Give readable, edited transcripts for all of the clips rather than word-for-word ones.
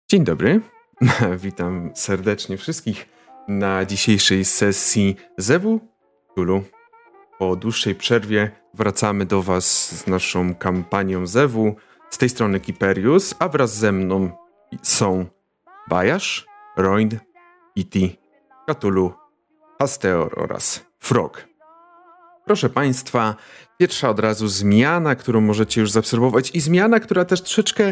Dzień dobry, witam serdecznie wszystkich na dzisiejszej sesji Zewu Cthulhu. Po dłuższej przerwie wracamy do Was z naszą kampanią Zewu. Z tej strony Kiperius, a wraz ze mną są Bajasz, Royd, Iti, Cthulhu, Hasteor oraz Frog. Proszę Państwa, pierwsza od razu zmiana, którą możecie już zaobserwować i zmiana, która też troszeczkę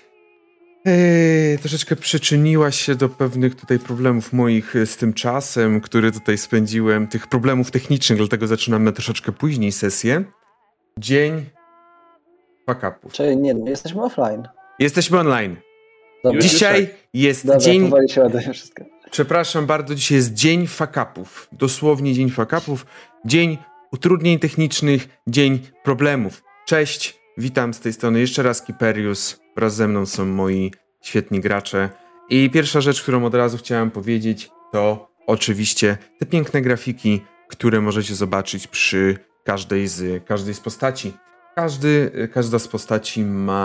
przyczyniła się do pewnych tutaj problemów moich z tym czasem, który tutaj spędziłem, tych problemów technicznych, dlatego zaczynamy troszeczkę później sesję. Dzień fuck-upów. Czyli nie, jesteśmy offline. Jesteśmy online. Dobra. Dzisiaj jest Dobra, dzień... powoli się ładuje wszystko. Przepraszam bardzo, dzisiaj jest dzień fuck-upów. Dosłownie dzień fuck-upów. Dzień utrudnień technicznych, dzień problemów. Cześć, witam z tej strony jeszcze raz Kiperius. Wraz ze mną są moi świetni gracze. I pierwsza rzecz, którą od razu chciałem powiedzieć, to oczywiście te piękne grafiki, które możecie zobaczyć przy każdej z postaci. Każda z postaci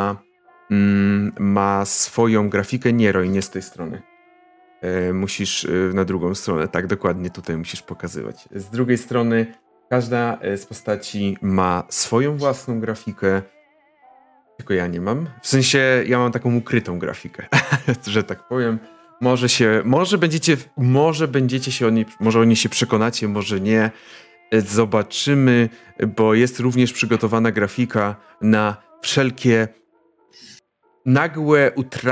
ma swoją grafikę. Nie, Roy, nie z tej strony. Musisz na drugą stronę, tak dokładnie tutaj musisz pokazywać. Z drugiej strony każda z postaci ma swoją własną grafikę, tylko ja nie mam. W sensie ja mam taką ukrytą grafikę, że tak powiem. Może o niej się przekonacie, może nie. Zobaczymy, bo jest również przygotowana grafika na wszelkie nagłe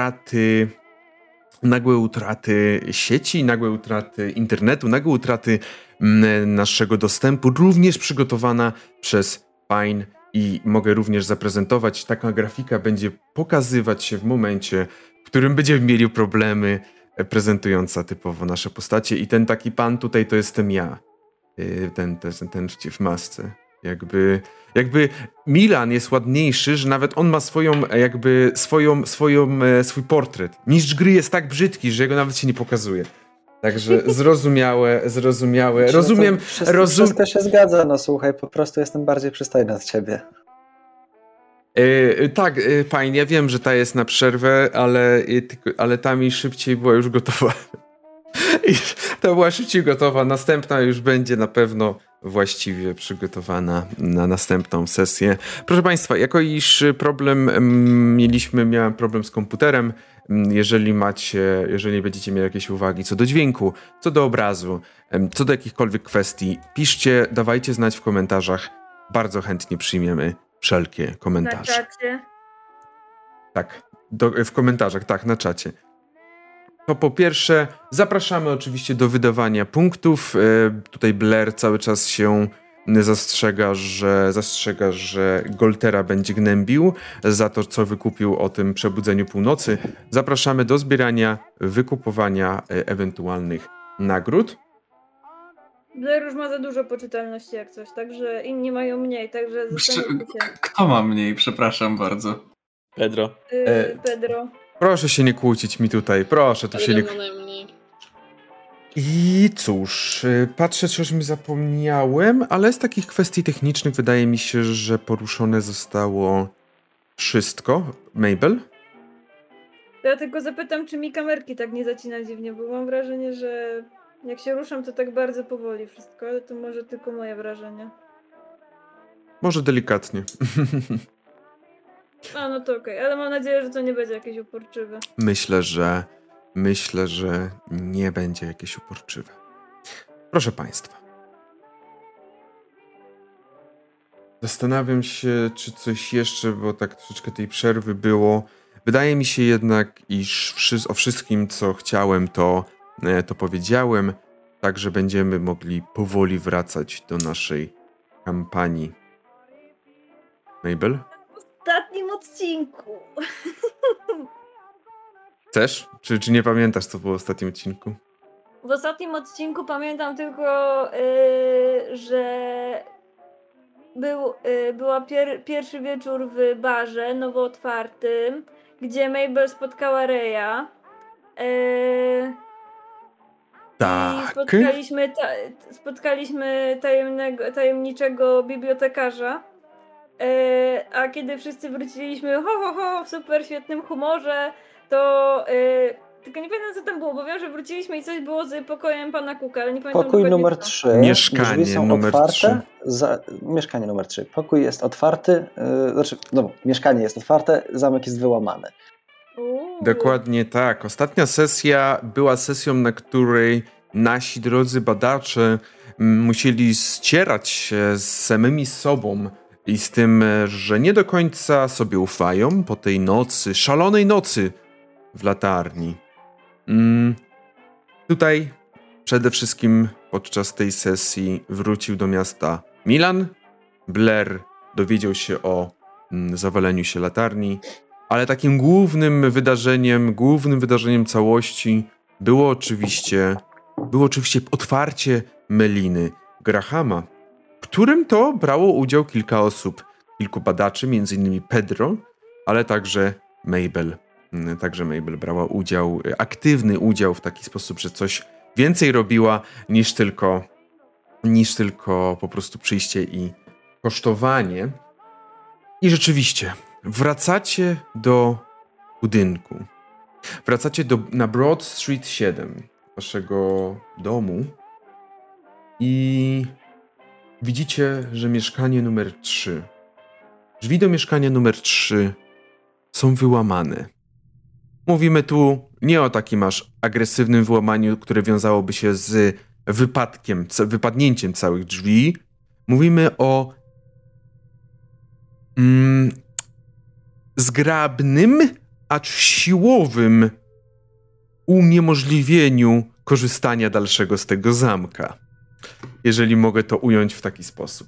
utraty sieci, nagłe utraty internetu, nagłe utraty naszego dostępu, również przygotowana przez Pine i mogę również zaprezentować. Taka grafika będzie pokazywać się w momencie, w którym będziemy mieli problemy, prezentująca typowo nasze postacie i ten taki pan tutaj to jestem ja. Ten w masce. Jakby Milan jest ładniejszy, że nawet on ma swój portret. Mistrz gry jest tak brzydki, że jego nawet się nie pokazuje. Także zrozumiałe. Rozumiem. Wszystko się zgadza, no słuchaj, po prostu jestem bardziej przystojny od ciebie. Tak, fajnie, ja wiem, że ta jest na przerwę, ale ta mi szybciej była już gotowa. I ta była szybciej gotowa, następna już będzie na pewno właściwie przygotowana na następną sesję. Proszę Państwa, jako iż miałem problem z komputerem, jeżeli będziecie mieli jakieś uwagi co do dźwięku, co do obrazu, co do jakichkolwiek kwestii, piszcie, dawajcie znać w komentarzach. Bardzo chętnie przyjmiemy wszelkie komentarze. Na czacie? Tak, w komentarzach, tak, na czacie. To po pierwsze, zapraszamy oczywiście do wydawania punktów. Tutaj Blair cały czas się zastrzega, że Goltera będzie gnębił za to, co wykupił o tym przebudzeniu północy. Zapraszamy do zbierania, wykupowania ewentualnych nagród. Blair już ma za dużo poczytalności jak coś, także inni mają mniej, także zastanówcie się. Kto ma mniej? Przepraszam bardzo. Pedro. Pedro. Proszę się nie kłócić mi tutaj, proszę tu się nie kłócić. I cóż, patrzę, czy już mi zapomniałem, ale z takich kwestii technicznych wydaje mi się, że poruszone zostało wszystko. Mabel? Ja tylko zapytam, czy mi kamerki tak nie zacina dziwnie, bo mam wrażenie, że jak się ruszam, to tak bardzo powoli wszystko, ale to może tylko moje wrażenie. Może delikatnie. A, no to okej, ale mam nadzieję, że to nie będzie jakieś uporczywe. Myślę, że nie będzie jakieś uporczywe. Proszę Państwa. Zastanawiam się, czy coś jeszcze, bo tak troszeczkę tej przerwy było. Wydaje mi się jednak, iż o wszystkim, co chciałem, to powiedziałem. Także będziemy mogli powoli wracać do naszej kampanii. Mabel? W ostatnim odcinku. Chcesz? Czy nie pamiętasz, co było w ostatnim odcinku? W ostatnim odcinku pamiętam tylko, że była pierwszy wieczór w barze nowo otwartym, gdzie Mabel spotkała Reya. Tak. I spotkaliśmy tajemniczego bibliotekarza. A kiedy wszyscy wróciliśmy w super świetnym humorze, to tylko nie pamiętam co tam było, bo wiem, że wróciliśmy i coś było z pokojem pana Cooka, ale nie pamiętam Pokój dokładnie numer co. 3. Mieszkanie Drzwi są numer otwarte. 3. Mieszkanie numer 3. Pokój jest otwarty. Mieszkanie jest otwarte, zamek jest wyłamany. Dokładnie tak. Ostatnia sesja była sesją, na której nasi drodzy badacze musieli ścierać się z samymi sobą i z tym, że nie do końca sobie ufają po tej nocy, szalonej nocy w latarni. Tutaj przede wszystkim podczas tej sesji wrócił do miasta Milan. Blair dowiedział się o zawaleniu się latarni, ale takim głównym wydarzeniem całości było oczywiście otwarcie Meliny Grahama, w którym to brało udział kilka osób, kilku badaczy, m.in. Pedro, ale także Mabel. Także Mabel brała aktywny udział w taki sposób, że coś więcej robiła niż tylko po prostu przyjście i kosztowanie. I rzeczywiście, wracacie do budynku. Wracacie na Broad Street 7, waszego domu i widzicie, że mieszkanie numer 3. Drzwi do mieszkania numer 3 są wyłamane. Mówimy tu nie o takim aż agresywnym wyłamaniu, które wiązałoby się z wypadnięciem całych drzwi. Mówimy o zgrabnym, acz siłowym uniemożliwieniu korzystania dalszego z tego zamka. Jeżeli mogę to ująć w taki sposób.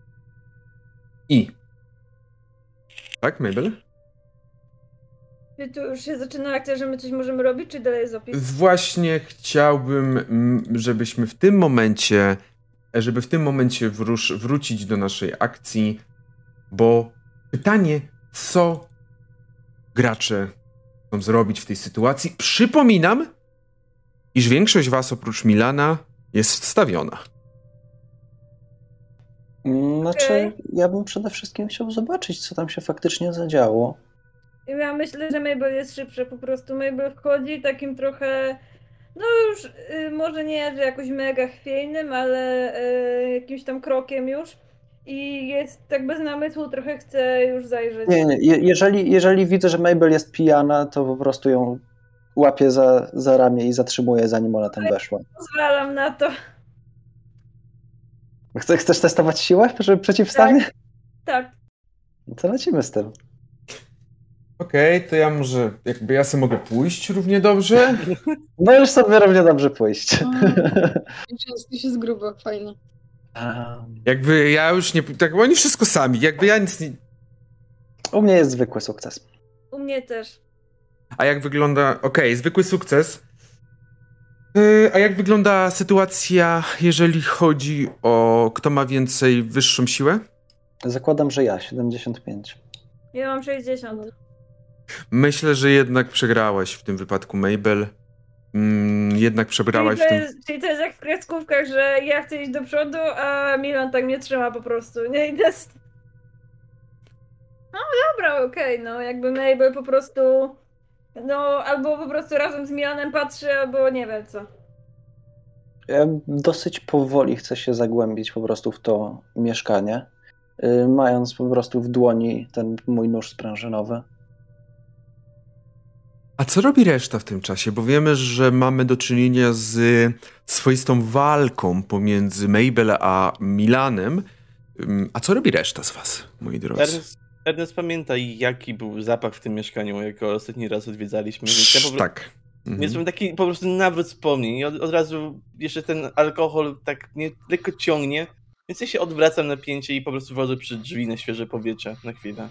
Tak, Mabel? Czy tu już się zaczyna akcja, że my coś możemy robić, czy dalej jest opis? Właśnie chciałbym, żeby w tym momencie wrócić do naszej akcji, bo pytanie, co gracze chcą zrobić w tej sytuacji? Przypominam, iż większość was oprócz Milana jest wstawiona. Znaczy, ja bym przede wszystkim chciał zobaczyć, co tam się faktycznie zadziało. Ja myślę, że Mabel jest szybsza, po prostu Mabel wchodzi takim trochę, no już może nie, że jakoś mega chwiejnym, ale jakimś tam krokiem już i jest tak bez namysłu, trochę chce już zajrzeć. Nie. Jeżeli widzę, że Mabel jest pijana, to po prostu ją łapię za ramię i zatrzymuję, zanim ona tam weszła. Pozwalam na to. Chcesz testować siłę przeciwstawnie? Tak. To lecimy z tym. Okej, to ja może, ja sobie mogę pójść równie dobrze? Możesz sobie równie dobrze pójść. Już jest grubo, fajnie. Ja już nie... Tak, bo oni wszystko sami, ja nic nie... U mnie jest zwykły sukces. U mnie też. A jak wygląda... Okej, zwykły sukces. A jak wygląda sytuacja, jeżeli chodzi o kto ma wyższą siłę? Zakładam, że ja, 75. Ja mam 60. Myślę, że jednak przegrałaś w tym wypadku, Mabel. Jednak przebrałaś Czyli to jest jak w kreskówkach, że ja chcę iść do przodu, a Milan tak mnie trzyma po prostu, nie? I jest... No dobra, okej, no jakby Mabel po prostu... No, albo po prostu razem z Milanem patrzy, albo nie wiem co. Ja dosyć powoli chcę się zagłębić po prostu w to mieszkanie, mając po prostu w dłoni ten mój nóż sprężynowy. A co robi reszta w tym czasie? Bo wiemy, że mamy do czynienia z swoistą walką pomiędzy Mabel a Milanem. A co robi reszta z was, moi drodzy? Ernest, pamiętaj, jaki był zapach w tym mieszkaniu, jak go ostatni raz odwiedzaliśmy. Tak. Więc mam taki po prostu nawrót wspomnień i od razu jeszcze ten alkohol tak mnie lekko ciągnie, więc ja się odwracam na pięcie i po prostu wchodzę przy drzwi na świeże powietrze na chwilę.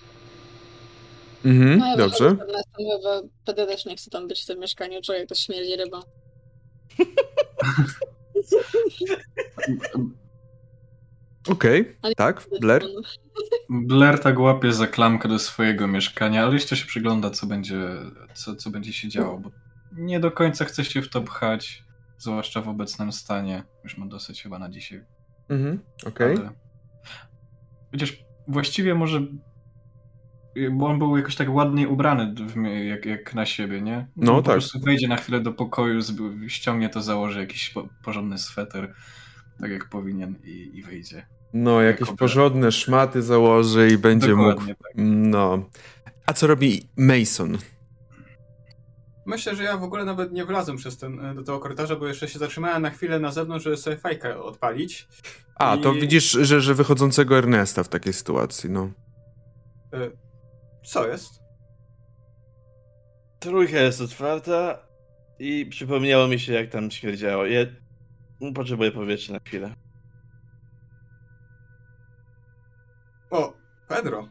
No ja dobrze. Chyba Peter też nie chce tam być w tym mieszkaniu, czuję, to śmierdzi ryba. Okej, tak, Blair? Blair tak łapie za klamkę do swojego mieszkania, ale jeszcze się przygląda, co będzie się działo, bo nie do końca chce się w to pchać, zwłaszcza w obecnym stanie. Już ma dosyć chyba na dzisiaj. Okej. Widzisz, właściwie może... Bo on był jakoś tak ładnie ubrany jak na siebie, nie? No on tak. Po prostu wejdzie na chwilę do pokoju, ściągnie to, założy jakiś porządny sweter, tak jak powinien i wyjdzie. No, jakieś Jako porządne szmaty założy i będzie Dokładnie, mógł... tak. No. A co robi Mason? Myślę, że ja w ogóle nawet nie wlazłem do tego korytarza, bo jeszcze się zatrzymałem na chwilę na zewnątrz, żeby sobie fajkę odpalić. A, to widzisz, że wychodzącego Ernesta w takiej sytuacji, no. Co jest? Trójka jest otwarta i przypomniało mi się, jak tam śmierdziało. Ja potrzebuję powietrza na chwilę. O, Pedro.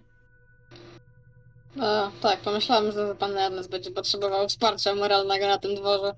Tak, pomyślałem, że pan Ernest będzie potrzebował wsparcia moralnego na tym dworze.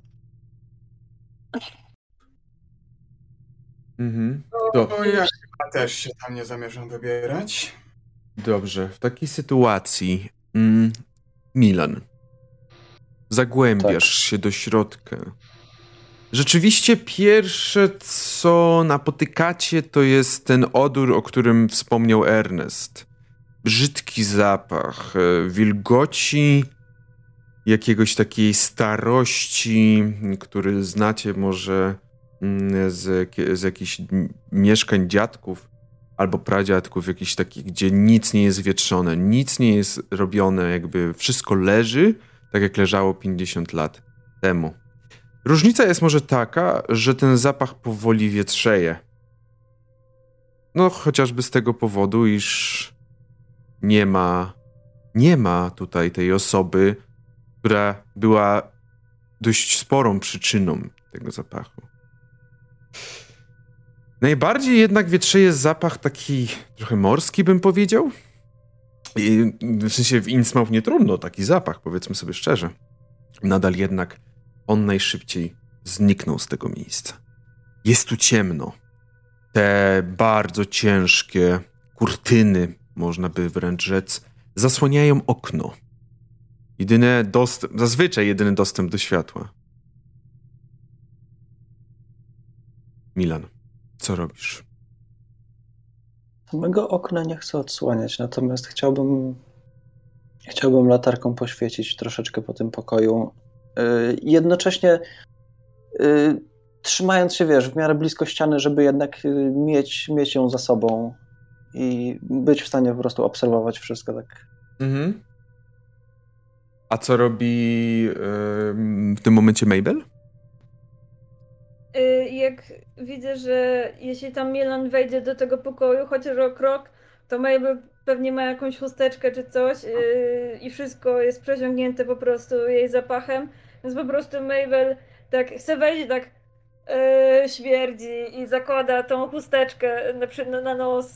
Mhm. To ja chyba też się tam nie zamierzam wybierać. Dobrze, w takiej sytuacji Milan, zagłębiasz się do środka. Rzeczywiście pierwsze, co napotykacie, to jest ten odór, o którym wspomniał Ernest. Brzydki zapach, wilgoci, jakiegoś takiej starości, który znacie może z jakichś mieszkań dziadków albo pradziadków, jakichś takich, gdzie nic nie jest wietrzone, nic nie jest robione, jakby wszystko leży, tak jak leżało 50 lat temu. Różnica jest może taka, że ten zapach powoli wietrzeje. No, chociażby z tego powodu, iż nie ma tutaj tej osoby, która była dość sporą przyczyną tego zapachu. Najbardziej jednak wietrzeje zapach taki trochę morski, bym powiedział. I w sensie w Innsmouth nie trudno taki zapach, powiedzmy sobie szczerze. Nadal jednak on najszybciej zniknął z tego miejsca. Jest tu ciemno. Te bardzo ciężkie kurtyny, można by wręcz rzec, zasłaniają okno. Zazwyczaj jedyny dostęp do światła. Milan, co robisz? Samego okna nie chcę odsłaniać, natomiast chciałbym latarką poświecić troszeczkę po tym pokoju. Jednocześnie trzymając się, w miarę blisko ściany, żeby jednak mieć ją za sobą i być w stanie po prostu obserwować wszystko tak. Mhm. A co robi w tym momencie Mabel? Jak widzę, że jeśli tam Milan wejdzie do tego pokoju, chociaż o krok, to Mabel pewnie ma jakąś chusteczkę czy coś i wszystko jest przesiągnięte po prostu jej zapachem, więc po prostu Mabel tak chce wejść, tak śmierdzi i zakłada tą chusteczkę na nos.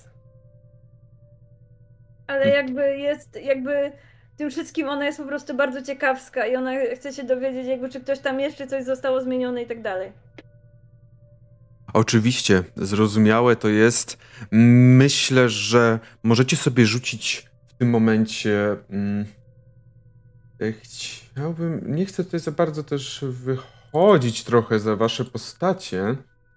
Ale jakby tym wszystkim ona jest po prostu bardzo ciekawska i ona chce się dowiedzieć, czy ktoś tam jeszcze coś zostało zmienione i tak dalej. Oczywiście, zrozumiałe to jest. Myślę, że możecie sobie rzucić w tym momencie... nie chcę tutaj za bardzo też wychodzić trochę za wasze postacie,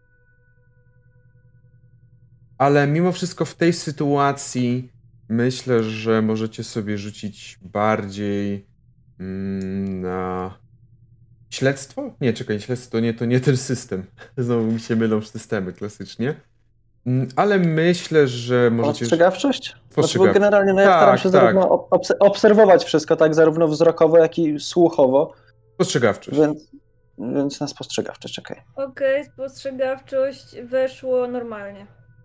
ale mimo wszystko w tej sytuacji myślę, że możecie sobie rzucić bardziej na śledztwo? Nie, czekaj, śledztwo to nie ten system. Znowu mi się mylą systemy klasycznie. Ale myślę, że możecie... Ostrzegawczość? Spostrzegawczość. Znaczy, bo generalnie ja staram się zarówno obserwować wszystko, tak, zarówno wzrokowo, jak i słuchowo. Spostrzegawczość. Więc na spostrzegawczość, okej. Okej, spostrzegawczość weszło normalnie.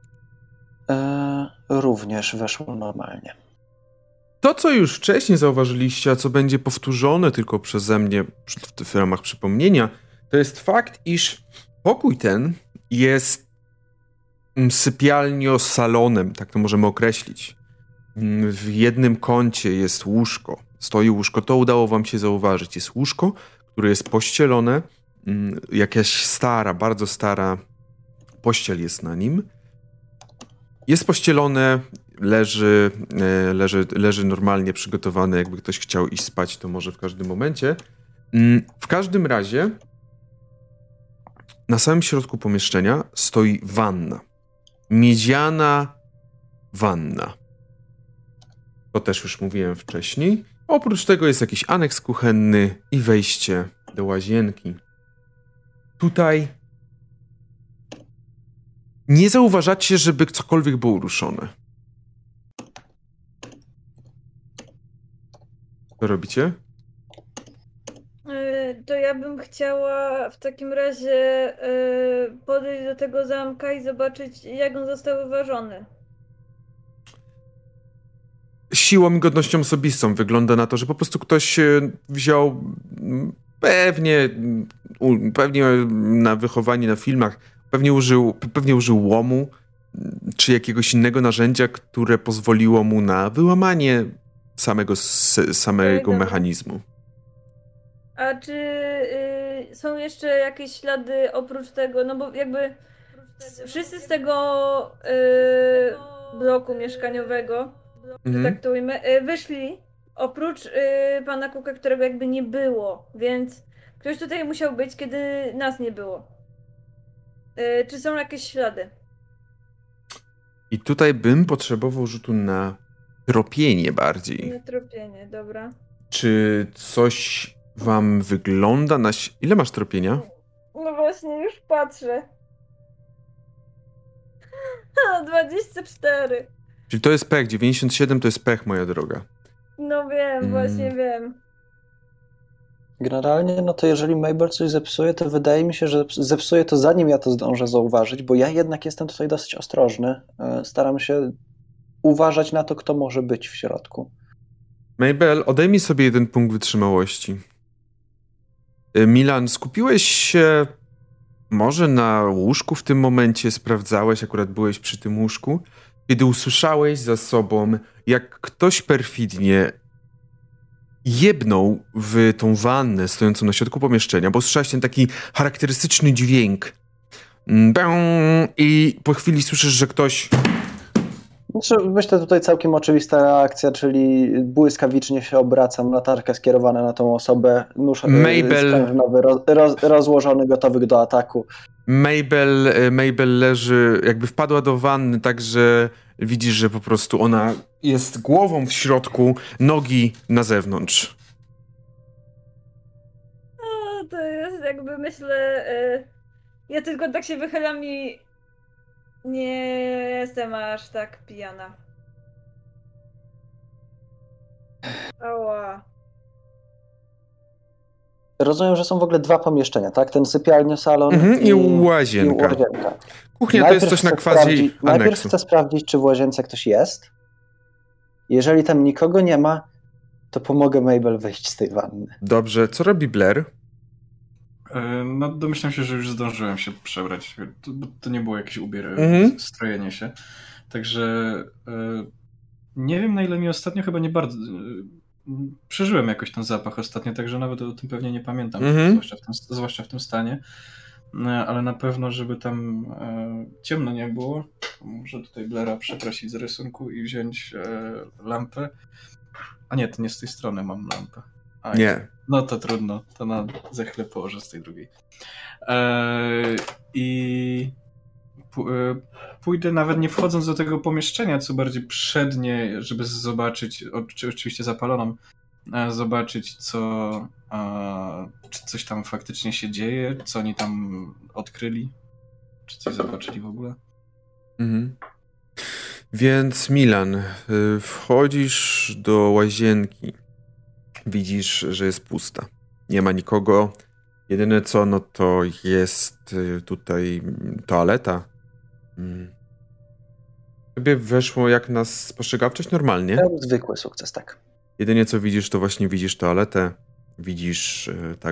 Również weszło normalnie. To, co już wcześniej zauważyliście, a co będzie powtórzone tylko przeze mnie w ramach przypomnienia, to jest fakt, iż pokój ten jest sypialnio-salonem, tak to możemy określić. W jednym kącie jest łóżko, stoi łóżko, to udało wam się zauważyć. Jest łóżko, które jest pościelone, jakaś bardzo stara pościel jest na nim. Jest pościelone, leży normalnie przygotowane, jakby ktoś chciał iść spać, to może w każdym momencie. W każdym razie na samym środku pomieszczenia stoi wanna. Miedziana wanna. To też już mówiłem wcześniej. Oprócz tego jest jakiś aneks kuchenny i wejście do łazienki. Tutaj nie zauważacie, żeby cokolwiek było ruszone. Co robicie? To ja bym chciała w takim razie podejść do tego zamka i zobaczyć, jak on został wyważony. Siłą i godnością osobistą wygląda na to, że po prostu ktoś wziął pewnie na wychowanie na filmach, pewnie użył łomu czy jakiegoś innego narzędzia, które pozwoliło mu na wyłamanie samego mechanizmu. A czy są jeszcze jakieś ślady oprócz tego, no bo jakby wszyscy z tego bloku mieszkaniowego, że tak to ujmę, wyszli oprócz pana Cooka, którego jakby nie było, więc ktoś tutaj musiał być, kiedy nas nie było. Czy są jakieś ślady? I tutaj bym potrzebował rzutu na tropienie bardziej. Na tropienie, dobra. Czy coś wam wygląda na... Ile masz tropienia? No właśnie, już patrzę. 24. Czyli to jest pech, 97 to jest pech, moja droga. No wiem, właśnie wiem. Generalnie, no to jeżeli Mabel coś zepsuje, to wydaje mi się, że zepsuje to zanim ja to zdążę zauważyć, bo ja jednak jestem tutaj dosyć ostrożny. Staram się uważać na to, kto może być w środku. Mabel, odejmij sobie 1 punkt wytrzymałości. Milan, skupiłeś się może na łóżku w tym momencie, sprawdzałeś, akurat byłeś przy tym łóżku, kiedy usłyszałeś za sobą, jak ktoś perfidnie jebnął w tą wannę stojącą na środku pomieszczenia, bo słyszałeś ten taki charakterystyczny dźwięk. I po chwili słyszysz, że ktoś... Myślę tutaj całkiem oczywista reakcja, czyli błyskawicznie się obracam, latarka skierowana na tą osobę, nóż sprężynowy rozłożony, gotowy do ataku. Mabel leży, jakby wpadła do wanny, tak że widzisz, że po prostu ona jest głową w środku, nogi na zewnątrz. No, to jest jakby myślę... Ja tylko tak się wychylam i... Nie jestem aż tak pijana. Ała. Rozumiem, że są w ogóle 2 pomieszczenia, tak? Ten sypialnio-salon i łazienka. Kuchnia to jest coś na quasi Najpierw chcę sprawdzić, czy w łazience ktoś jest. Jeżeli tam nikogo nie ma, to pomogę Mabel wyjść z tej wanny. Dobrze, co robi Blair? No domyślam się, że już zdążyłem się przebrać, bo to nie było jakieś strojenie się. Także nie wiem, na ile mi ostatnio, chyba nie bardzo... Przeżyłem jakoś ten zapach ostatnio, także nawet o tym pewnie nie pamiętam, zwłaszcza w tym stanie. Ale na pewno, żeby tam ciemno nie było, muszę tutaj Blaira przeprosić z rysunku i wziąć lampę. A nie, to nie z tej strony mam lampę. Nie. No to trudno, to za chwilę położę z tej drugiej. I pójdę nawet nie wchodząc do tego pomieszczenia, co bardziej przednie, żeby zobaczyć, oczywiście zapaloną, zobaczyć czy coś tam faktycznie się dzieje, co oni tam odkryli, czy coś zobaczyli w ogóle. Więc Milan, wchodzisz do łazienki. Widzisz, że jest pusta. Nie ma nikogo. Jedyne co, no to jest tutaj toaleta. Tobie weszło jak na spostrzegawczość normalnie. Zwykły sukces, tak. Jedynie co widzisz, to właśnie widzisz toaletę. Widzisz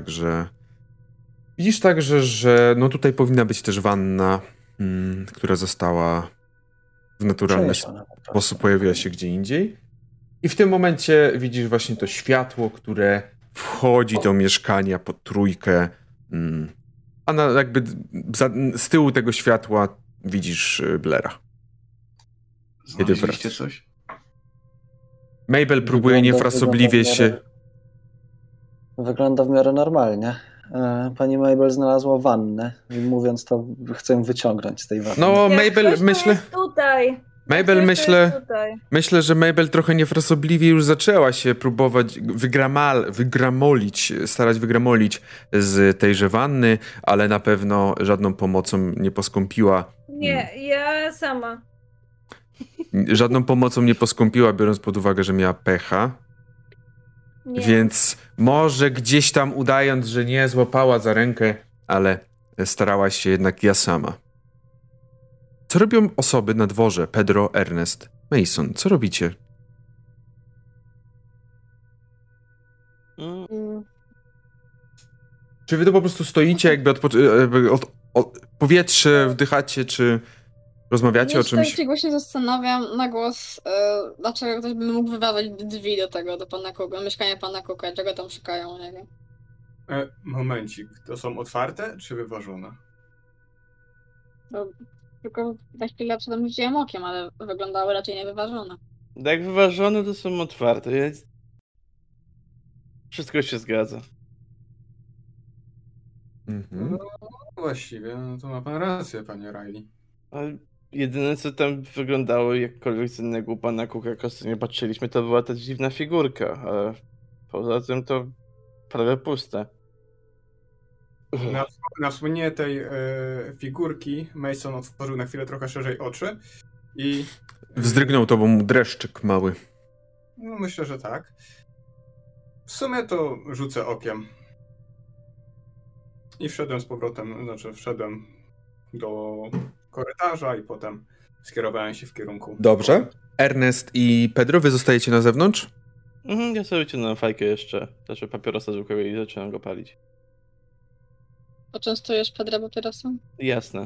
także, że no tutaj powinna być też wanna, która została w naturalny sposób pojawiła się gdzie indziej. I w tym momencie widzisz właśnie to światło, które wchodzi do mieszkania po trójkę. A jakby z tyłu tego światła widzisz Blaira. Znaleźliście coś? Mabel próbuje niefrasobliwie się... Wygląda w miarę normalnie. Pani Mabel znalazła wannę i mówiąc to chcę wyciągnąć z tej wanny. No Mabel, myślę... Tutaj. Mabel, myślę, że Mabel trochę niefrasobliwie już zaczęła się próbować starać wygramolić z tejże wanny, ale na pewno żadną pomocą nie poskąpiła. Nie, ja sama. Żadną pomocą nie poskąpiła, biorąc pod uwagę, że miała pecha. Nie. Więc może gdzieś tam udając, że nie złapała za rękę, ale starała się jednak ja sama. Co robią osoby na dworze? Pedro, Ernest, Mason, co robicie? Czy wy to po prostu stoicie, jakby powietrze wdychacie, czy rozmawiacie o czymś? Ja się zastanawiam na głos, dlaczego ktoś by mógł wyważyć drzwi do pana Cooka, mieszkania pana Cooka, czego tam szukają, nie wiem. Momencik, to są otwarte, czy wyważone? No, tylko na chwilę przedtem rzuciłem okiem, ale wyglądały raczej niewyważone. Jak wyważone, to są otwarte, więc wszystko się zgadza. No, właściwie, no to ma pan rację, panie Riley. Ale jedyne, co tam wyglądało jakkolwiek z innego u pana Cooka, jak ostatnio patrzyliśmy, to była ta dziwna figurka, ale poza tym to prawie puste. Na wspomnienie tej figurki Mason otworzył na chwilę trochę szerzej oczy i... Wzdrygnął to, bo mu dreszczyk mały. No myślę, że tak. W sumie to rzucę okiem. I wszedłem z powrotem, wszedłem do korytarza i potem skierowałem się w kierunku... Dobrze. Ernest i Pedro, wy zostajecie na zewnątrz? Ja sobie wyciągnąłem fajkę jeszcze, znaczy papierosa zwykłego i zaczynam go palić. Poczęstujesz Pedra papierosem? Jasne.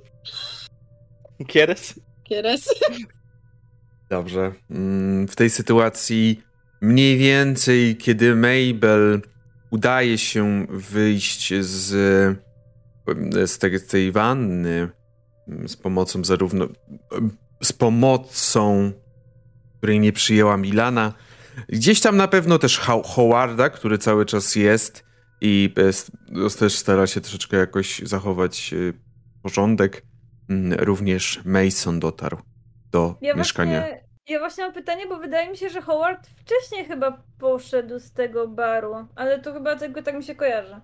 Kieres? Kieres. Dobrze. W tej sytuacji mniej więcej, kiedy Mabel udaje się wyjść z tej wanny z pomocą, której nie przyjęła Milana, gdzieś tam na pewno też Howarda, który cały czas jest i też stara się troszeczkę jakoś zachować porządek. Również Mason dotarł do mieszkania. Ja właśnie mam pytanie, bo wydaje mi się, że Howard wcześniej chyba poszedł z tego baru, ale to chyba tylko tak mi się kojarzy.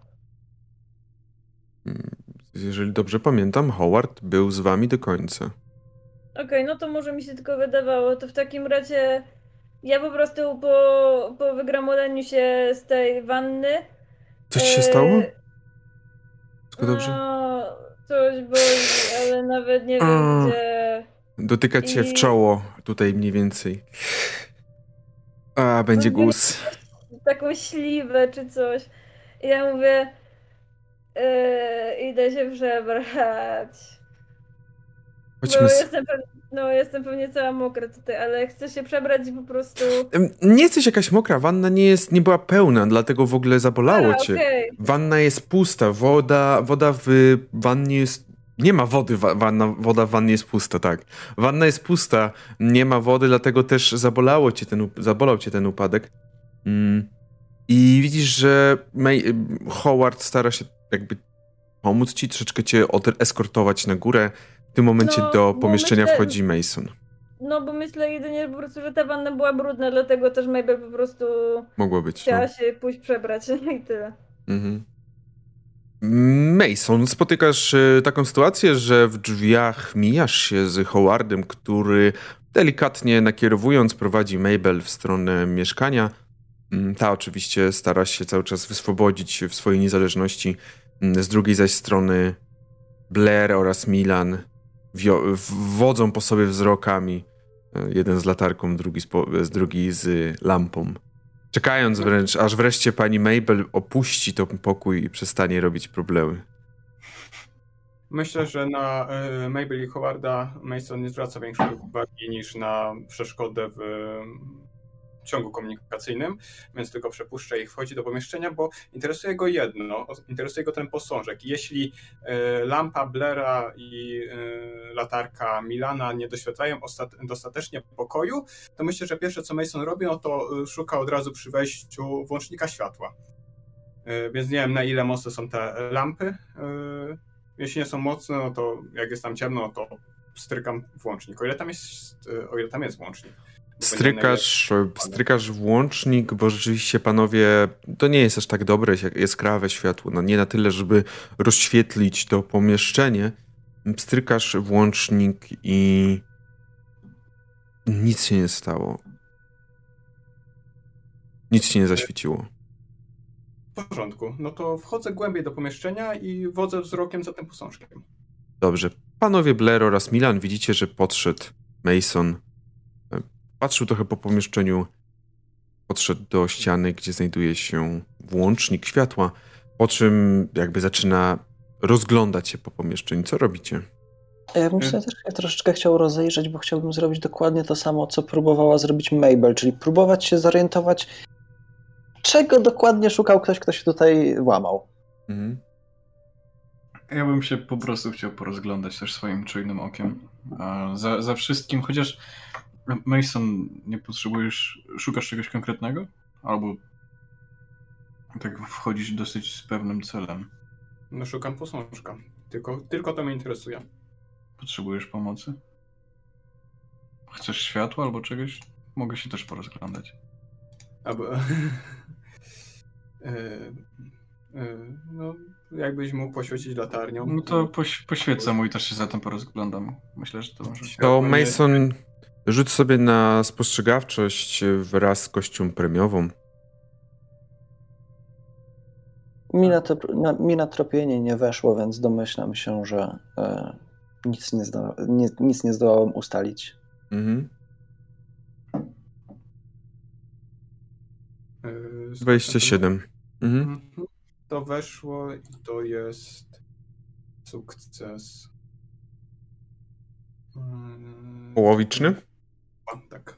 Jeżeli dobrze pamiętam, Howard był z wami do końca. Okej, no to może mi się tylko wydawało. To w takim razie ja po prostu po wygramoleniu się z tej wanny... Coś się stało? Wszystko dobrze? No, coś boli, ale nawet nie wiem gdzie... Dotykać cię w czoło, tutaj mniej więcej. Będzie guz. Taką śliwę czy coś. I ja mówię... idę się przebrać. Jestem pewnie cała mokra tutaj, ale chcę się przebrać i po prostu... Nie jesteś jakaś mokra, wanna nie była pełna, dlatego w ogóle zabolało cię. Okay. Wanna jest pusta, woda w wannie jest... Nie ma wody, woda w wannie jest pusta, tak. Wanna jest pusta, nie ma wody, dlatego też zabolał cię ten upadek. I widzisz, że Howard stara się jakby pomóc ci, troszeczkę cię eskortować na górę. W tym momencie do pomieszczenia wchodzi Mason. No bo myślę jedynie po prostu, że ta wanna była brudna, dlatego też Mabel po prostu mogło być, chciała się pójść przebrać i tyle. Mason, spotykasz taką sytuację, że w drzwiach mijasz się z Howardem, który delikatnie nakierowując prowadzi Mabel w stronę mieszkania. Ta oczywiście stara się cały czas wyswobodzić w swojej niezależności. Z drugiej zaś strony Blair oraz Milan wodzą po sobie wzrokami. Jeden z latarką, drugi z lampą. Czekając wręcz, aż wreszcie pani Mabel opuści ten pokój i przestanie robić problemy. Myślę, że na Mabel i Howarda Mason nie zwraca większej uwagi niż na przeszkodę w ciągu komunikacyjnym, więc tylko przepuszcza ich, wchodzi do pomieszczenia, bo interesuje go jedno, interesuje go ten posążek. Jeśli lampa Blaira i latarka Milana nie doświetlają dostatecznie pokoju, to myślę, że pierwsze co Mason robi, no to szuka od razu przy wejściu włącznika światła. Więc nie wiem, na ile mocne są te lampy. Jeśli nie są mocne, no to jak jest tam ciemno, to strykam włącznik, o ile tam jest włącznik. Strykasz włącznik, bo rzeczywiście, panowie, to nie jest aż tak dobre jaskrawe światło. No nie na tyle, żeby rozświetlić to pomieszczenie. Strykasz włącznik i nic się nie stało. Nic się nie zaświeciło. W porządku. No to wchodzę głębiej do pomieszczenia i wodzę wzrokiem za tym posążkiem. Dobrze. Panowie Blair oraz Milan, widzicie, że podszedł Mason. Patrzył trochę po pomieszczeniu. Podszedł do ściany, gdzie znajduje się włącznik światła, po czym jakby zaczyna rozglądać się po pomieszczeniu. Co robicie? Ja bym się też troszeczkę chciał rozejrzeć, bo chciałbym zrobić dokładnie to samo, co próbowała zrobić Mabel, czyli próbować się zorientować, czego dokładnie szukał ktoś, kto się tutaj włamał. Mhm. Ja bym się po prostu chciał porozglądać też swoim czujnym okiem. Za wszystkim, chociaż Mason, nie potrzebujesz, szukasz czegoś konkretnego? Albo tak wchodzisz dosyć z pewnym celem? No szukam posążka. Tylko to mnie interesuje. Potrzebujesz pomocy? Chcesz światła albo czegoś? Mogę się też porozglądać. No, jakbyś mógł poświecić latarnią. No to poświecę mu i też się zatem porozglądam. Myślę, że to może... To Mason, rzuć sobie na spostrzegawczość wraz z kością premiową. Mi na tropienie nie weszło, więc domyślam się, że nic nie zdołałem ustalić. Mhm. 27. Mhm. To weszło i to jest sukces. Połowiczny? Tak.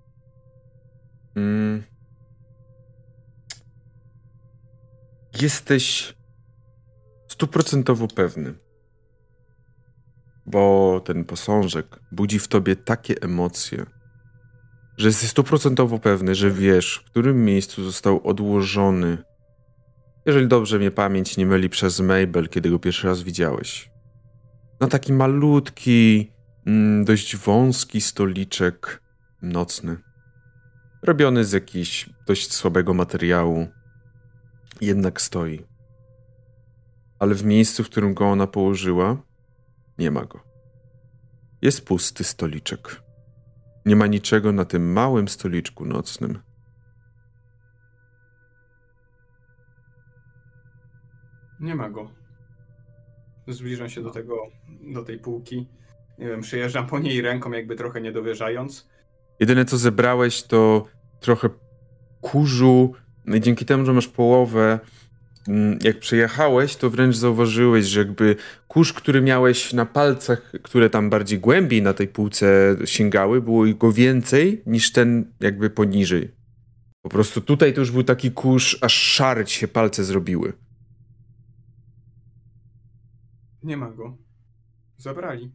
Jesteś 100% pewny, bo ten posążek budzi w tobie takie emocje, że jesteś 100% pewny, że wiesz, w którym miejscu został odłożony, jeżeli dobrze mnie pamięć nie myli, przez Mabel, kiedy go pierwszy raz widziałeś. Na taki malutki, dość wąski stoliczek nocny, robiony z jakiegoś dość słabego materiału, jednak stoi. Ale w miejscu, w którym go ona położyła, nie ma go. Jest pusty stoliczek. Nie ma niczego na tym małym stoliczku nocnym. Nie ma go. Zbliżam się do tej półki. Nie wiem, przejeżdżam po niej ręką, jakby trochę nie dowierzając. Jedyne, co zebrałeś, to trochę kurzu. No i dzięki temu, że masz połowę, jak przejechałeś, to wręcz zauważyłeś, że jakby kurz, który miałeś na palcach, które tam bardziej głębiej na tej półce sięgały, było go więcej niż ten jakby poniżej. Po prostu tutaj to już był taki kurz, aż szare ci się palce zrobiły. Nie ma go. Zabrali.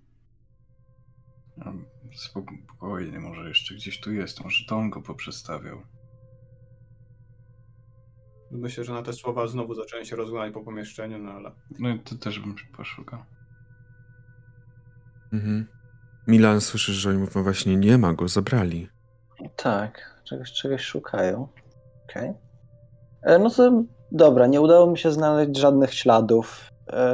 Spokojnie, może jeszcze gdzieś tu jest, może to on go poprzestawiał. Myślę, że na te słowa znowu zacząłem się rozglądać po pomieszczeniu, no ale... No i to też bym poszukał. Mhm. Milan, słyszysz, że oni mówią właśnie, nie ma go, zabrali. Tak, czegoś szukają. Okej. No to dobra, nie udało mi się znaleźć żadnych śladów.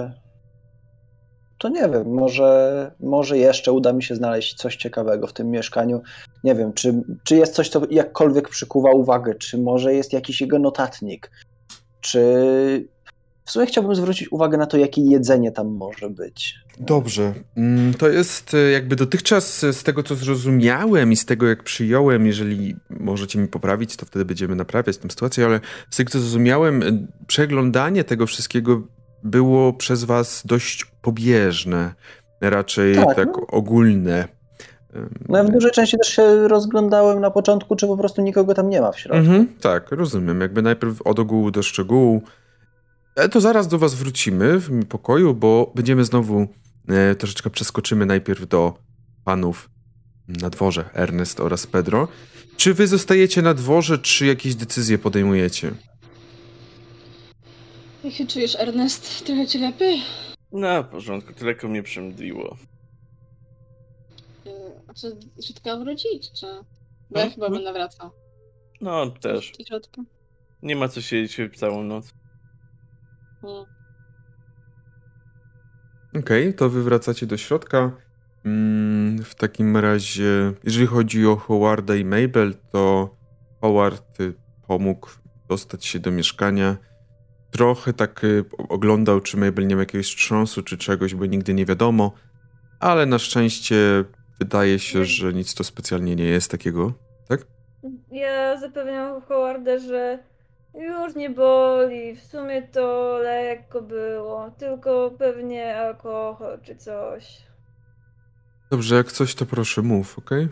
To nie wiem, może jeszcze uda mi się znaleźć coś ciekawego w tym mieszkaniu. Nie wiem, czy jest coś, co jakkolwiek przykuwa uwagę, czy może jest jakiś jego notatnik, czy... W sumie chciałbym zwrócić uwagę na to, jakie jedzenie tam może być. Dobrze. To jest jakby dotychczas, z tego co zrozumiałem i z tego jak przyjąłem, jeżeli możecie mi poprawić, to wtedy będziemy naprawiać tę sytuację, ale z tego co zrozumiałem, przeglądanie tego wszystkiego było przez was dość pobieżne, raczej tak ogólne. No ja w dużej części też się rozglądałem na początku, czy po prostu nikogo tam nie ma w środku. Tak, rozumiem. Jakby najpierw od ogółu do szczegółu. To zaraz do was wrócimy w pokoju, bo będziemy znowu troszeczkę przeskoczymy najpierw do panów na dworze, Ernest oraz Pedro. Czy wy zostajecie na dworze, czy jakieś decyzje podejmujecie? Jak się czujesz, Ernest? Trochę ci lepiej? No, w porządku, to lekko mnie przemdliło. Znaczy, Środka wrócić, czy... Bo ja chyba będę wracał. No, też. Nie ma co siedzieć całą noc. Okej, to wy wracacie do środka. W takim razie, jeżeli chodzi o Howarda i Mabel, to Howard pomógł dostać się do mieszkania. Trochę tak oglądał, czy Mabel nie ma jakiegoś wstrząsu, czy czegoś, bo nigdy nie wiadomo. Ale na szczęście wydaje się, że nic to specjalnie nie jest takiego, tak? Ja zapewniam Howarda, że już nie boli. W sumie to lekko było. Tylko pewnie alkohol czy coś. Dobrze, jak coś, to proszę mów, okej?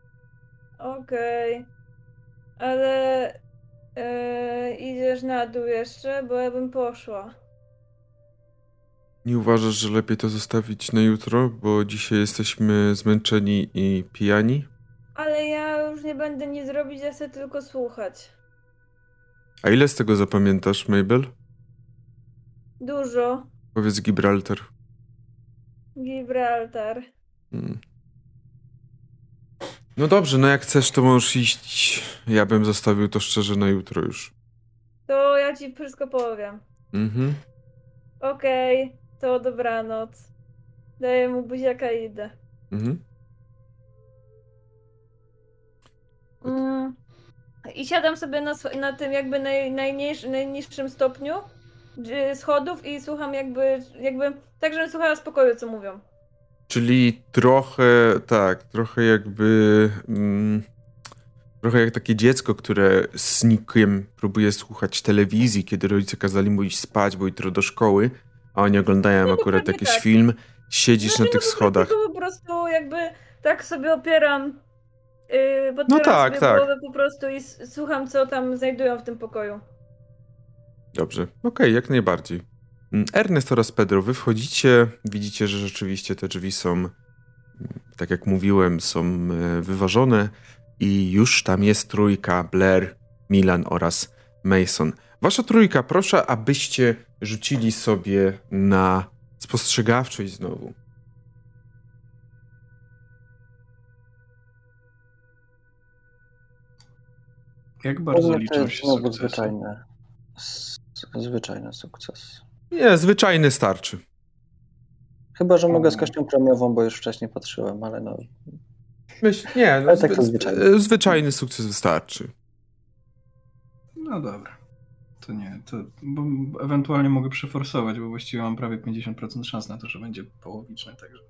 Okej. Ale idziesz na dół jeszcze? Bo ja bym poszła. Nie uważasz, że lepiej to zostawić na jutro, bo dzisiaj jesteśmy zmęczeni i pijani? Ale ja już nie będę nic robić, ja chcę tylko słuchać. A ile z tego zapamiętasz, Mabel? Dużo. Powiedz Gibraltar. Gibraltar. No dobrze, no jak chcesz, to możesz iść. Ja bym zostawił to szczerze na jutro już. To ja ci wszystko powiem. Okej, to dobranoc. Daję mu buziaka i idę. I siadam sobie na tym jakby najniższym stopniu schodów i słucham jakby tak, żebym słuchała spokoju, co mówią. Czyli trochę jakby trochę jak takie dziecko, które z nikiem próbuje słuchać telewizji, kiedy rodzice kazali mu iść spać, bo jutro do szkoły, a oni oglądają akurat jakiś film, siedzisz na tych schodach. Po prostu jakby tak sobie opieram głowę po prostu i słucham, co tam znajdują w tym pokoju. Dobrze, okej, jak najbardziej. Ernest oraz Pedro, wy wchodzicie, widzicie, że rzeczywiście te drzwi są, tak jak mówiłem, są wyważone i już tam jest trójka, Blair, Milan oraz Mason. Wasza trójka, proszę, abyście rzucili sobie na spostrzegawczość znowu. Jak bardzo liczą się znowu sukcesy? Zwyczajny sukces. Nie, zwyczajny starczy. Chyba, że mogę z kością premiową, bo już wcześniej patrzyłem, ale no... tak to zwyczajny sukces wystarczy. No dobra. To nie, bo ewentualnie mogę przeforsować, bo właściwie mam prawie 50% szans na to, że będzie połowiczne, także...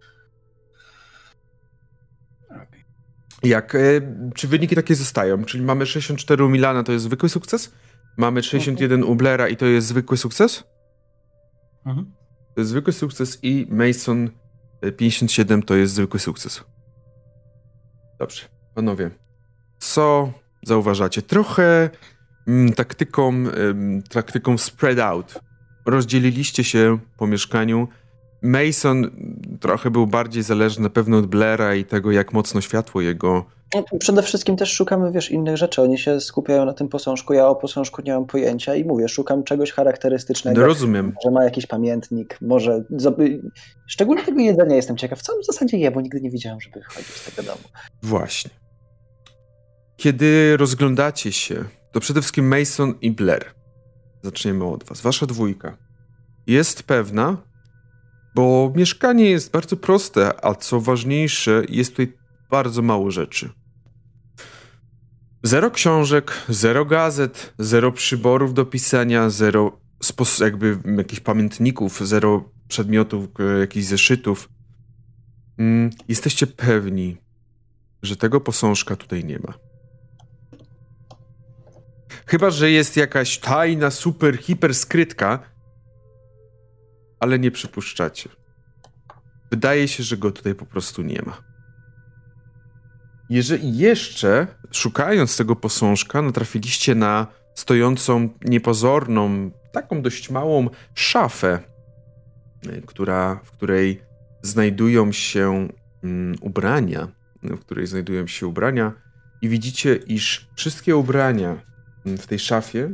Okay. Czy wyniki takie zostają? Czyli mamy 64 u Milana, to jest zwykły sukces? Mamy 61 u Blaira i to jest zwykły sukces? To jest zwykły sukces i Mason 57 to jest zwykły sukces. Dobrze, panowie. Co zauważacie? Trochę taktyką spread out. Rozdzieliliście się po mieszkaniu. Mason trochę był bardziej zależny na pewno od Blaira i tego, jak mocno światło jego... Przede wszystkim też szukamy, innych rzeczy. Oni się skupiają na tym posążku. Ja o posążku nie mam pojęcia i mówię, szukam czegoś charakterystycznego. No rozumiem. Może ma jakiś pamiętnik, może... Szczególnie tego jedzenia jestem ciekaw. Co on w zasadzie je, bo nigdy nie widziałem, żeby chodził z tego domu. Właśnie. Kiedy rozglądacie się, to przede wszystkim Mason i Blair. Zaczniemy od was. Wasza dwójka jest pewna, bo mieszkanie jest bardzo proste, a co ważniejsze, jest tutaj bardzo mało rzeczy. 0 książek, 0 gazet, 0 przyborów do pisania, 0 jakby jakichś pamiętników, 0 przedmiotów, jakichś zeszytów. Jesteście pewni, że tego posążka tutaj nie ma. Chyba że jest jakaś tajna, super, hiper skrytka, ale nie przypuszczacie. Wydaje się, że go tutaj po prostu nie ma. Jeżeli jeszcze, szukając tego posążka, natrafiliście na stojącą niepozorną, taką dość małą szafę, w której znajdują się ubrania, i widzicie, iż wszystkie ubrania w tej szafie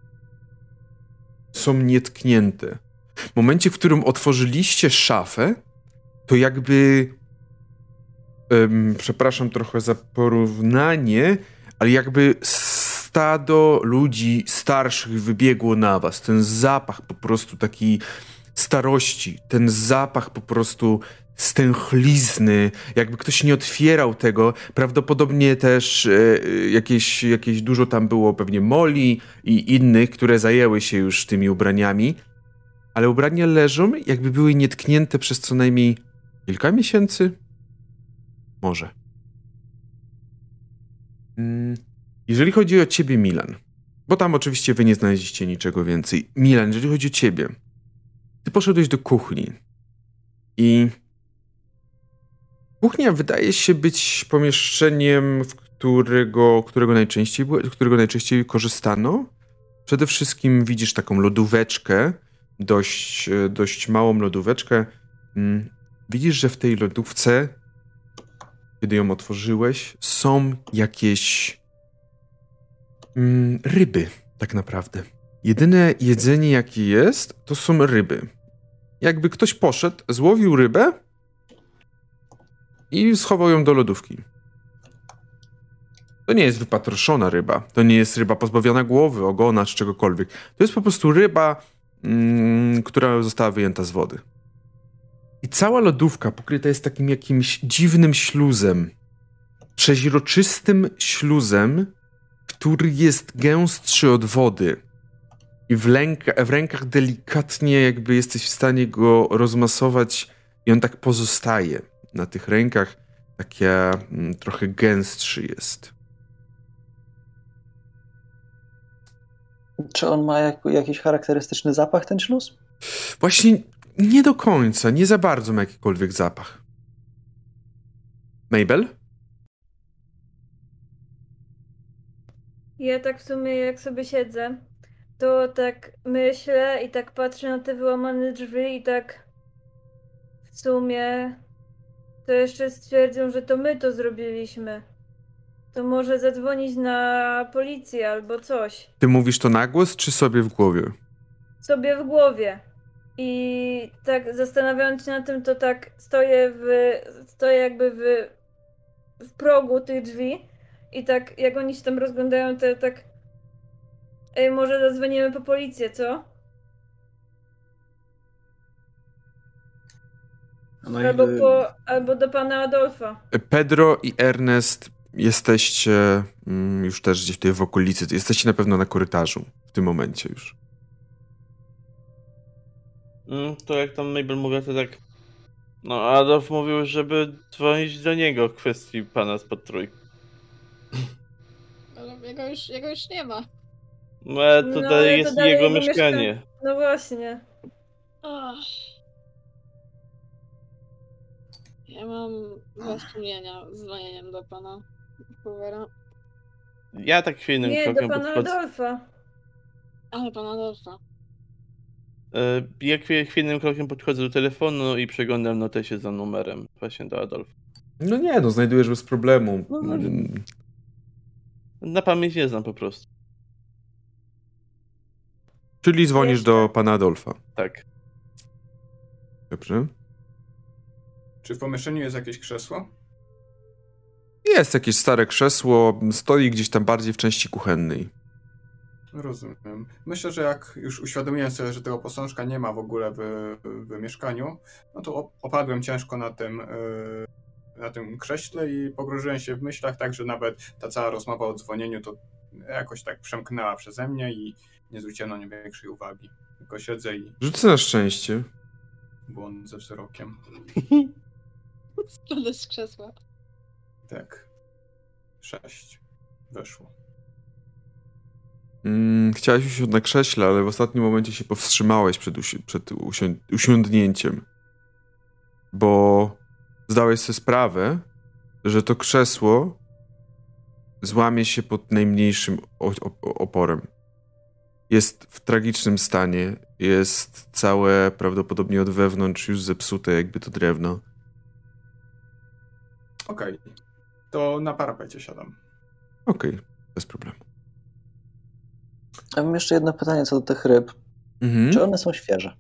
są nietknięte. W momencie, w którym otworzyliście szafę, to jakby przepraszam trochę za porównanie, ale jakby stado ludzi starszych wybiegło na was. Ten zapach po prostu takiej starości, ten zapach po prostu stęchlizny, jakby ktoś nie otwierał tego. Prawdopodobnie też jakieś dużo tam było pewnie Molly i innych, które zajęły się już tymi ubraniami, ale ubrania leżą, jakby były nietknięte przez co najmniej kilka miesięcy. Może. Jeżeli chodzi o ciebie, Milan, bo tam oczywiście wy nie znaleźliście niczego więcej. Milan, jeżeli chodzi o ciebie, ty poszedłeś do kuchni i kuchnia wydaje się być pomieszczeniem, którego najczęściej korzystano. Przede wszystkim widzisz taką lodóweczkę, dość małą lodóweczkę. Widzisz, że w tej lodówce, kiedy ją otworzyłeś, są jakieś ryby, tak naprawdę. Jedyne jedzenie, jakie jest, to są ryby. Jakby ktoś poszedł, złowił rybę i schował ją do lodówki. To nie jest wypatroszona ryba. To nie jest ryba pozbawiona głowy, ogona czy czegokolwiek. To jest po prostu ryba, która została wyjęta z wody. I cała lodówka pokryta jest takim jakimś dziwnym śluzem. Przeźroczystym śluzem, który jest gęstszy od wody. I w rękach delikatnie jakby jesteś w stanie go rozmasować i on tak pozostaje. Na tych rękach takie trochę gęstszy jest. Czy on ma jakiś charakterystyczny zapach, ten śluz? Właśnie nie do końca, nie za bardzo ma jakikolwiek zapach. Mabel? Ja tak w sumie jak sobie siedzę, to tak myślę i tak patrzę na te wyłamane drzwi i tak w sumie to jeszcze stwierdzą, że to my to zrobiliśmy. To może zadzwonić na policję albo coś. Ty mówisz to na głos, czy sobie w głowie? Sobie w głowie. I tak zastanawiając się nad tym, to tak stoję jakby w progu tych drzwi i tak jak oni się tam rozglądają, to tak może zadzwonimy po policję, co? Albo do pana Adolfa. Pedro i Ernest, jesteście już też gdzieś tutaj w okolicy. Jesteście na pewno na korytarzu w tym momencie już. To jak tam Mabel mówiła, to tak... No, Adolf mówił, żeby dzwonić do niego w kwestii pana spod trójki. Ale jego już nie ma. No, ale to dalej jest jego mieszkanie. No właśnie. Ja mam złe wspomnienia z dzwonieniem do pana Hoovera. Ja tak chwilnym krokiem do pana Adolfa. Ale pana Adolfa. Ja chwilnym krokiem podchodzę do telefonu i przeglądam notesie za numerem właśnie do Adolfa. No nie, no znajdujesz bez problemu. Na pamięć nie znam po prostu. Czyli dzwonisz do pana Adolfa. Tak. Dobrze. Czy w pomieszczeniu jest jakieś krzesło? Jest jakieś stare krzesło, stoi gdzieś tam bardziej w części kuchennej. Rozumiem. Myślę, że jak już uświadomiłem sobie, że tego posążka nie ma w ogóle w mieszkaniu, no to opadłem ciężko na tym krześle i pogrążyłem się w myślach, tak, że nawet ta cała rozmowa o dzwonieniu to jakoś tak przemknęła przeze mnie i nie zwróciłem na nią większej uwagi. Tylko siedzę i... Rzucę na szczęście. Błąd ze wzrokiem. Spadłeś z krzesła. Tak. 6. Weszło. Chciałeś usiąść na krześle, ale w ostatnim momencie się powstrzymałeś przed usiądnięciem. Bo zdałeś sobie sprawę, że to krzesło złamie się pod najmniejszym oporem. Jest w tragicznym stanie. Jest całe prawdopodobnie od wewnątrz już zepsute, jakby to drewno. Okej. To na parapecie siadam. Okej, bez problemu. Ja mam jeszcze jedno pytanie co do tych ryb. Czy one są świeże?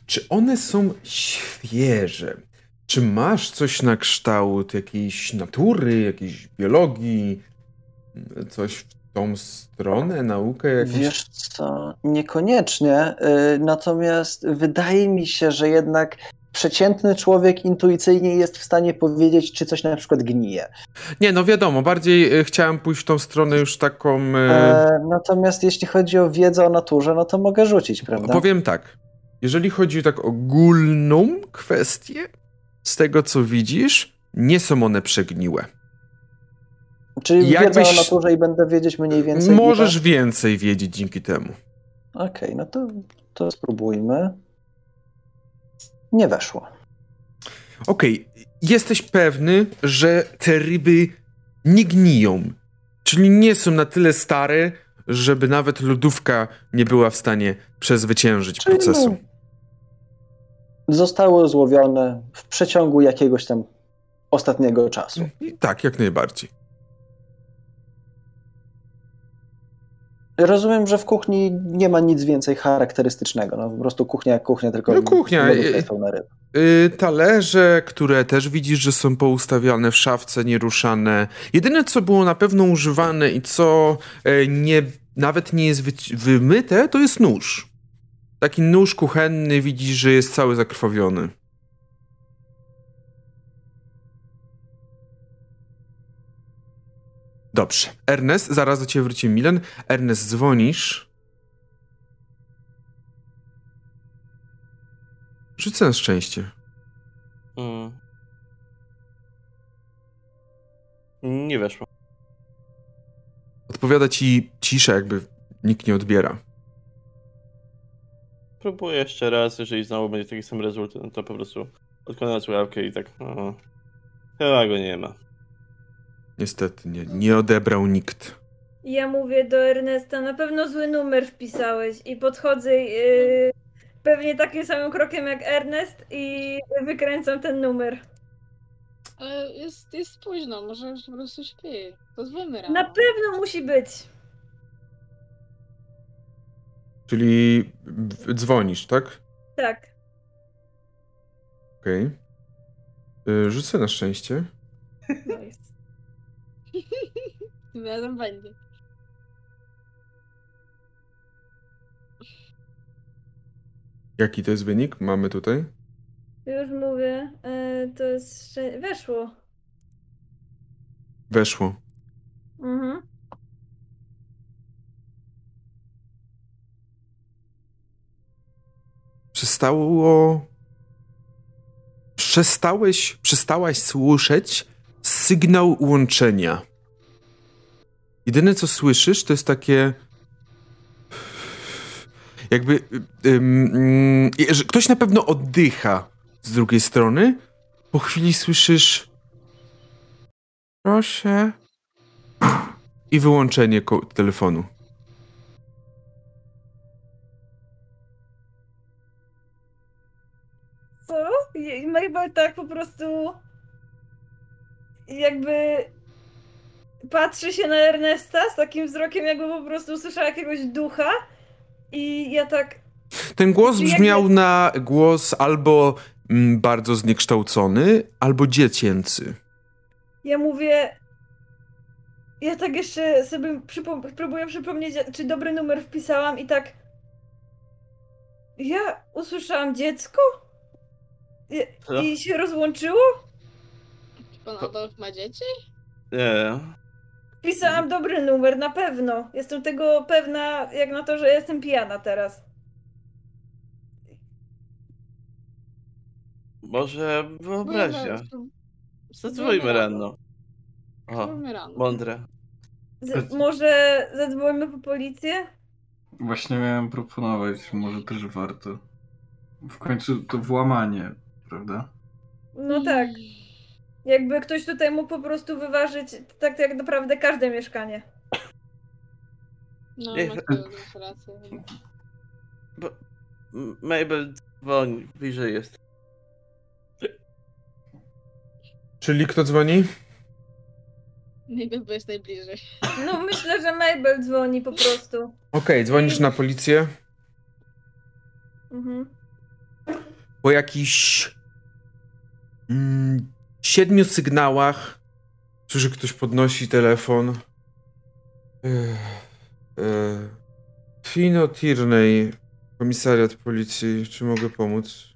Czy one są świeże? Czy masz coś na kształt jakiejś natury, jakiejś biologii, coś w tą stronę, naukę jakąś? Wiesz co, niekoniecznie, natomiast wydaje mi się, że jednak przeciętny człowiek intuicyjnie jest w stanie powiedzieć, czy coś na przykład gnije. Nie, no wiadomo, bardziej chciałem pójść w tą stronę już taką... Natomiast jeśli chodzi o wiedzę o naturze, no to mogę rzucić, prawda? Powiem tak, jeżeli chodzi o tak ogólną kwestię, z tego co widzisz, nie są one przegniłe. Czyli wiedza o naturze i będę wiedzieć mniej więcej... Możesz więcej wiedzieć dzięki temu. Okej, no to spróbujmy. Nie weszło. Okej, jesteś pewny, że te ryby nie gniją, czyli nie są na tyle stare, żeby nawet lodówka nie była w stanie przezwyciężyć procesu. Zostały złowione w przeciągu jakiegoś tam ostatniego czasu. Tak, jak najbardziej. Rozumiem, że w kuchni nie ma nic więcej charakterystycznego. No po prostu kuchnia jak kuchnia, tylko kuchnia. Pełne ryb. Talerze, które też widzisz, że są poustawiane w szafce, nieruszane. Jedyne, co było na pewno używane i co nawet nie jest wymyte, to jest nóż. Taki nóż kuchenny, widzisz, że jest cały zakrwawiony. Dobrze. Ernest, zaraz do ciebie wróci Milen. Ernest, dzwonisz. Rzucę na szczęście. Nie weszło. Odpowiada ci cisza, jakby nikt nie odbiera. Próbuję jeszcze raz, jeżeli znowu będzie taki sam rezultat, no to po prostu odkładam słuchawkę i tak... chyba go nie ma. Niestety, nie odebrał nikt. Ja mówię do Ernesta, na pewno zły numer wpisałeś i podchodzę pewnie takim samym krokiem jak Ernest i wykręcam ten numer. Ale jest późno, może już po prostu śpi. To zły rano. Na pewno musi być. Czyli dzwonisz, tak? Tak. Okej. Rzucę na szczęście. Nice. Tym razem będzie. Jaki to jest wynik? Mamy tutaj. Już mówię. To jest... Weszło. Weszło. Mhm. Przestałaś słyszeć sygnał łączenia. Jedyne co słyszysz to jest takie jakby że ktoś na pewno oddycha z drugiej strony. Po chwili słyszysz proszę i wyłączenie telefonu. Co? Mabel tak po prostu jakby patrzy się na Ernesta z takim wzrokiem, jakby po prostu usłyszała jakiegoś ducha i ja tak... Ten głos brzmiał na głos albo bardzo zniekształcony, albo dziecięcy. Ja mówię... Ja tak jeszcze sobie próbuję przypomnieć, czy dobry numer wpisałam i tak... Ja usłyszałam dziecko? I się rozłączyło? Czy pan Adolf ma dzieci? Nie. Wpisałam dobry numer, na pewno. Jestem tego pewna, jak na to, że jestem pijana teraz. Może wyobraźnia. Zadzwońmy rano. O, mądre. Może zadzwońmy po policję? Właśnie miałem proponować, może też warto. W końcu to włamanie, prawda? No tak. Jakby ktoś tutaj mógł po prostu wyważyć tak jak naprawdę każde mieszkanie. No, masz rację. Bo Mabel dzwoni, bliżej jest. Czyli kto dzwoni? Mabel, bo jest najbliżej. No myślę, że Mabel dzwoni po prostu. Okej, dzwonisz na policję. Mhm. Po jakichś 7 sygnałach słyszę, ktoś podnosi telefon. Fino Tierney, komisariat policji. Czy mogę pomóc?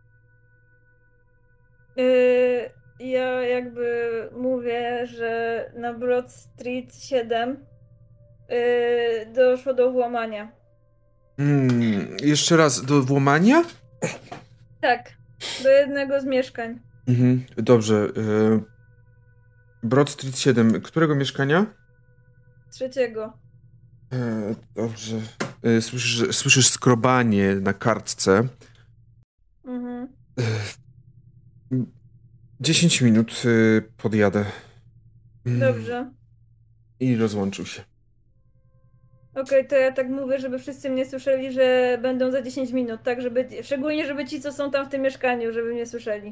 Ja jakby mówię, że na Broad Street 7 doszło do włamania. Jeszcze raz, do włamania? Tak, do jednego z mieszkań. Dobrze. Broad Street 7. Którego mieszkania? 3. Dobrze. Słyszysz skrobanie na kartce. 10 minut podjadę. Dobrze. I rozłączył się. Okej, to ja tak mówię, żeby wszyscy mnie słyszeli, że będą za 10 minut, tak? Szczególnie, żeby ci, co są tam w tym mieszkaniu, żeby mnie słyszeli.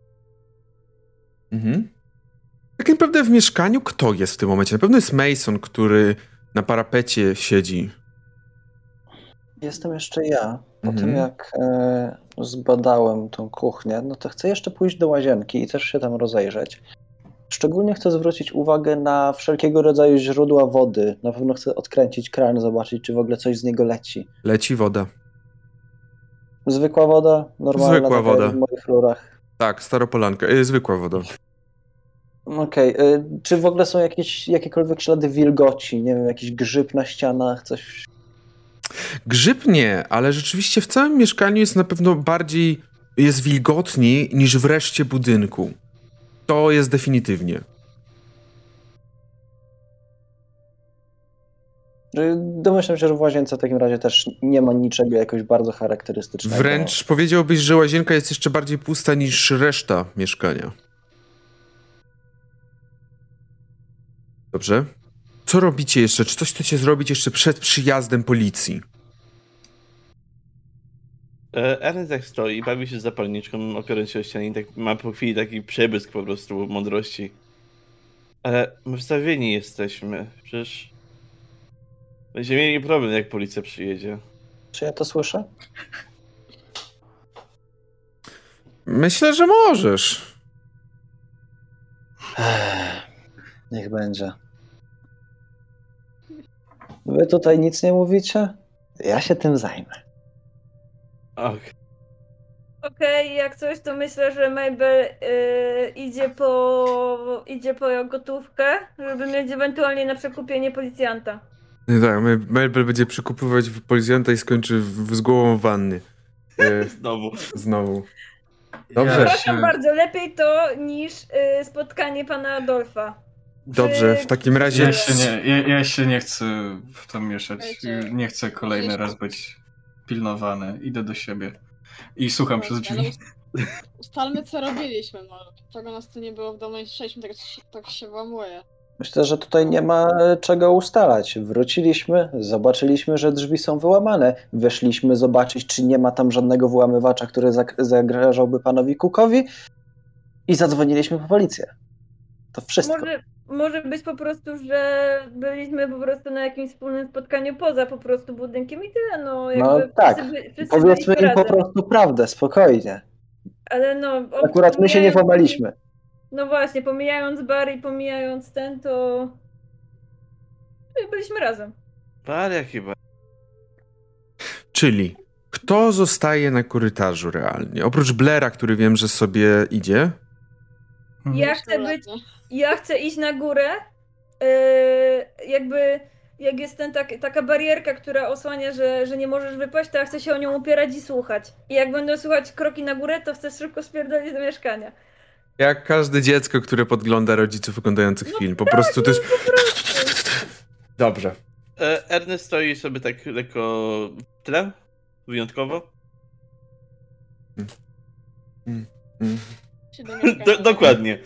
Tak naprawdę w mieszkaniu kto jest w tym momencie? Na pewno jest Mason, który na parapecie siedzi. Jestem jeszcze ja. Po tym jak zbadałem tą kuchnię, no to chcę jeszcze pójść do łazienki i też się tam rozejrzeć. Szczególnie chcę zwrócić uwagę na wszelkiego rodzaju źródła wody. Na pewno chcę odkręcić kran, zobaczyć, czy w ogóle coś z niego leci. Leci woda. Zwykła woda? Normalna. Zwykła woda. W moich rurach. Tak, staropolanka. Zwykła woda. Okej. Czy w ogóle są jakiekolwiek ślady wilgoci? Nie wiem, jakiś grzyb na ścianach, coś... Grzyb nie, ale rzeczywiście w całym mieszkaniu jest na pewno jest wilgotniej niż w reszcie budynku. To jest definitywnie. Domyślam się, że w łazience w takim razie też nie ma niczego jakoś bardzo charakterystycznego. Wręcz powiedziałbyś, że łazienka jest jeszcze bardziej pusta niż reszta mieszkania. Dobrze. Co robicie jeszcze? Czy coś chcecie zrobić jeszcze przed przyjazdem policji? Ernest tak stoi, bawi się z zapalniczką, opierając się o ścianę i tak ma po chwili taki przebłysk po prostu mądrości. Ale my wstawieni jesteśmy. Przecież będziemy mieli problem, jak policja przyjedzie. Czy ja to słyszę? Myślę, że możesz. Niech będzie. Wy tutaj nic nie mówicie? Ja się tym zajmę. Okej, jak coś, to myślę, że Mabel idzie po gotówkę, żeby mieć ewentualnie na przekupienie policjanta. Tak, Mabel będzie przekupywać policjanta i skończy z głową w wannie. Znowu. Dobrze. Przepraszam bardzo, lepiej to niż spotkanie pana Adolfa. Dobrze, w takim razie... Ja się nie chcę w to mieszać. Nie chcę kolejny raz być pilnowany. Idę do siebie. I słucham przez drzwi. Ustalmy, co robiliśmy. Czego nas tu nie było w domu i słyszeliśmy, tak się włamuje. Myślę, że tutaj nie ma czego ustalać. Wróciliśmy, zobaczyliśmy, że drzwi są wyłamane. Weszliśmy zobaczyć, czy nie ma tam żadnego włamywacza, który zagrażałby panowi Cookowi i zadzwoniliśmy po policję. To wszystko. Może być po prostu, że byliśmy po prostu na jakimś wspólnym spotkaniu poza po prostu budynkiem i tyle. No tak, wszyscy powiedzmy im razem. po prostu prawdę, spokojnie. Ale akurat my się nie włamaliśmy. No właśnie, pomijając bar i pomijając to byliśmy razem. Bar chyba. Czyli kto zostaje na korytarzu realnie? Oprócz Blaira, który wiem, że sobie idzie. Ja chcę iść na górę, jak jest taka barierka, która osłania, że nie możesz wypaść, to ja chcę się o nią opierać i słuchać. I jak będę słuchać kroki na górę, to chcę szybko spierdolić do mieszkania. Jak każde dziecko, które podgląda rodziców oglądających film. Po prostu to jest... Dobrze. Ernest stoi sobie tak lekko w tle, wyjątkowo. Dokładnie.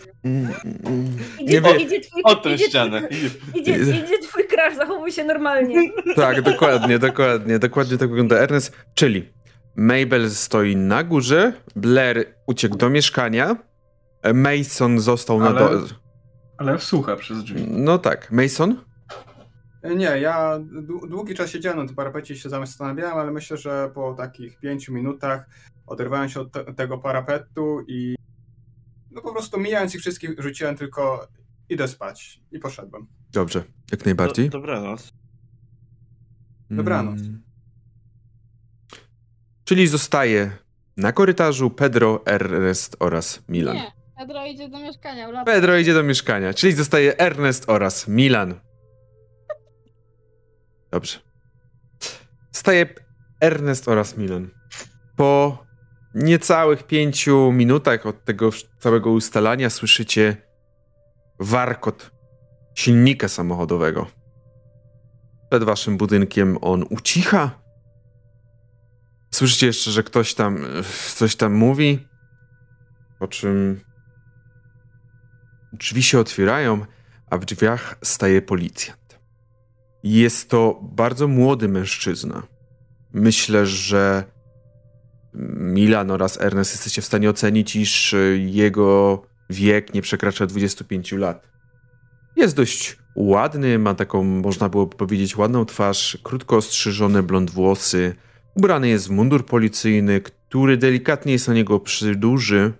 Idzie twój crush, zachowuj się normalnie. Tak, dokładnie tak wygląda Ernest. Czyli Mabel stoi na górze, Blair uciekł do mieszkania, Mason został na dole. Ale słucha przez drzwi. No tak. Mason? Nie, ja długi czas siedziałem na tym parapecie i się zastanawiałem, ale myślę, że po takich 5 minutach Oderwałem się od tego parapetu i no po prostu mijając ich wszystkich rzuciłem tylko idę spać i poszedłem. Dobrze, jak najbardziej. Dobranoc. Dobranoc. Czyli zostaje na korytarzu Pedro, Ernest oraz Milan. Nie, Pedro idzie do mieszkania. Pedro idzie do mieszkania, czyli zostaje Ernest oraz Milan. Dobrze. Zostaje Ernest oraz Milan. Po niecałych 5 minutach od tego całego ustalania słyszycie warkot silnika samochodowego. Przed waszym budynkiem on ucicha. Słyszycie jeszcze, że ktoś tam coś tam mówi, po czym drzwi się otwierają, a w drzwiach staje policjant. Jest to bardzo młody mężczyzna. Myślę, że Milan oraz Ernest jesteście w stanie ocenić, iż jego wiek nie przekracza 25 lat. Jest dość ładny, ma taką, można było powiedzieć, ładną twarz, krótko ostrzyżone blond włosy. Ubrany jest w mundur policyjny, który delikatnie jest na niego przyduży.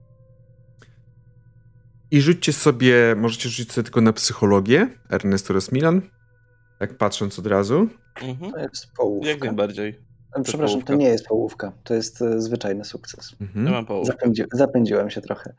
I rzućcie sobie, możecie rzucić sobie tylko na psychologię, Ernest oraz Milan, tak patrząc od razu. To jest połówka. Jak najbardziej. Przepraszam, połówka. to nie jest połówka, to jest zwyczajny sukces. Ja mam połówkę. Zapędziłem się trochę.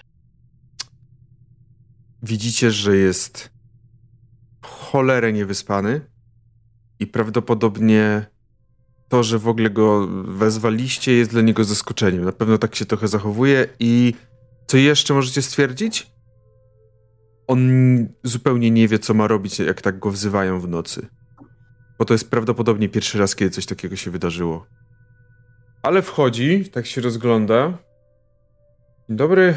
Widzicie, że jest w cholerę niewyspany i prawdopodobnie to, że w ogóle go wezwaliście, jest dla niego zaskoczeniem. Na pewno tak się trochę zachowuje i co jeszcze możecie stwierdzić? On zupełnie nie wie, co ma robić, jak tak go wzywają w nocy. Bo to jest prawdopodobnie pierwszy raz, kiedy coś takiego się wydarzyło. Ale wchodzi, tak się rozgląda. Dzień dobry.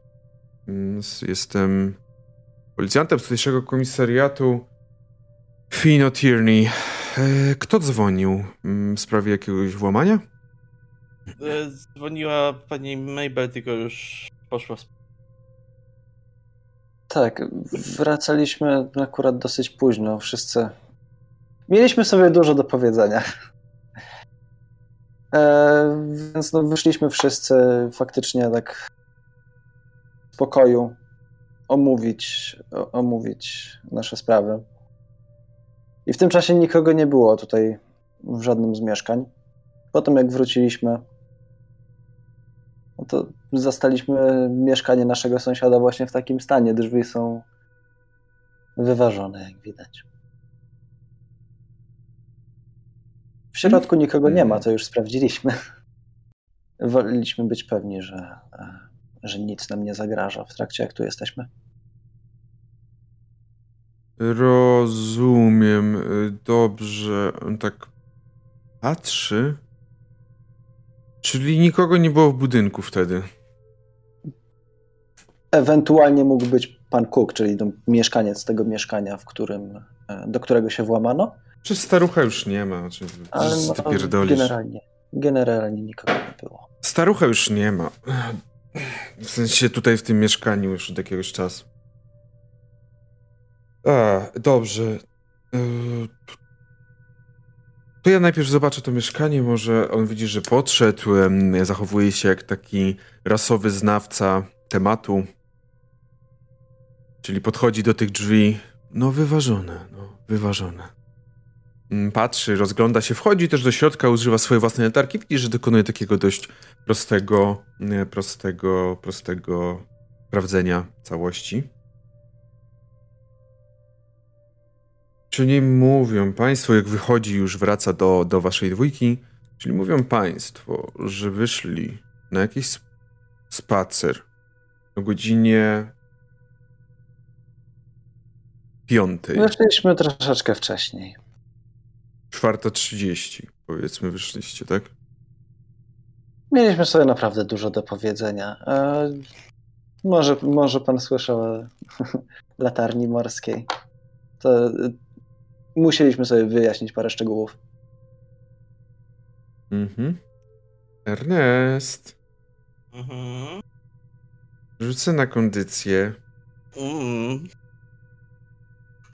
Jestem policjantem z tutejszego komisariatu Fino Tierney. Kto dzwonił? W sprawie jakiegoś włamania? Dzwoniła pani Mabel, tylko już poszła. Tak, wracaliśmy akurat dosyć późno. Wszyscy mieliśmy sobie dużo do powiedzenia. Więc no, wyszliśmy wszyscy faktycznie tak w spokoju omówić nasze sprawy. I w tym czasie nikogo nie było tutaj w żadnym z mieszkań. Potem jak wróciliśmy, no to zastaliśmy mieszkanie naszego sąsiada właśnie w takim stanie. Drzwi są wyważone, jak widać. W środku nikogo nie ma, to już sprawdziliśmy. Woleliśmy być pewni, że nic nam nie zagraża w trakcie, jak tu jesteśmy. Rozumiem. Dobrze. On tak patrzy. Czyli nikogo nie było w budynku wtedy. Ewentualnie mógł być pan Cook, czyli mieszkaniec tego mieszkania, do którego się włamano. Czy starucha już nie ma? Ale ty pierdolisz? Generalnie nikogo nie było. Starucha już nie ma. W sensie tutaj w tym mieszkaniu już od jakiegoś czasu. Dobrze. To ja najpierw zobaczę to mieszkanie, może on widzi, że podszedł, zachowuje się jak taki rasowy znawca tematu. Czyli podchodzi do tych drzwi. No wyważone. Patrzy, rozgląda się, wchodzi też do środka, używa swojej własnej latarki. Widzi, że dokonuje takiego dość prostego sprawdzenia całości. Czyli mówią państwo, jak wychodzi, już wraca do waszej dwójki, czyli mówią państwo, że wyszli na jakiś spacer o godzinie 5. Wyszliśmy troszeczkę wcześniej. 4:30, powiedzmy, wyszliście, tak? Mieliśmy sobie naprawdę dużo do powiedzenia. Może pan słyszał o latarni morskiej. To musieliśmy sobie wyjaśnić parę szczegółów. Ernest. Rzucę na kondycję.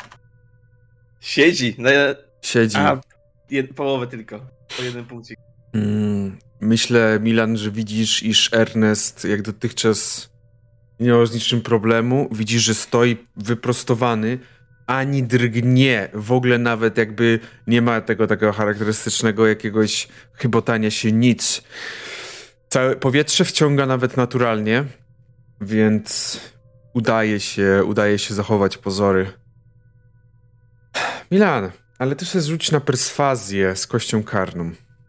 Siedzi. Siedzi. Połowę tylko. Po 1 punkcie. Myślę, Milan, że widzisz, iż Ernest jak dotychczas nie miał z niczym problemu. Widzisz, że stoi wyprostowany, ani drgnie. W ogóle nawet jakby nie ma tego takiego charakterystycznego jakiegoś chybotania się, nic. Całe powietrze wciąga nawet naturalnie, więc udaje się zachować pozory. Milan, ale ty się rzuć na perswazję z kością karną.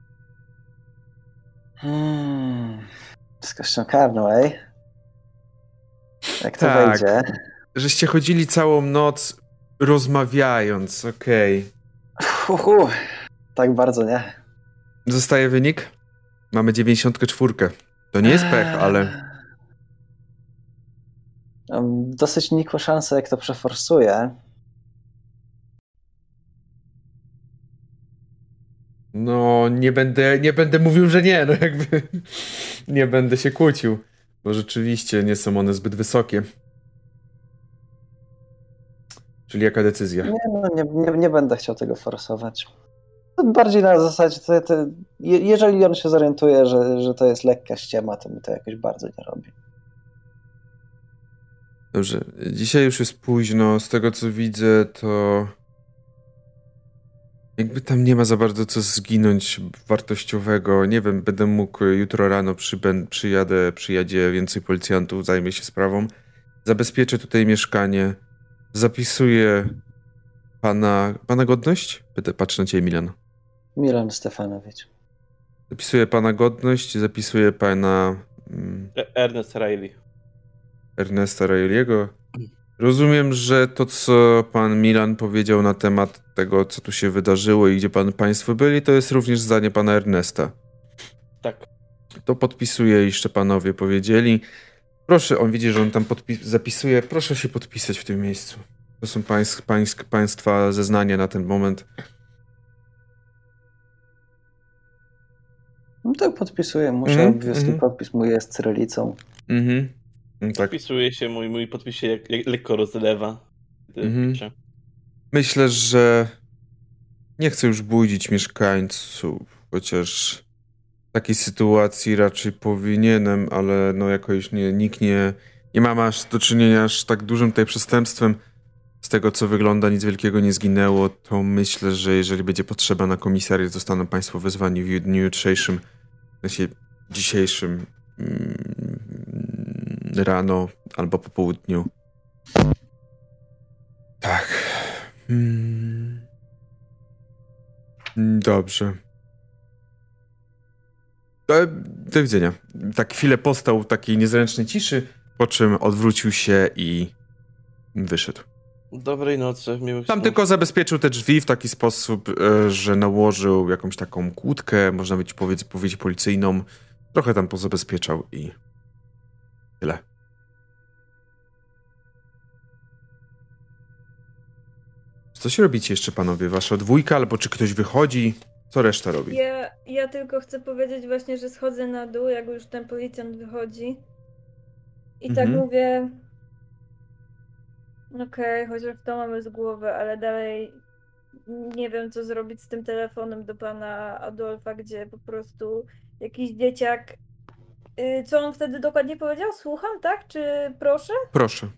Z kością karną, ej? Jak to tak, wejdzie? Żeście chodzili całą noc rozmawiając, okej. Tak bardzo nie. Zostaje wynik? Mamy 94. To nie jest pech, ale... Mam dosyć nikłe szanse, jak to przeforsuję. No, nie będę mówił, że nie, no jakby nie będę się kłócił, bo rzeczywiście nie są one zbyt wysokie. Czyli jaka decyzja? Nie będę chciał tego forsować. Bardziej na zasadzie, jeżeli on się zorientuje, że to jest lekka ściema, to mi to jakoś bardzo nie robi. Dobrze, dzisiaj już jest późno, z tego co widzę, to jakby tam nie ma za bardzo co zginąć wartościowego. Nie wiem, będę mógł jutro rano przyjadzie więcej policjantów, zajmie się sprawą. Zabezpieczę tutaj mieszkanie. Zapisuję pana godność? Patrzę na ciebie, Milan. Milan Stefanowicz. Zapisuję pana godność, zapisuję pana... Ernesta Rayleigh'ego. Rozumiem, że to, co pan Milan powiedział na temat tego, co tu się wydarzyło i gdzie państwo byli, to jest również zdanie pana Ernesta. Tak. To podpisuję, jeszcze panowie powiedzieli. Proszę, on widzi, że on tam zapisuje. Proszę się podpisać w tym miejscu. To są państwa zeznania na ten moment. No tak podpisuję. Muszę obwiesny podpis mój jest cyrylicą. Tak. Podpisuje się, mój podpis się jak lekko rozlewa. Myślę, że nie chcę już budzić mieszkańców, chociaż w takiej sytuacji raczej powinienem, ale no jakoś nikt nie ma aż do czynienia aż tak dużym tutaj przestępstwem. Z tego, co wygląda, nic wielkiego nie zginęło, to myślę, że jeżeli będzie potrzeba na komisariat, zostaną państwo wezwani w dniu jutrzejszym, w sensie dzisiejszym rano albo po południu. Tak. Dobrze. Do widzenia. Tak chwilę postał w takiej niezręcznej ciszy, po czym odwrócił się i wyszedł. Dobrej nocy, miłych Tam snów. tylko zabezpieczył te drzwi w taki sposób, że nałożył jakąś taką kłódkę, można powiedzieć policyjną. Trochę tam pozabezpieczał i tyle. Coś robicie jeszcze, panowie? Wasza dwójka, albo czy ktoś wychodzi? Co reszta robi? Ja tylko chcę powiedzieć właśnie, że schodzę na dół, jak już ten policjant wychodzi. I tak mówię... Okej, chociaż to mamy z głowy, ale dalej nie wiem, co zrobić z tym telefonem do pana Adolfa, gdzie po prostu jakiś dzieciak... Co on wtedy dokładnie powiedział? Słucham, tak? Czy proszę? Proszę.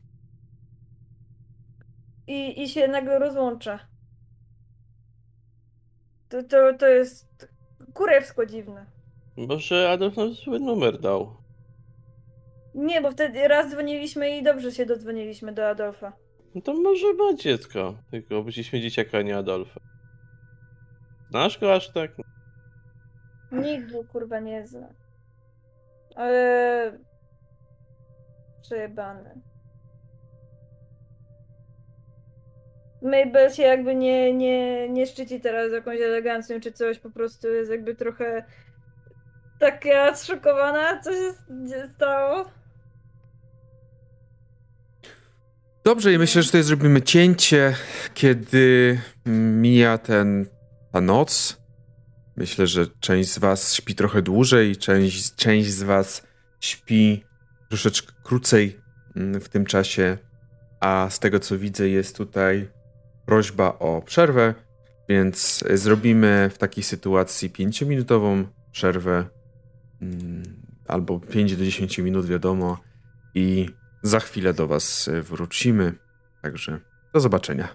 I się nagle rozłącza. To jest kurewsko dziwne. Może Adolf nam zły numer dał. Nie, bo wtedy raz dzwoniliśmy i dobrze się dodzwoniliśmy do Adolfa. No to może ma dziecko, tylko byliśmy dzieciaka, nie Adolfa. Znasz go aż tak? Nikt go kurwa nie zna. Ale... Przejebane. Mabel się jakby nie szczyci teraz jakąś elegancją czy coś, po prostu jest jakby trochę taka zszokowana, co się stało. Dobrze, i myślę, że tutaj zrobimy cięcie, kiedy mija ta noc. Myślę, że część z was śpi trochę dłużej, część z was śpi troszeczkę krócej w tym czasie, a z tego, co widzę, jest tutaj prośba o przerwę, więc zrobimy w takiej sytuacji 5-minutową przerwę albo 5 do 10 minut, wiadomo, i za chwilę do was wrócimy. Także do zobaczenia.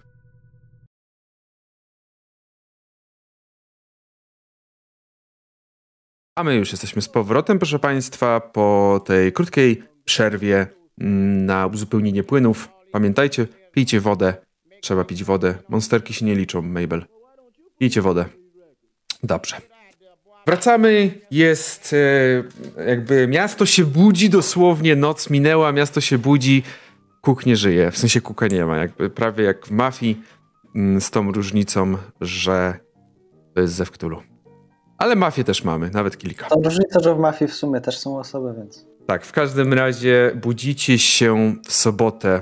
A my już jesteśmy z powrotem, proszę Państwa, po tej krótkiej przerwie na uzupełnienie płynów. Pamiętajcie, pijcie wodę. Trzeba pić wodę. Monsterki się nie liczą, Mabel. Pijcie wodę. Dobrze. Wracamy. Jest jakby miasto się budzi dosłownie. Noc minęła, miasto się budzi. Cook nie żyje. W sensie Cooka nie ma. Jakby prawie jak w Mafii. Z tą różnicą, że to jest ze Cthulhu. Ale Mafię też mamy, nawet kilka. To różnica, że w Mafii w sumie też są osoby, więc... Tak, w każdym razie budzicie się w sobotę.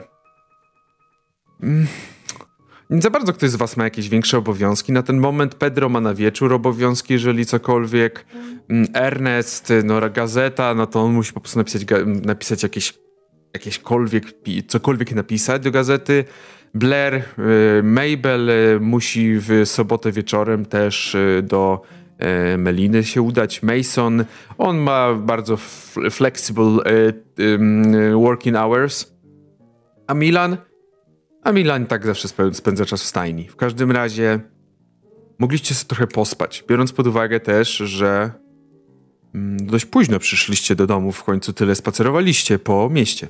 Nie za bardzo ktoś z was ma jakieś większe obowiązki. Na ten moment Pedro ma na wieczór obowiązki, jeżeli cokolwiek. Ernest, gazeta, no to on musi po prostu napisać cokolwiek napisać do gazety. Blair, Mabel musi w sobotę wieczorem też do Meliny się udać. Mason, on ma bardzo flexible working hours. A Milan tak zawsze spędza czas w stajni. W każdym razie mogliście sobie trochę pospać, biorąc pod uwagę też, że dość późno przyszliście do domu, w końcu tyle spacerowaliście po mieście.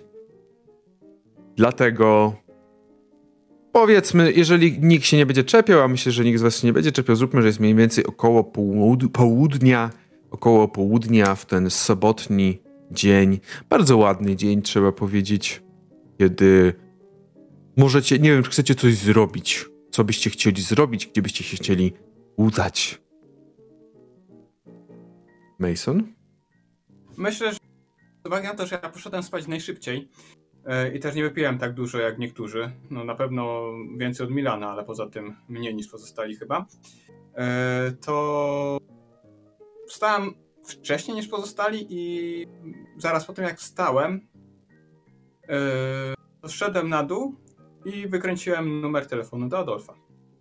Dlatego powiedzmy, jeżeli nikt się nie będzie czepiał, a myślę, że nikt z was się nie będzie czepiał, zróbmy, że jest mniej więcej około południa w ten sobotni dzień. Bardzo ładny dzień, trzeba powiedzieć, kiedy możecie, nie wiem, czy chcecie coś zrobić. Co byście chcieli zrobić, gdzie byście się chcieli udać? Mason? Myślę, że z uwagi na to, że ja poszedłem spać najszybciej i też nie wypiłem tak dużo jak niektórzy, no na pewno więcej od Milana, ale poza tym mniej niż pozostali chyba, to wstałem wcześniej niż pozostali i zaraz po tym jak wstałem, to zszedłem na dół i wykręciłem numer telefonu do Adolfa.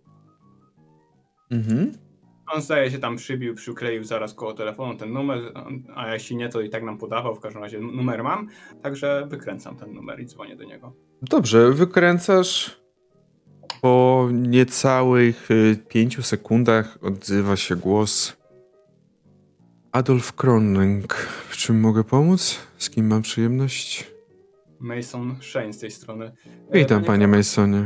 Mhm. On zdaje się tam przykleił zaraz koło telefonu ten numer, a jeśli nie, to i tak nam podawał, w każdym razie numer mam, także wykręcam ten numer i dzwonię do niego. Dobrze, wykręcasz. Po niecałych 5 sekundach odzywa się głos. Adolf Kroning. W czym mogę pomóc? Z kim mam przyjemność? Mason Shane z tej strony. Witam, panie Masonie.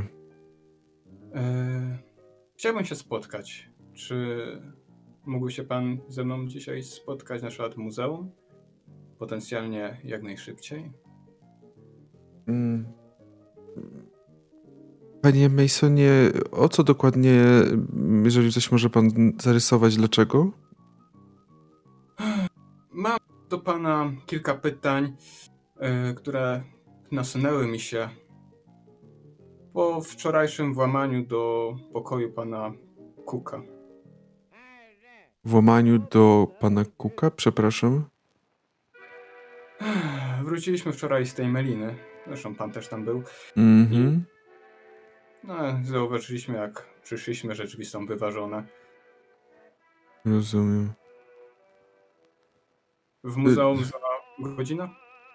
Chciałbym się spotkać. Czy mógłby się pan ze mną dzisiaj spotkać na przykład w muzeum? Potencjalnie jak najszybciej? Panie Masonie, o co dokładnie, jeżeli coś może pan zarysować, dlaczego? Mam do pana kilka pytań, które nasunęły mi się po wczorajszym włamaniu do pokoju pana Cooka. Włamaniu do pana Cooka? Przepraszam. Wróciliśmy wczoraj z tej Meliny. Zresztą pan też tam był. Mhm. Zauważyliśmy, jak przyszliśmy, że drzwi są wyważone. Rozumiem. W muzeum za godzinę?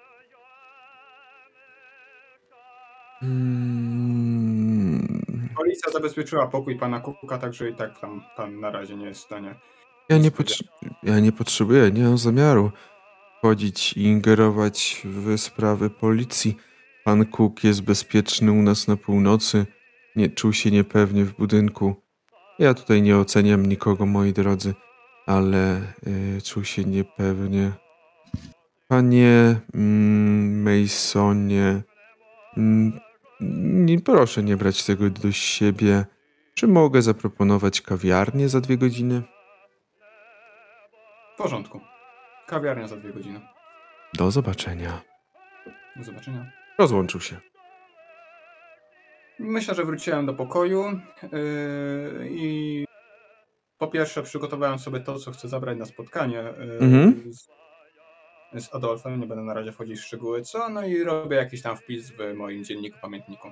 Policja zabezpieczyła pokój pana Cooka, także i tak tam pan na razie nie jest w stanie. Ja nie potrzebuję, nie mam zamiaru wchodzić i ingerować w sprawy policji. Pan Cook jest bezpieczny u nas na północy. Nie czuł się niepewnie w budynku. Ja tutaj nie oceniam nikogo, moi drodzy, ale czuł się niepewnie. Panie Masonie, proszę nie brać tego do siebie. Czy mogę zaproponować kawiarnię za 2 godziny? W porządku. Kawiarnia za 2 godziny. Do zobaczenia. Do zobaczenia. Rozłączył się. Myślę, że wróciłem do pokoju i po pierwsze przygotowałem sobie to, co chcę zabrać na spotkanie z Adolfem. Nie będę na razie wchodzić w szczegóły co, no i robię jakiś tam wpis w moim dzienniku, pamiętniku.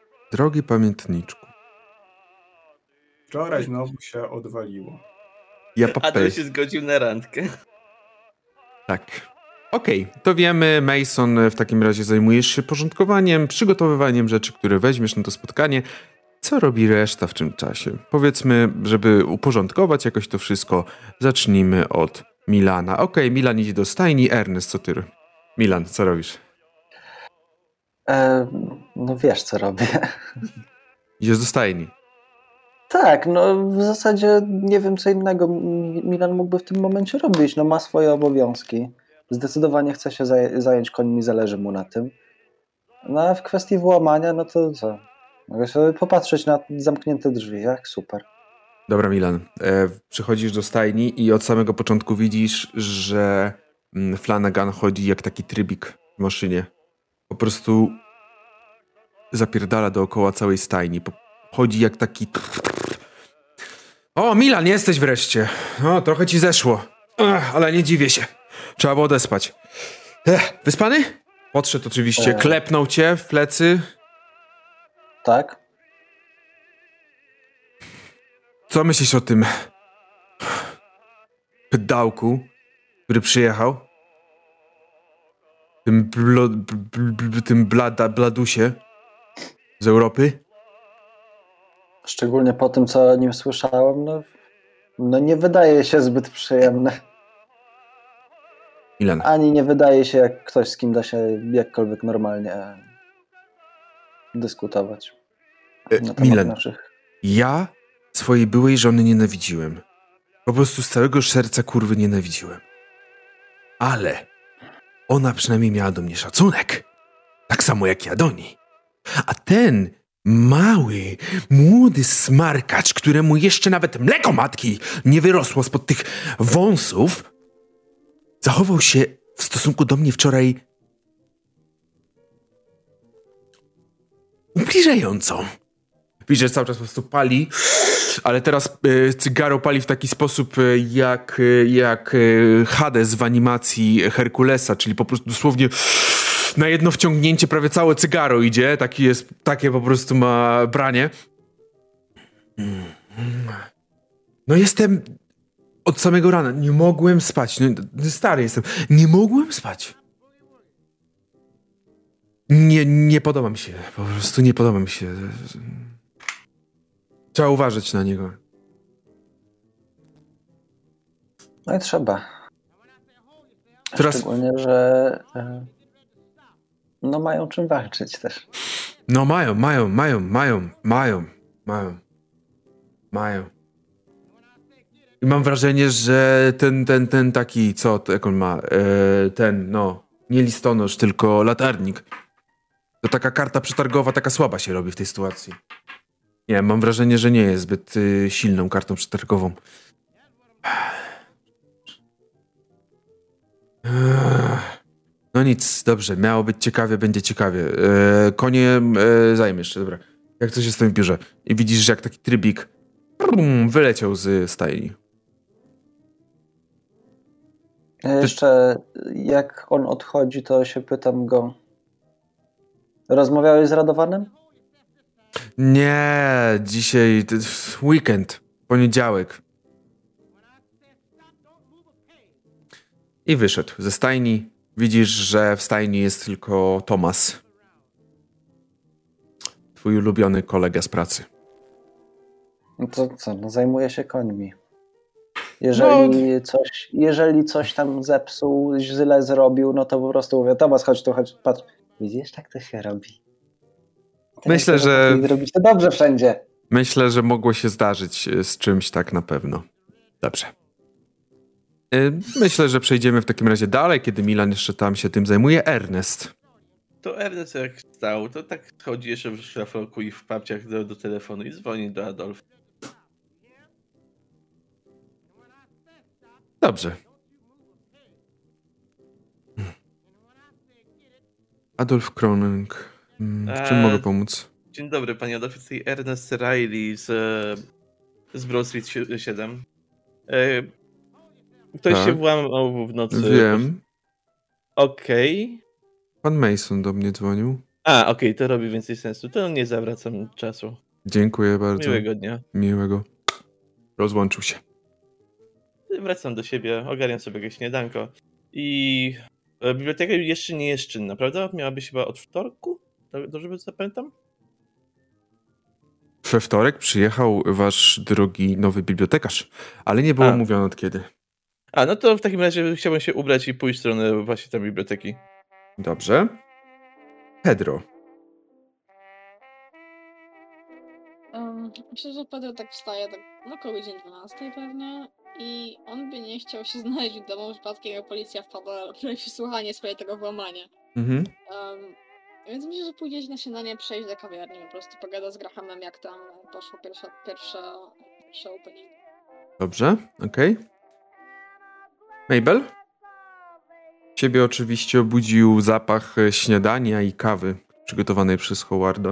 Drogi pamiętniczku. Wczoraj znowu się odwaliło. Adel się zgodził na randkę. Tak. Okej, to wiemy. Mason, w takim razie zajmujesz się porządkowaniem, przygotowywaniem rzeczy, które weźmiesz na to spotkanie. Co robi reszta w tym czasie? Powiedzmy, żeby uporządkować jakoś to wszystko, zacznijmy od Milana. Okej, Milan idzie do stajni. Ernest, co ty? Milan, co robisz? No wiesz, co robię. Idziesz do stajni. Tak, no w zasadzie nie wiem, co innego Milan mógłby w tym momencie robić. No ma swoje obowiązki. Zdecydowanie chce się zająć końmi, zależy mu na tym. No a w kwestii włamania, no to co? Mogę sobie popatrzeć na zamknięte drzwi, jak super. Dobra, Milan. Przychodzisz do stajni i od samego początku widzisz, że Flanagan chodzi jak taki trybik w maszynie. Po prostu zapierdala dookoła całej stajni. Chodzi jak taki... O, Milan, jesteś wreszcie. No, trochę ci zeszło. Ale nie dziwię się. Trzeba było odespać. Wyspany? Podszedł oczywiście, klepnął cię w plecy. Tak? Co myślisz o tym pedałku, który przyjechał? Tym bladusie z Europy? Szczególnie po tym, co o nim słyszałem, no nie wydaje się zbyt przyjemny. Milan. Ani nie wydaje się jak ktoś, z kim da się jakkolwiek normalnie dyskutować. Milan, ja swojej byłej żony nienawidziłem. Po prostu z całego serca kurwy nienawidziłem. Ale ona przynajmniej miała do mnie szacunek. Tak samo jak ja do niej. A ten mały, młody smarkacz, któremu jeszcze nawet mleko matki nie wyrosło spod tych wąsów, zachował się w stosunku do mnie wczoraj ubliżająco. Widzisz, że cały czas po prostu pali, ale teraz cygaro pali w taki sposób jak Hades w animacji Herkulesa, czyli po prostu dosłownie na jedno wciągnięcie prawie całe cygaro idzie. Takie po prostu ma branie. No jestem od samego rana. Nie mogłem spać. No, stary jestem. Nie mogłem spać. Nie podoba mi się. Po prostu nie podoba mi się. Trzeba uważać na niego. No i trzeba. Teraz... Szczególnie, że no mają czym walczyć też. No mają. I mam wrażenie, że ten taki, jak on ma? Nie listonosz, tylko latarnik. To taka karta przetargowa, taka słaba się robi w tej sytuacji. Nie, mam wrażenie, że nie jest zbyt silną kartą przetargową. No nic, dobrze, miało być ciekawie, będzie ciekawie. Konie zajmę jeszcze, dobra. Jak coś jest w tym biurze. I widzisz, że jak taki trybik wyleciał z stajni. Jeszcze jak on odchodzi, to się pytam go. Rozmawiałeś z Radowanem? Nie, dzisiaj weekend, poniedziałek. I wyszedł ze stajni. Widzisz, że w stajni jest tylko Tomas. Twój ulubiony kolega z pracy. No to co, no zajmuje się końmi. Jeżeli coś tam zepsuł, źle zrobił, no to po prostu mówię, Tomas, chodź tu, patrz. Widzisz, tak to się robi. Myślę, że... Robić to dobrze wszędzie. Myślę, że mogło się zdarzyć z czymś tak na pewno. Dobrze. Myślę, że przejdziemy w takim razie dalej, kiedy Milan jeszcze tam się tym zajmuje. Ernest. To Ernest jak wstał, to tak chodzi jeszcze w szlafroku i w papciach do telefonu i dzwoni do Adolfa. Dobrze. Adolf Kroning. W czym mogę pomóc? Dzień dobry, panie Adolfie. Tutaj Ernest Riley z Broad Street 7. Ktoś się włamał w nocy. Wiem. Okej. Pan Mason do mnie dzwonił. Okej, to robi więcej sensu. To nie zawracam czasu. Dziękuję bardzo. Miłego dnia. Miłego. Rozłączył się. wracam do siebie, ogarniam sobie jakieś śniadanko i biblioteka jeszcze nie jest czynna, prawda? Miała być chyba od wtorku? Dobrze zapamiętam? We wtorek przyjechał wasz drogi nowy bibliotekarz, ale nie było mówione od kiedy. No to w takim razie chciałbym się ubrać i pójść w stronę właśnie tej biblioteki. Dobrze. Pedro. Myślę, że Pedro tak wstaje tak około godziny 12 pewnie i on by nie chciał się znaleźć w domu przypadkiem, jak policja wpadła na przesłuchanie swoje tego włamania. Więc myślę, że pójdzie na śniadanie, przejść do kawiarni, po prostu pogada z Grahamem, jak tam poszło pierwsze opening. Dobrze, okej. Mabel? Ciebie oczywiście obudził zapach śniadania i kawy przygotowanej przez Howarda.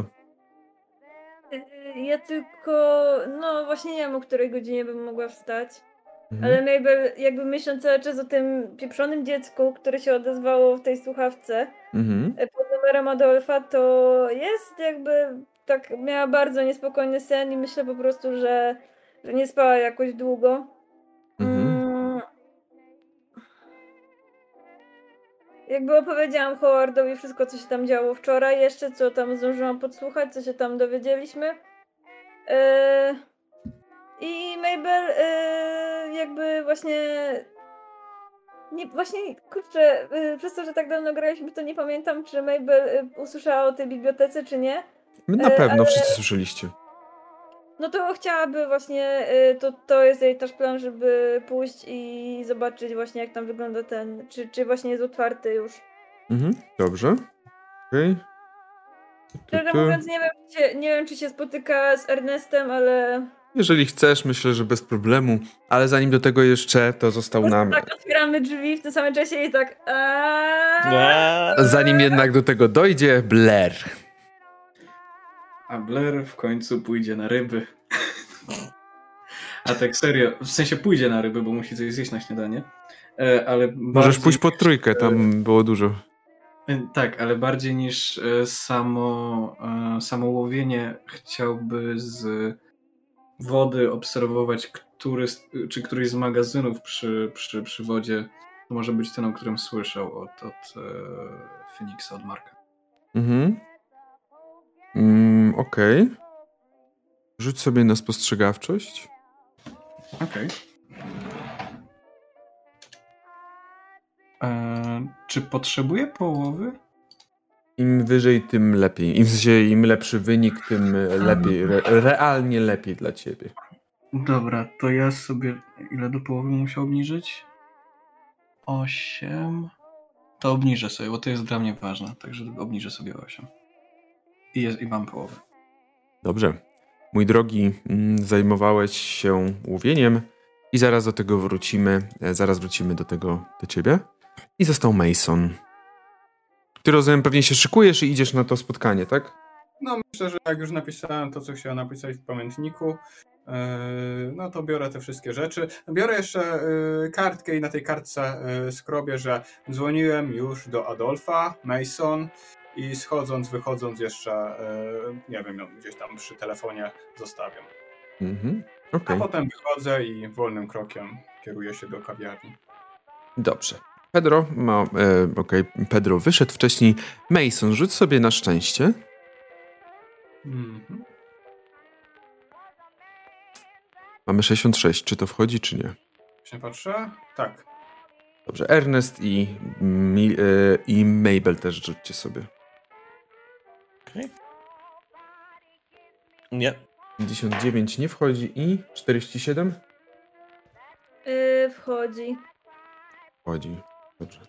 Ja tylko, właśnie nie wiem, o której godzinie bym mogła wstać. Ale Mabel, jakby myśląc cały czas o tym pieprzonym dziecku, które się odezwało w tej słuchawce pod numerem Adolfa, to jest jakby tak, miała bardzo niespokojny sen i myślę po prostu, że nie spała jakoś długo. Jakby opowiedziałam Howardowi wszystko, co się tam działo wczoraj jeszcze, co tam zdążyłam podsłuchać, co się tam dowiedzieliśmy. I Mabel jakby kurczę, przez to, że tak dawno graliśmy, to nie pamiętam, czy Mabel usłyszała o tej bibliotece, czy nie. Na pewno wszyscy słyszeliście. No to chciałaby właśnie, to jest jej też plan, żeby pójść i zobaczyć właśnie, jak tam wygląda czy właśnie jest otwarty już. Dobrze. Okej. Szczerze mówiąc, nie wiem, czy się spotyka z Ernestem, ale... Jeżeli chcesz, myślę, że bez problemu. Ale zanim do tego jeszcze, to został nam... Tak, otwieramy drzwi w tym samym czasie i tak... Zanim jednak do tego dojdzie, Blair. A Blair w końcu pójdzie na ryby. A tak serio, w sensie pójdzie na ryby, bo musi coś zjeść na śniadanie. Ale możesz pójść po trójkę, tam było dużo. Tak, ale bardziej niż samo łowienie chciałby z wody obserwować, któryś z magazynów przy wodzie to może być ten, o którym słyszał od Phoenixa, od Marka. Okej. Rzuć sobie na spostrzegawczość. Okej. Czy potrzebuję połowy? Im wyżej, tym lepiej. Im lepszy wynik, tym lepiej. Realnie lepiej dla ciebie. Dobra, to ja sobie... Ile do połowy musiał obniżyć? 8. To obniżę sobie, bo to jest dla mnie ważne. Także obniżę sobie 8. I mam połowę. Dobrze. Mój drogi, zajmowałeś się łowieniem i zaraz do tego wrócimy. Zaraz wrócimy do ciebie. I został Mason. Ty, rozumiem, pewnie się szykujesz i idziesz na to spotkanie, tak? No myślę, że jak już napisałem to, co chciałem napisać w pamiętniku, no to biorę te wszystkie rzeczy. Biorę jeszcze kartkę i na tej kartce skrobię, że dzwoniłem już do Adolfa, Mason i wychodząc jeszcze, nie wiem, gdzieś tam przy telefonie zostawiam. Okay. A potem wychodzę i wolnym krokiem kieruję się do kawiarni. Dobrze. Pedro Pedro wyszedł wcześniej. Mason, rzuć sobie na szczęście. Mamy 66. Czy to wchodzi, czy nie? Się patrzę? Tak. Dobrze. Ernest i Mabel też rzućcie sobie. Okej. Nie. 59 nie wchodzi i 47? Wchodzi. Wchodzi. Dobrze.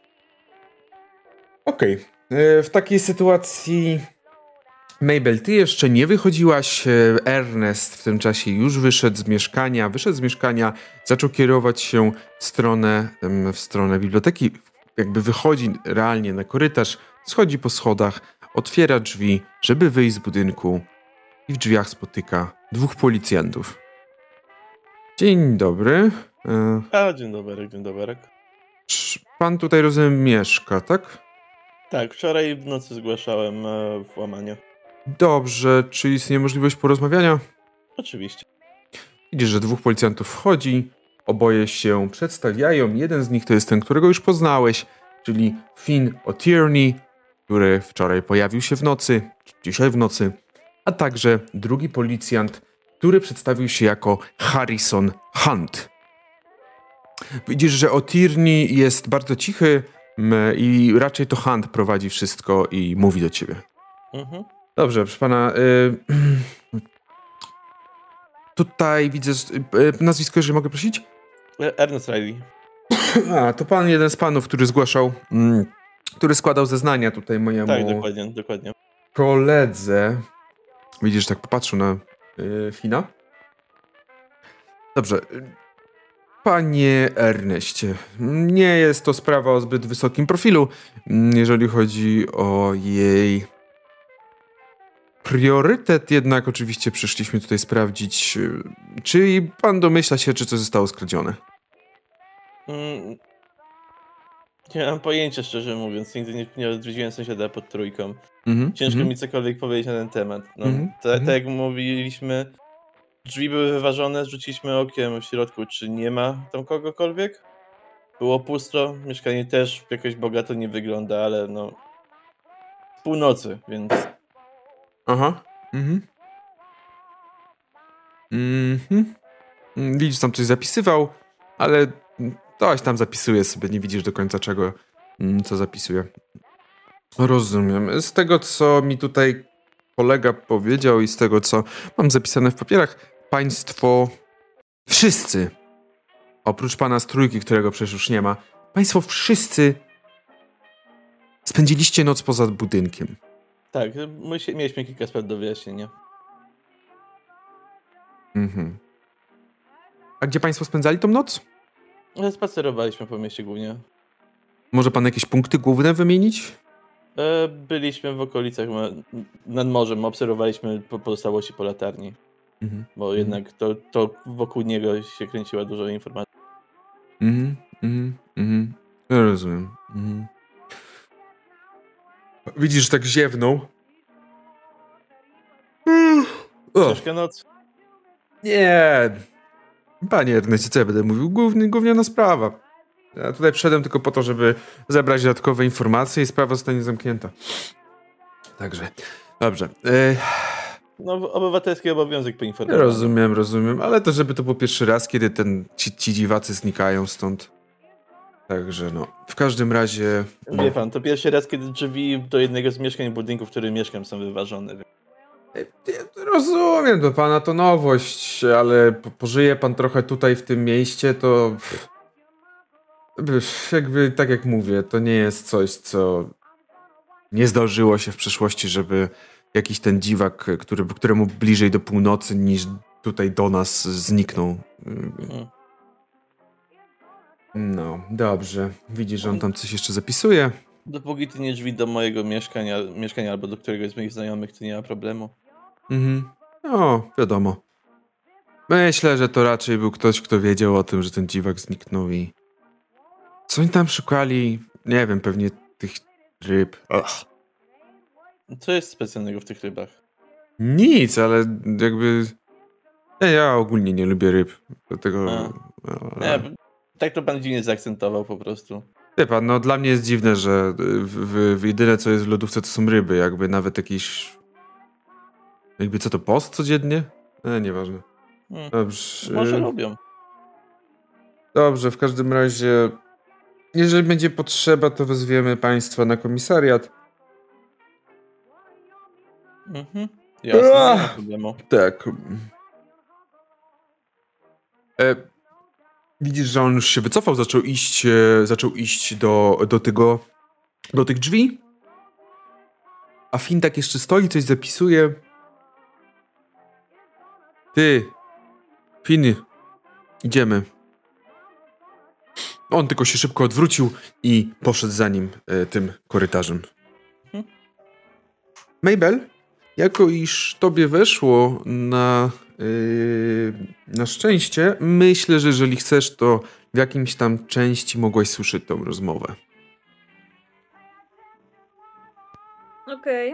Okej. W takiej sytuacji Mabel, ty jeszcze nie wychodziłaś. Ernest w tym czasie już wyszedł z mieszkania, zaczął kierować się w stronę biblioteki. Jakby wychodzi realnie na korytarz, schodzi po schodach, otwiera drzwi, żeby wyjść z budynku i w drzwiach spotyka 2 policjantów. Dzień dobry. Dzień dobry. Pan tutaj, rozumiem, mieszka, tak? Tak, wczoraj w nocy zgłaszałem włamanie. Dobrze, czy istnieje możliwość porozmawiania? Oczywiście. Widzisz, że 2 policjantów wchodzi, Oboje się przedstawiają. Jeden z nich to jest ten, którego już poznałeś, czyli Finn O'Tierney, który wczoraj pojawił się w nocy, dzisiaj w nocy, a także drugi policjant, który przedstawił się jako Harrison Hunt. Widzisz, że O'Tierney jest bardzo cichy i raczej to Hunt prowadzi wszystko i mówi do ciebie. Dobrze, proszę pana. Tutaj widzę nazwisko, jeżeli mogę prosić? Ernest Riley. A, to pan, jeden z panów, który zgłaszał, który składał zeznania tutaj mojemu... Tak, dokładnie. Koledze. Widzisz, tak popatrzył na Fina. Dobrze. Panie Erneście, nie jest to sprawa o zbyt wysokim profilu, jeżeli chodzi o jej priorytet, jednak oczywiście przyszliśmy tutaj sprawdzić, czy pan domyśla się, czy coś zostało skradzione. Nie mam pojęcia, szczerze mówiąc. Nigdy nie odwiedziłem sąsiada pod trójką. Ciężko mi cokolwiek powiedzieć na ten temat. Tak jak mówiliśmy, drzwi były wyważone, rzuciliśmy okiem w środku, czy nie ma tam kogokolwiek. Było pusto, mieszkanie też jakoś bogato nie wygląda, ale no... północy, więc... Aha. Widzisz, tam coś zapisywał, ale ktoś tam zapisuje sobie, nie widzisz do końca czego, co zapisuje. Rozumiem. Z tego, co mi tutaj kolega powiedział i z tego, co mam zapisane w papierach, państwo wszyscy, oprócz pana z trójki, którego przecież już nie ma, państwo wszyscy spędziliście noc poza budynkiem. Tak, mieliśmy kilka spraw do wyjaśnienia. A gdzie państwo spędzali tą noc? Spacerowaliśmy po mieście głównie. Może pan jakieś punkty główne wymienić? Byliśmy w okolicach nad morzem, obserwowaliśmy pozostałości po latarni. Bo jednak to wokół niego się kręciła dużo informacji. Rozumiem. Widzisz, tak ziewnął. Ciężka noc? Nie. Panie Erneście, co ja będę mówił? Gówniana sprawa. Ja tutaj przyszedłem tylko po to, żeby zebrać dodatkowe informacje i sprawa zostanie zamknięta. Także, dobrze. No, obywatelski obowiązek poinformować. Rozumiem, ale to żeby to był pierwszy raz, kiedy ci dziwacy znikają stąd. Także no, w każdym razie... Wie pan, to pierwszy raz, kiedy drzwi do jednego z mieszkań budynku, w którym mieszkam, są wyważone. Rozumiem, do pana to nowość, ale pożyje pan trochę tutaj w tym mieście, to... Jakby, tak jak mówię, to nie jest coś, co nie zdarzyło się w przeszłości, żeby jakiś ten dziwak, któremu bliżej do północy niż tutaj do nas zniknął. No, dobrze. Widzisz, że on tam coś jeszcze zapisuje. Dopóki to nie drzwi do mojego mieszkania albo do któregoś z moich znajomych, to nie ma problemu. No, wiadomo. Myślę, że to raczej był ktoś, kto wiedział o tym, że ten dziwak zniknął i... Co oni tam szukali? Nie wiem, pewnie tych ryb. Co jest specjalnego w tych rybach? Nic, ale jakby... Ja ogólnie nie lubię ryb, dlatego... Nie, tak to pan dziwnie zaakcentował po prostu. Wie pan, no dla mnie jest dziwne, że jedyne co jest w lodówce to są ryby, jakby nawet jakiś... Jakby co to, post codziennie? Nieważne. Dobrze. Może lubią. Dobrze, w każdym razie... Jeżeli będzie potrzeba, to wezwiemy państwa na komisariat. Jasne, nie ma problemu. Tak. Widzisz, że on już się wycofał, zaczął iść do tych drzwi. A Finn tak jeszcze stoi, coś zapisuje. Ty, Finn, idziemy. On tylko się szybko odwrócił i poszedł za nim tym korytarzem. Mabel, jako iż tobie weszło na szczęście, myślę, że jeżeli chcesz, to w jakimś tam części mogłaś słyszeć tą rozmowę. Okej.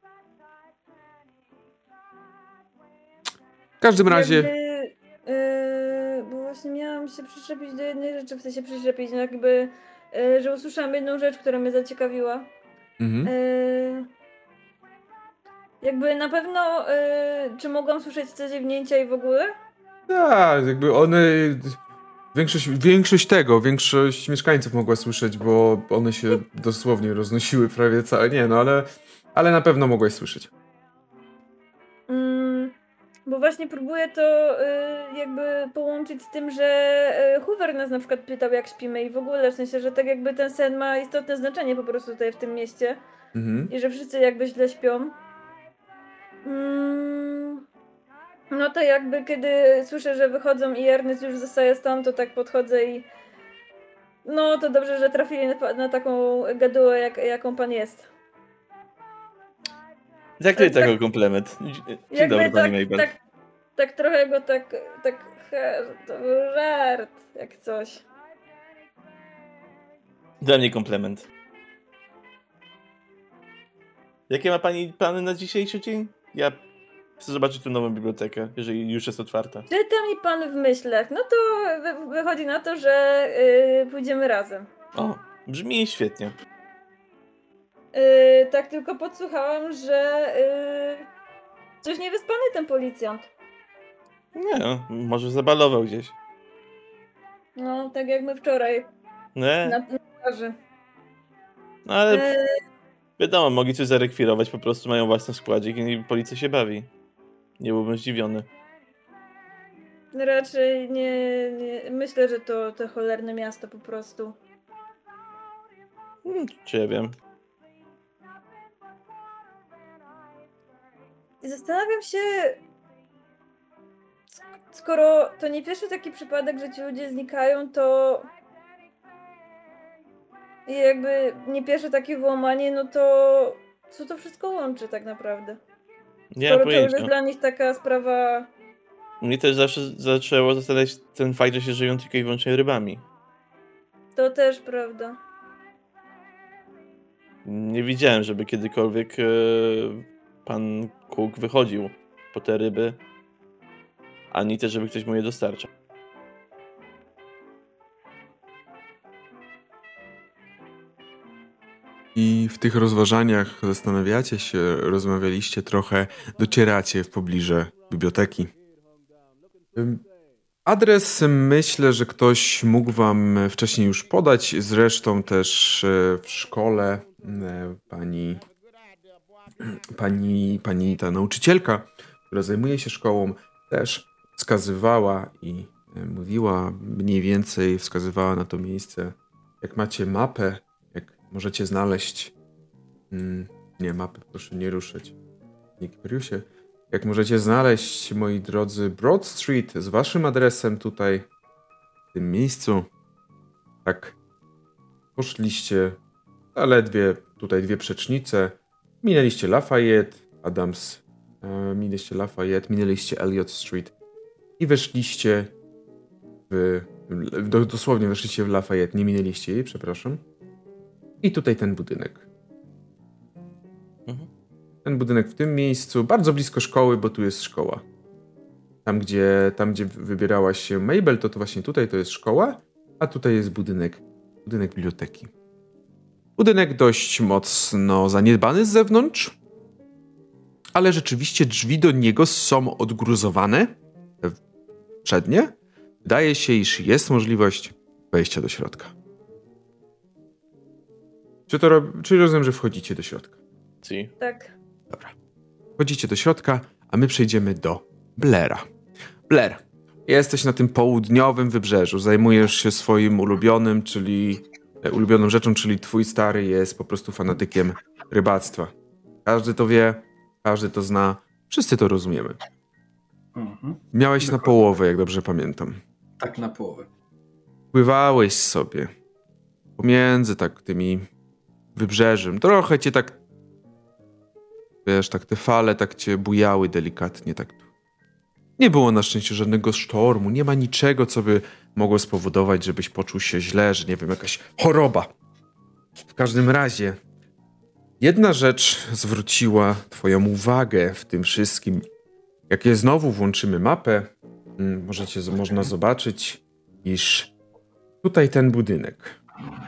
W każdym razie... chciałam się przyczepić do jednej rzeczy, w sensie przyczepić, no jakby, że usłyszałam jedną rzecz, która mnie zaciekawiła. Jakby na pewno, czy mogłam słyszeć te ziewnięcia i w ogóle? Tak, jakby one... Większość mieszkańców mogła słyszeć, bo one się dosłownie roznosiły prawie całe. Nie, no ale na pewno mogłaś słyszeć. Bo właśnie próbuję to jakby połączyć z tym, że Hoover nas na przykład pytał, jak śpimy i w ogóle, w sensie, że tak jakby ten sen ma istotne znaczenie po prostu tutaj w tym mieście i że wszyscy jakby źle śpią. No to jakby kiedy słyszę, że wychodzą i Ernest już zostaje stąd, to tak podchodzę i no to dobrze, że trafili na taką gadułę, jaką pan jest. Traktuję to jako komplement. Dzień dobry, pani Mabel. Tak trochę go to był żart, jak coś. Dla mnie komplement. Jakie ma pani plany na dzisiejszy dzień? Ja chcę zobaczyć tu nową bibliotekę, jeżeli już jest otwarta. Czyta mi pan w myślach. No to wychodzi na to, że pójdziemy razem. O, brzmi świetnie. Tak tylko podsłuchałam, że coś niewyspany ten policjant. Nie no, może zabalował gdzieś. No, tak jak my wczoraj. Nie? Na plaży. No ale wiadomo, mogli coś zarekwirować, po prostu mają własny składzik i policja się bawi. Nie byłbym zdziwiony. Raczej nie. Myślę, że to cholerne miasto po prostu. Czy ja wiem. I zastanawiam się, skoro to nie pierwszy taki przypadek, że ci ludzie znikają, to i jakby nie pierwsze takie włamanie, no to co to wszystko łączy tak naprawdę? Nie mam pojęcia. To już jest dla nich taka sprawa... Mnie też zawsze zaczęło zastanawiać ten fakt, że się żywią tylko i wyłącznie rybami. To też prawda. Nie widziałem, żeby kiedykolwiek pan Cook wychodził po te ryby, ani też, żeby ktoś mu je dostarczał. I w tych rozważaniach zastanawiacie się, rozmawialiście trochę, docieracie w pobliże biblioteki. Adres myślę, że ktoś mógł wam wcześniej już podać, zresztą też w szkole pani ta nauczycielka, która zajmuje się szkołą, też wskazywała i mówiła mniej więcej, wskazywała na to miejsce. Jak macie mapę, jak możecie znaleźć... Nie, mapy proszę nie ruszać. Nie Kiperiusie. Jak możecie znaleźć, moi drodzy, Broad Street z waszym adresem tutaj, w tym miejscu. Tak. Poszliście zaledwie tutaj 2 przecznice. Minęliście Lafayette, Adams. Minęliście Lafayette, minęliście Elliott Street. I weszliście dosłownie weszliście w Lafayette. Nie minęliście jej, przepraszam. I tutaj ten budynek. Ten budynek w tym miejscu, bardzo blisko szkoły, bo tu jest szkoła. Tam, gdzie wybierała się Mabel, to właśnie tutaj to jest szkoła, a tutaj jest budynek biblioteki. Budynek dość mocno zaniedbany z zewnątrz, ale rzeczywiście drzwi do niego są odgruzowane przednie. Wydaje się, iż jest możliwość wejścia do środka. Czy rozumiem, że wchodzicie do środka? Tak. Dobra. Wchodzicie do środka, a my przejdziemy do Blaira. Blair, jesteś na tym południowym wybrzeżu. Zajmujesz się swoim ulubioną rzeczą, czyli twój stary jest po prostu fanatykiem rybactwa. Każdy to wie, każdy to zna, wszyscy to rozumiemy. Miałeś na połowę, jak dobrze pamiętam. Tak, na połowę. Pływałeś sobie pomiędzy tak tymi wybrzeżem. Trochę cię tak, wiesz, tak te fale tak cię bujały delikatnie. Tak. Nie było na szczęście żadnego sztormu, nie ma niczego, co by mogło spowodować, żebyś poczuł się źle, że nie wiem, jakaś choroba. W każdym razie jedna rzecz zwróciła twoją uwagę w tym wszystkim. Jak znowu włączymy mapę, można zobaczyć iż tutaj ten budynek.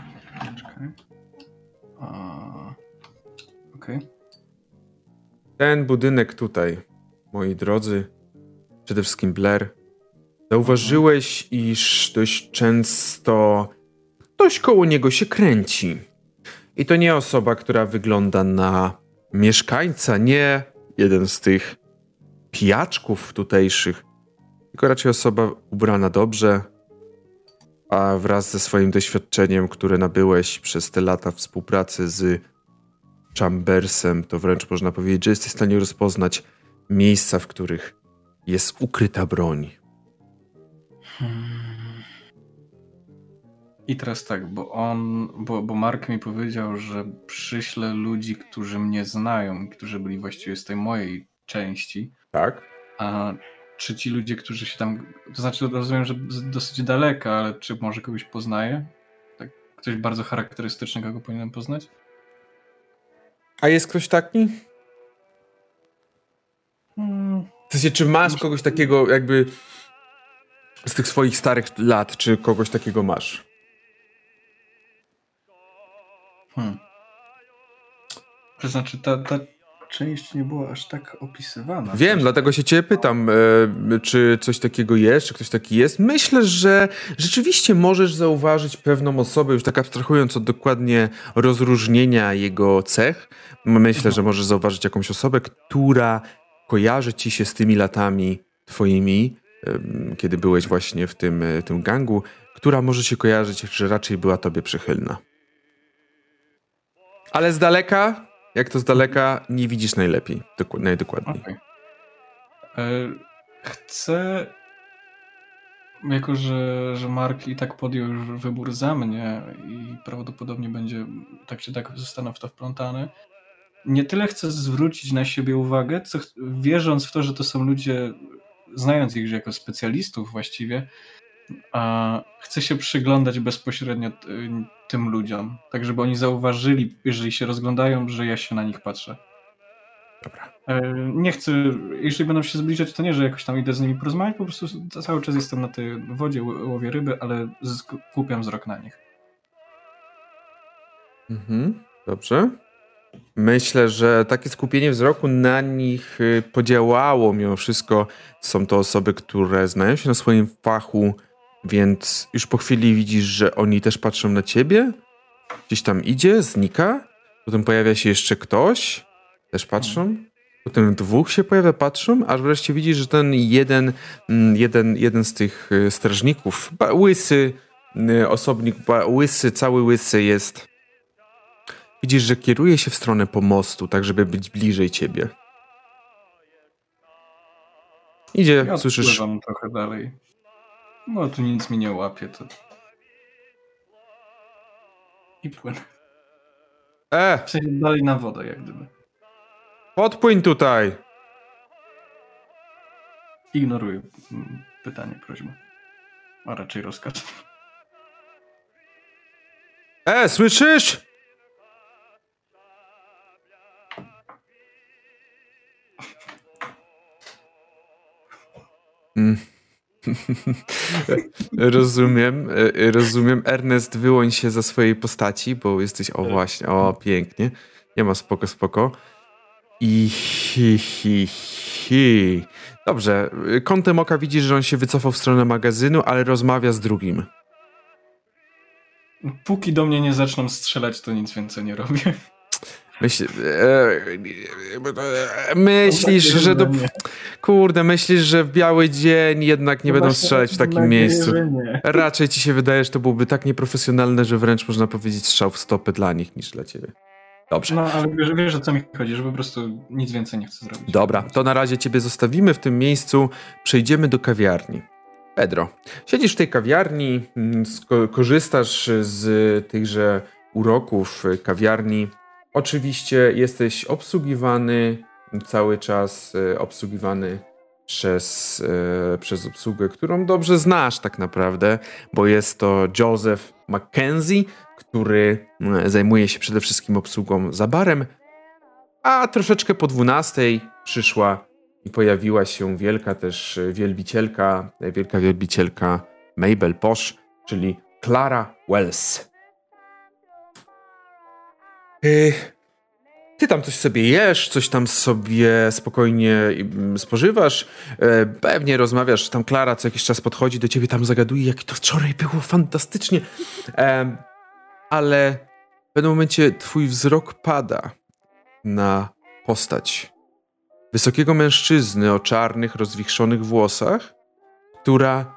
Okej. Ten budynek tutaj, moi drodzy, przede wszystkim Blair, zauważyłeś, iż dość często ktoś koło niego się kręci. I to nie osoba, która wygląda na mieszkańca, nie jeden z tych pijaczków tutejszych, tylko raczej osoba ubrana dobrze, a wraz ze swoim doświadczeniem, które nabyłeś przez te lata współpracy z Chambersem, to wręcz można powiedzieć, że jesteś w stanie rozpoznać miejsca, w których jest ukryta broń. I teraz tak, bo Mark mi powiedział, że przyśle ludzi, którzy mnie znają, którzy byli właściwie z tej mojej części. Tak. A czy ci ludzie, którzy się tam... To znaczy, rozumiem, że dosyć daleka, ale czy może kogoś poznaję? Tak, ktoś bardzo charakterystyczny, kogo powinienem poznać? A jest ktoś taki? W sensie, czy masz kogoś takiego jakby z tych swoich starych lat, czy kogoś takiego masz? To znaczy, ta część nie była aż tak opisywana. Wiem, dlatego się ciebie pytam, czy coś takiego jest, czy ktoś taki jest. Myślę, że rzeczywiście możesz zauważyć pewną osobę, już tak abstrahując od dokładnie rozróżnienia jego cech. Myślę, że możesz zauważyć jakąś osobę, która kojarzy ci się z tymi latami twoimi, kiedy byłeś właśnie w tym gangu, która może się kojarzyć, że raczej była tobie przychylna. Ale z daleka, jak to z daleka, nie widzisz najlepiej, najdokładniej. Okay. Chcę, jako że Mark i tak podjął już wybór za mnie i prawdopodobnie będzie tak czy tak zostanę w to wplątany, nie tyle chcę zwrócić na siebie uwagę, co wierząc w to, że to są ludzie, znając ich jako specjalistów właściwie, a chcę się przyglądać bezpośrednio tym ludziom, tak żeby oni zauważyli, jeżeli się rozglądają, że ja się na nich patrzę. Dobra. Nie chcę, jeśli będą się zbliżać, to nie, że jakoś tam idę z nimi porozmawiać, po prostu cały czas jestem na tej wodzie, łowię ryby, ale skupiam wzrok na nich. Dobrze. Myślę, że takie skupienie wzroku na nich podziałało mimo wszystko. Są to osoby, które znają się na swoim fachu, więc już po chwili widzisz, że oni też patrzą na ciebie. Gdzieś tam idzie, znika. Potem pojawia się jeszcze ktoś. Też patrzą. Potem dwóch się pojawia, patrzą. Aż wreszcie widzisz, że ten jeden z tych strażników, łysy osobnik, łysy, cały łysy jest. Widzisz, że kieruje się w stronę pomostu, tak żeby być bliżej ciebie. Idzie, ja słyszysz... Ja trochę dalej. No tu nic mi nie łapie, to... I płynę. W sensie dalej na wodę, jak gdyby. Podpłyń tutaj! Ignoruję pytanie, prośbę. A raczej rozkaz. Słyszysz? Rozumiem. Ernest, wyłoń się za swojej postaci, bo jesteś, właśnie, pięknie. Nie ma, spoko. Dobrze, kątem oka widzisz, że on się wycofał w stronę magazynu, ale rozmawia z drugim. Póki do mnie nie zaczną strzelać, to nic więcej nie robię. Myślisz, że myślisz, że w biały dzień jednak nie będą strzelać w takim miejscu. Raczej ci się wydaje, że to byłoby tak nieprofesjonalne, że wręcz można powiedzieć strzał w stopę dla nich niż dla ciebie. Dobrze. No, ale wiesz, o co mi chodzi, że po prostu nic więcej nie chcę zrobić. Dobra, to na razie ciebie zostawimy w tym miejscu. Przejdziemy do kawiarni. Pedro, siedzisz w tej kawiarni, korzystasz z tychże uroków kawiarni. Oczywiście jesteś obsługiwany cały czas, przez obsługę, którą dobrze znasz tak naprawdę, bo jest to Joseph Mackenzie, który zajmuje się przede wszystkim obsługą za barem, a troszeczkę po 12:00 przyszła i pojawiła się wielka wielbicielka Mabel Posh, czyli Clara Wells. Ty tam coś sobie jesz, coś tam sobie spokojnie spożywasz, pewnie rozmawiasz, tam Klara co jakiś czas podchodzi do ciebie, tam zagaduje, jak to wczoraj było fantastycznie, ale w pewnym momencie twój wzrok pada na postać wysokiego mężczyzny o czarnych, rozwichrzonych włosach, która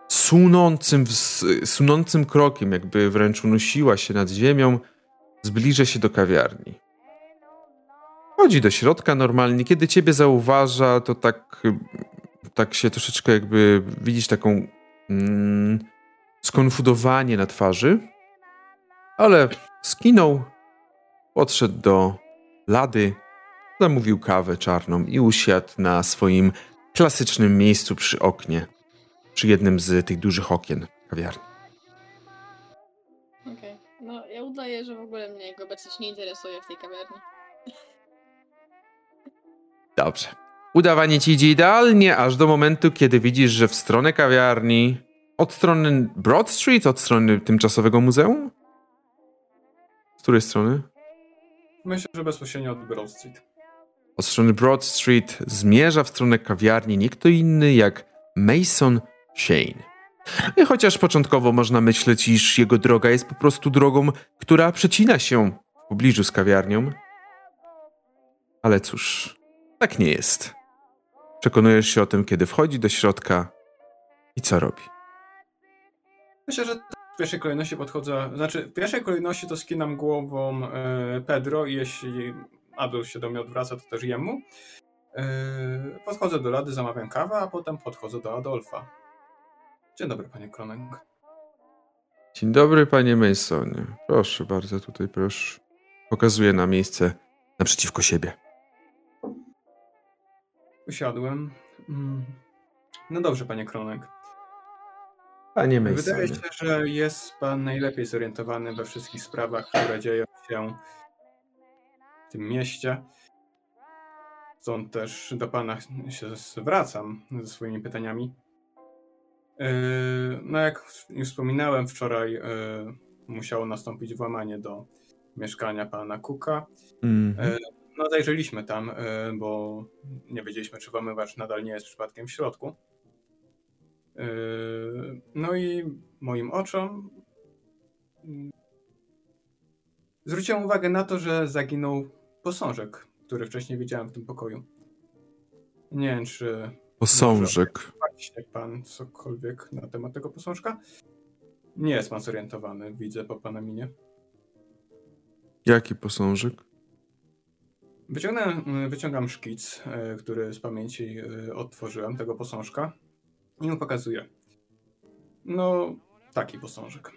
sunącym krokiem, jakby wręcz unosiła się nad ziemią, zbliża się do kawiarni. Wchodzi do środka normalnie. Kiedy ciebie zauważa, to tak się troszeczkę jakby widzisz taką skonfudowanie na twarzy, ale skinął, podszedł do lady, zamówił kawę czarną i usiadł na swoim klasycznym miejscu przy oknie, przy jednym z tych dużych okien kawiarni. Okej. No, ja udaję, że w ogóle mnie jego obecność nie interesuje w tej kawiarni. Dobrze. Udawanie ci idzie idealnie, aż do momentu, kiedy widzisz, że w stronę kawiarni, od strony Broad Street, od strony tymczasowego muzeum? Z której strony? Myślę, że bezpośrednio od Broad Street. Od strony Broad Street zmierza w stronę kawiarni nie kto inny jak Mason Shane. I chociaż początkowo można myśleć, iż jego droga jest po prostu drogą, która przecina się w pobliżu z kawiarnią, ale cóż, tak nie jest. Przekonujesz się o tym, kiedy wchodzi do środka i co robi. Myślę, że w pierwszej kolejności w pierwszej kolejności to skinam głową Pedro i jeśli Adolf się do mnie odwraca, to też jemu. Podchodzę do lady, zamawiam kawę, a potem podchodzę do Adolfa. Dzień dobry, panie Kronek. Dzień dobry, panie Masonie. Proszę bardzo, tutaj proszę. Pokazuję na miejsce naprzeciwko siebie. Usiadłem. No dobrze, panie Kronek. Panie Masonie. Wydaje się, że jest pan najlepiej zorientowany we wszystkich sprawach, które dzieją się w tym mieście. Stąd też do pana się zwracam ze swoimi pytaniami. No jak już wspominałem, wczoraj musiało nastąpić włamanie do mieszkania pana Cooka. No zajrzeliśmy tam, bo nie wiedzieliśmy, czy włamywacz nadal nie jest przypadkiem w środku. No i moim oczom zwróciłem uwagę na to, że zaginął posążek, który wcześniej widziałem w tym pokoju. Nie wiem, czy... Posążek. Może pan cokolwiek na temat tego posążka? Nie jest pan zorientowany, widzę po pana minie. Jaki posążek? Wyciągam szkic, który z pamięci odtworzyłem, tego posążka i mu pokazuję. No, taki posążek.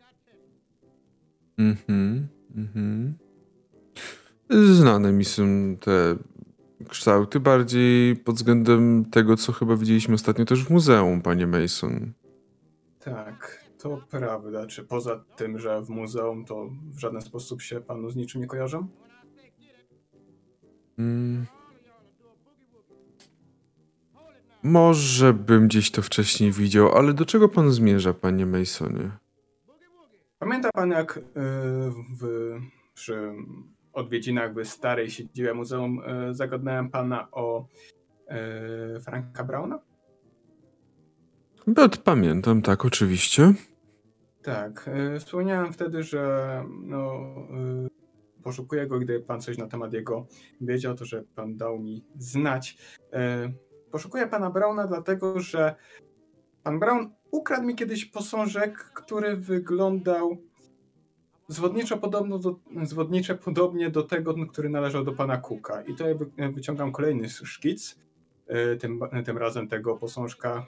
Znane mi są te kształty bardziej pod względem tego, co chyba widzieliśmy ostatnio też w muzeum, panie Mason. Tak, to prawda. Czy poza tym, że w muzeum to w żaden sposób się panu z niczym nie kojarzą? Może bym gdzieś to wcześniej widział, ale do czego pan zmierza, panie Masonie? Pamięta pan, jak przy odwiedzinach w starej siedzibie muzeum zagadnąłem pana o Franka Browna? Pamiętam, tak, oczywiście. Tak, wspomniałem wtedy, że poszukuję go, gdy pan coś na temat jego wiedział, to że pan dał mi znać. Poszukuję pana Browna dlatego, że pan Brown ukradł mi kiedyś posążek, który wyglądał zwodniczo podobnie do tego, który należał do pana Cooka. I tutaj wyciągam kolejny szkic, tym razem tego posążka,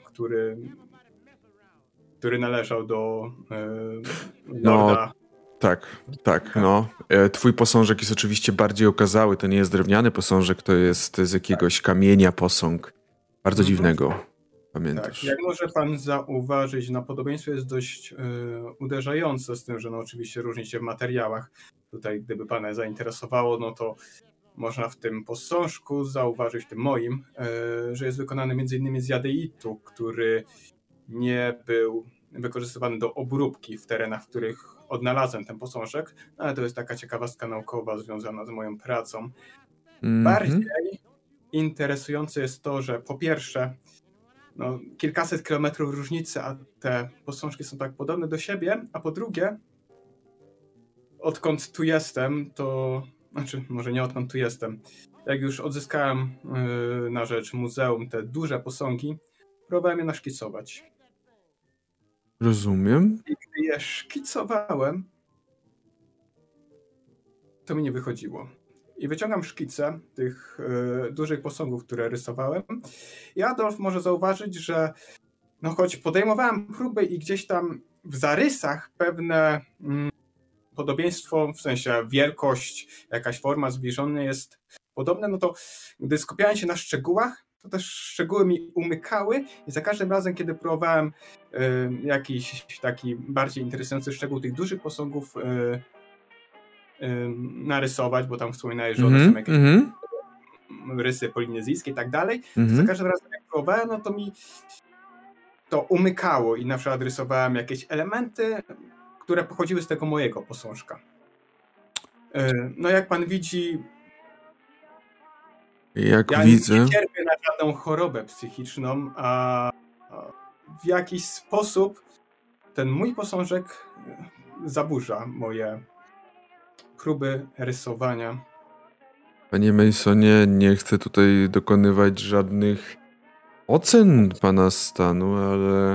który należał do lorda. Tak. Twój posążek jest oczywiście bardziej okazały. To nie jest drewniany posążek, to jest z jakiegoś kamienia posąg. Bardzo dziwnego. Pamiętasz? Tak, jak może pan zauważyć, podobieństwo jest dość uderzające z tym, że oczywiście różni się w materiałach. Tutaj, gdyby pana zainteresowało, no to można w tym posążku zauważyć, w tym moim, że jest wykonany m.in. z jadeitu, który nie był wykorzystywany do obróbki w terenach, w których odnalazłem ten posążek, ale to jest taka ciekawostka naukowa związana z moją pracą. Bardziej interesujące jest to, że po pierwsze kilkaset kilometrów różnicy, a te posążki są tak podobne do siebie, a po drugie, odkąd tu jestem, może nie odkąd tu jestem, jak już odzyskałem na rzecz muzeum te duże posągi, próbowałem je naszkicować. Rozumiem. I gdy je szkicowałem, to mi nie wychodziło. I wyciągam szkice tych dużych posągów, które rysowałem. I Adolf może zauważyć, że choć podejmowałem próby i gdzieś tam w zarysach pewne podobieństwo, w sensie wielkość, jakaś forma zbliżona jest podobne, to gdy skupiałem się na szczegółach, to też szczegóły mi umykały i za każdym razem, kiedy próbowałem jakiś taki bardziej interesujący szczegół tych dużych posągów narysować, bo tam wspominałeś, że one są jakieś rysy polinezyjskie i tak dalej, za każdym razem jak próbowałem, to mi to umykało i na przykład rysowałem jakieś elementy, które pochodziły z tego mojego posążka. Jak pan widzi, ja widzę, nie cierpię na żadną chorobę psychiczną, a w jakiś sposób ten mój posążek zaburza moje próby rysowania. Panie Masonie, nie chcę tutaj dokonywać żadnych ocen pana stanu, ale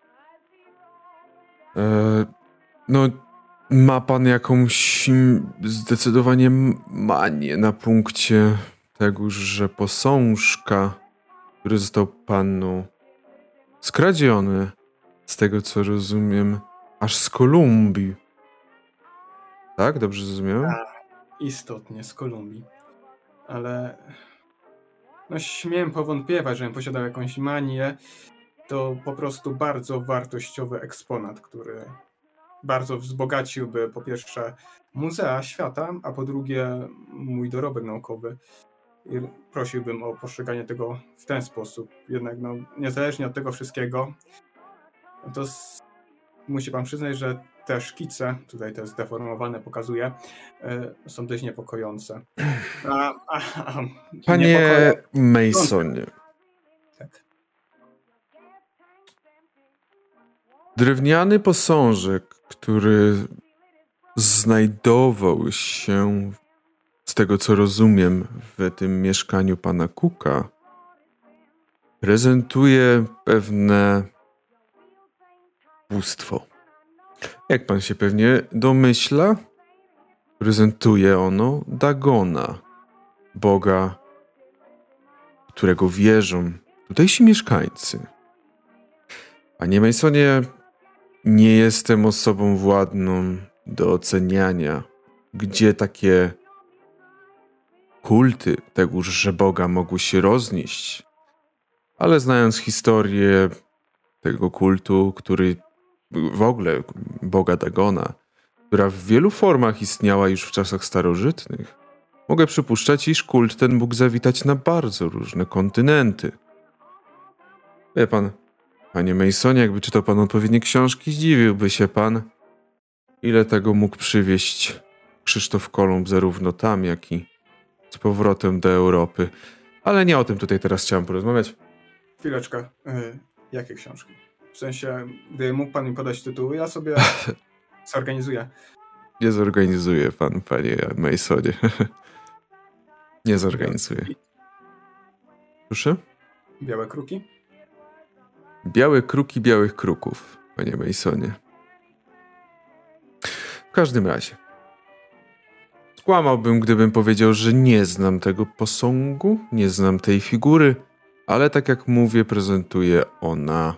ma pan jakąś zdecydowanie manię na punkcie tego, że posążka, który został panu skradziony, z tego co rozumiem, aż z Kolumbii. Tak? Dobrze zrozumiałem? Istotnie, z Kolumbii. Ale śmiem powątpiewać, żebym posiadał jakąś manię. To po prostu bardzo wartościowy eksponat, który bardzo wzbogaciłby po pierwsze muzea świata, a po drugie mój dorobek naukowy. I prosiłbym o postrzeganie tego w ten sposób. Jednak niezależnie od tego wszystkiego, to musi pan przyznać, że te szkice, tutaj te zdeformowane pokazuję, są dość niepokojące. Panie Masonie. Tak. Drewniany posążek, który znajdował się, z tego co rozumiem, w tym mieszkaniu pana Cooka, prezentuje pewne bóstwo. Jak pan się pewnie domyśla, prezentuje ono Dagona, boga, którego wierzą tutejsi mieszkańcy. Panie Masonie, nie jestem osobą władną do oceniania, gdzie takie kulty tegoż Boga mogły się roznieść, ale znając historię tego kultu, który w ogóle Boga Dagona, która w wielu formach istniała już w czasach starożytnych, mogę przypuszczać, iż kult ten mógł zawitać na bardzo różne kontynenty. Wie pan, panie Masonie, jakby czytał pan odpowiednie książki, zdziwiłby się pan, ile tego mógł przywieźć Krzysztof Kolumb zarówno tam, jak i z powrotem do Europy. Ale nie o tym tutaj teraz chciałem porozmawiać. Chwileczkę. Jakie książki? W sensie, gdy mógł pan mi podać tytuły, ja sobie zorganizuję. Nie zorganizuje pan, panie Masonie. Nie zorganizuje. Proszę? Białe kruki? Białe kruki białych kruków, panie Masonie. W każdym razie. Skłamałbym, gdybym powiedział, że nie znam tego posągu, nie znam tej figury, ale tak jak mówię, prezentuje ona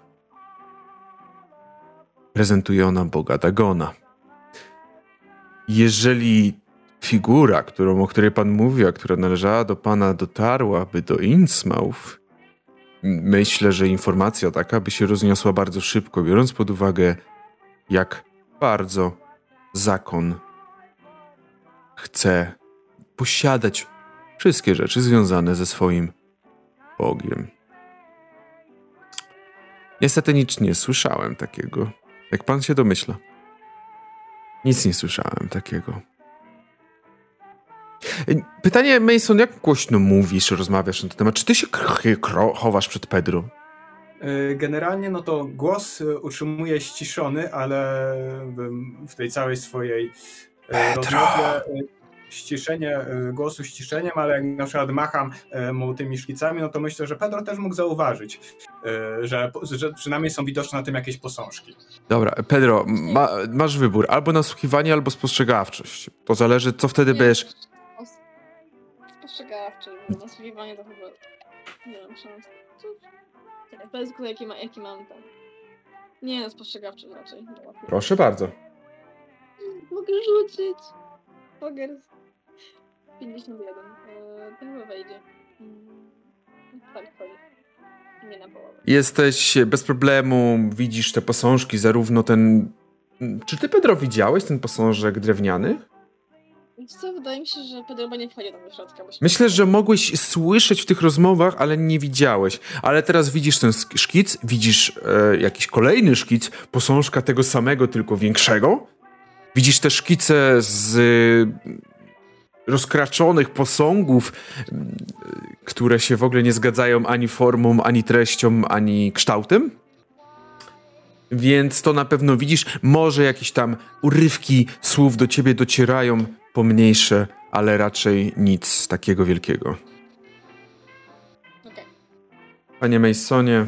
Boga Dagona. Jeżeli figura, o której pan mówi, a która należała do pana, dotarłaby do Innsmouth, myślę, że informacja taka by się rozniosła bardzo szybko, biorąc pod uwagę, jak bardzo zakon chce posiadać wszystkie rzeczy związane ze swoim Bogiem. Niestety nic nie słyszałem takiego. Jak pan się domyśla. Nic nie słyszałem takiego. Pytanie, Mason, jak głośno mówisz, rozmawiasz na ten temat? Czy ty się chowasz przed Pedro? Generalnie, no to głos utrzymuję ściszony, ale w tej całej swojej rozmowie ściszenie głosu ściszeniem, ale jak na przykład macham mu tymi szkicami, no to myślę, że Pedro też mógł zauważyć, że przynajmniej są widoczne na tym jakieś posążki. Dobra, Pedro, masz wybór. Albo nasłuchiwanie, albo spostrzegawczość. To zależy, co wtedy będziesz... Spostrzegawczy, bo nasłuchiwanie to chyba... Nie wiem, szans. Bez jaki mam tam. Nie, no, spostrzegawczy raczej. Proszę bardzo. Mogę rzucić. Mogę. 51. To chyba wejdzie. Tak, chodzi. Nie na połowę. Jesteś bez problemu, widzisz te posążki, zarówno ten... Czy ty, Pedro, widziałeś ten posążek drewniany? Co, wydaje mi się, że Pedro nie wchodzi tam do środka. Myślę, że mogłeś słyszeć w tych rozmowach, ale nie widziałeś. Ale teraz widzisz ten szkic, widzisz jakiś kolejny szkic, posążka tego samego, tylko większego. Widzisz te szkice z rozkraczonych posągów, które się w ogóle nie zgadzają ani formą, ani treścią, ani kształtem. Więc to na pewno widzisz. Może jakieś tam urywki słów do ciebie docierają, pomniejsze, ale raczej nic takiego wielkiego. Okay. Panie Masonie,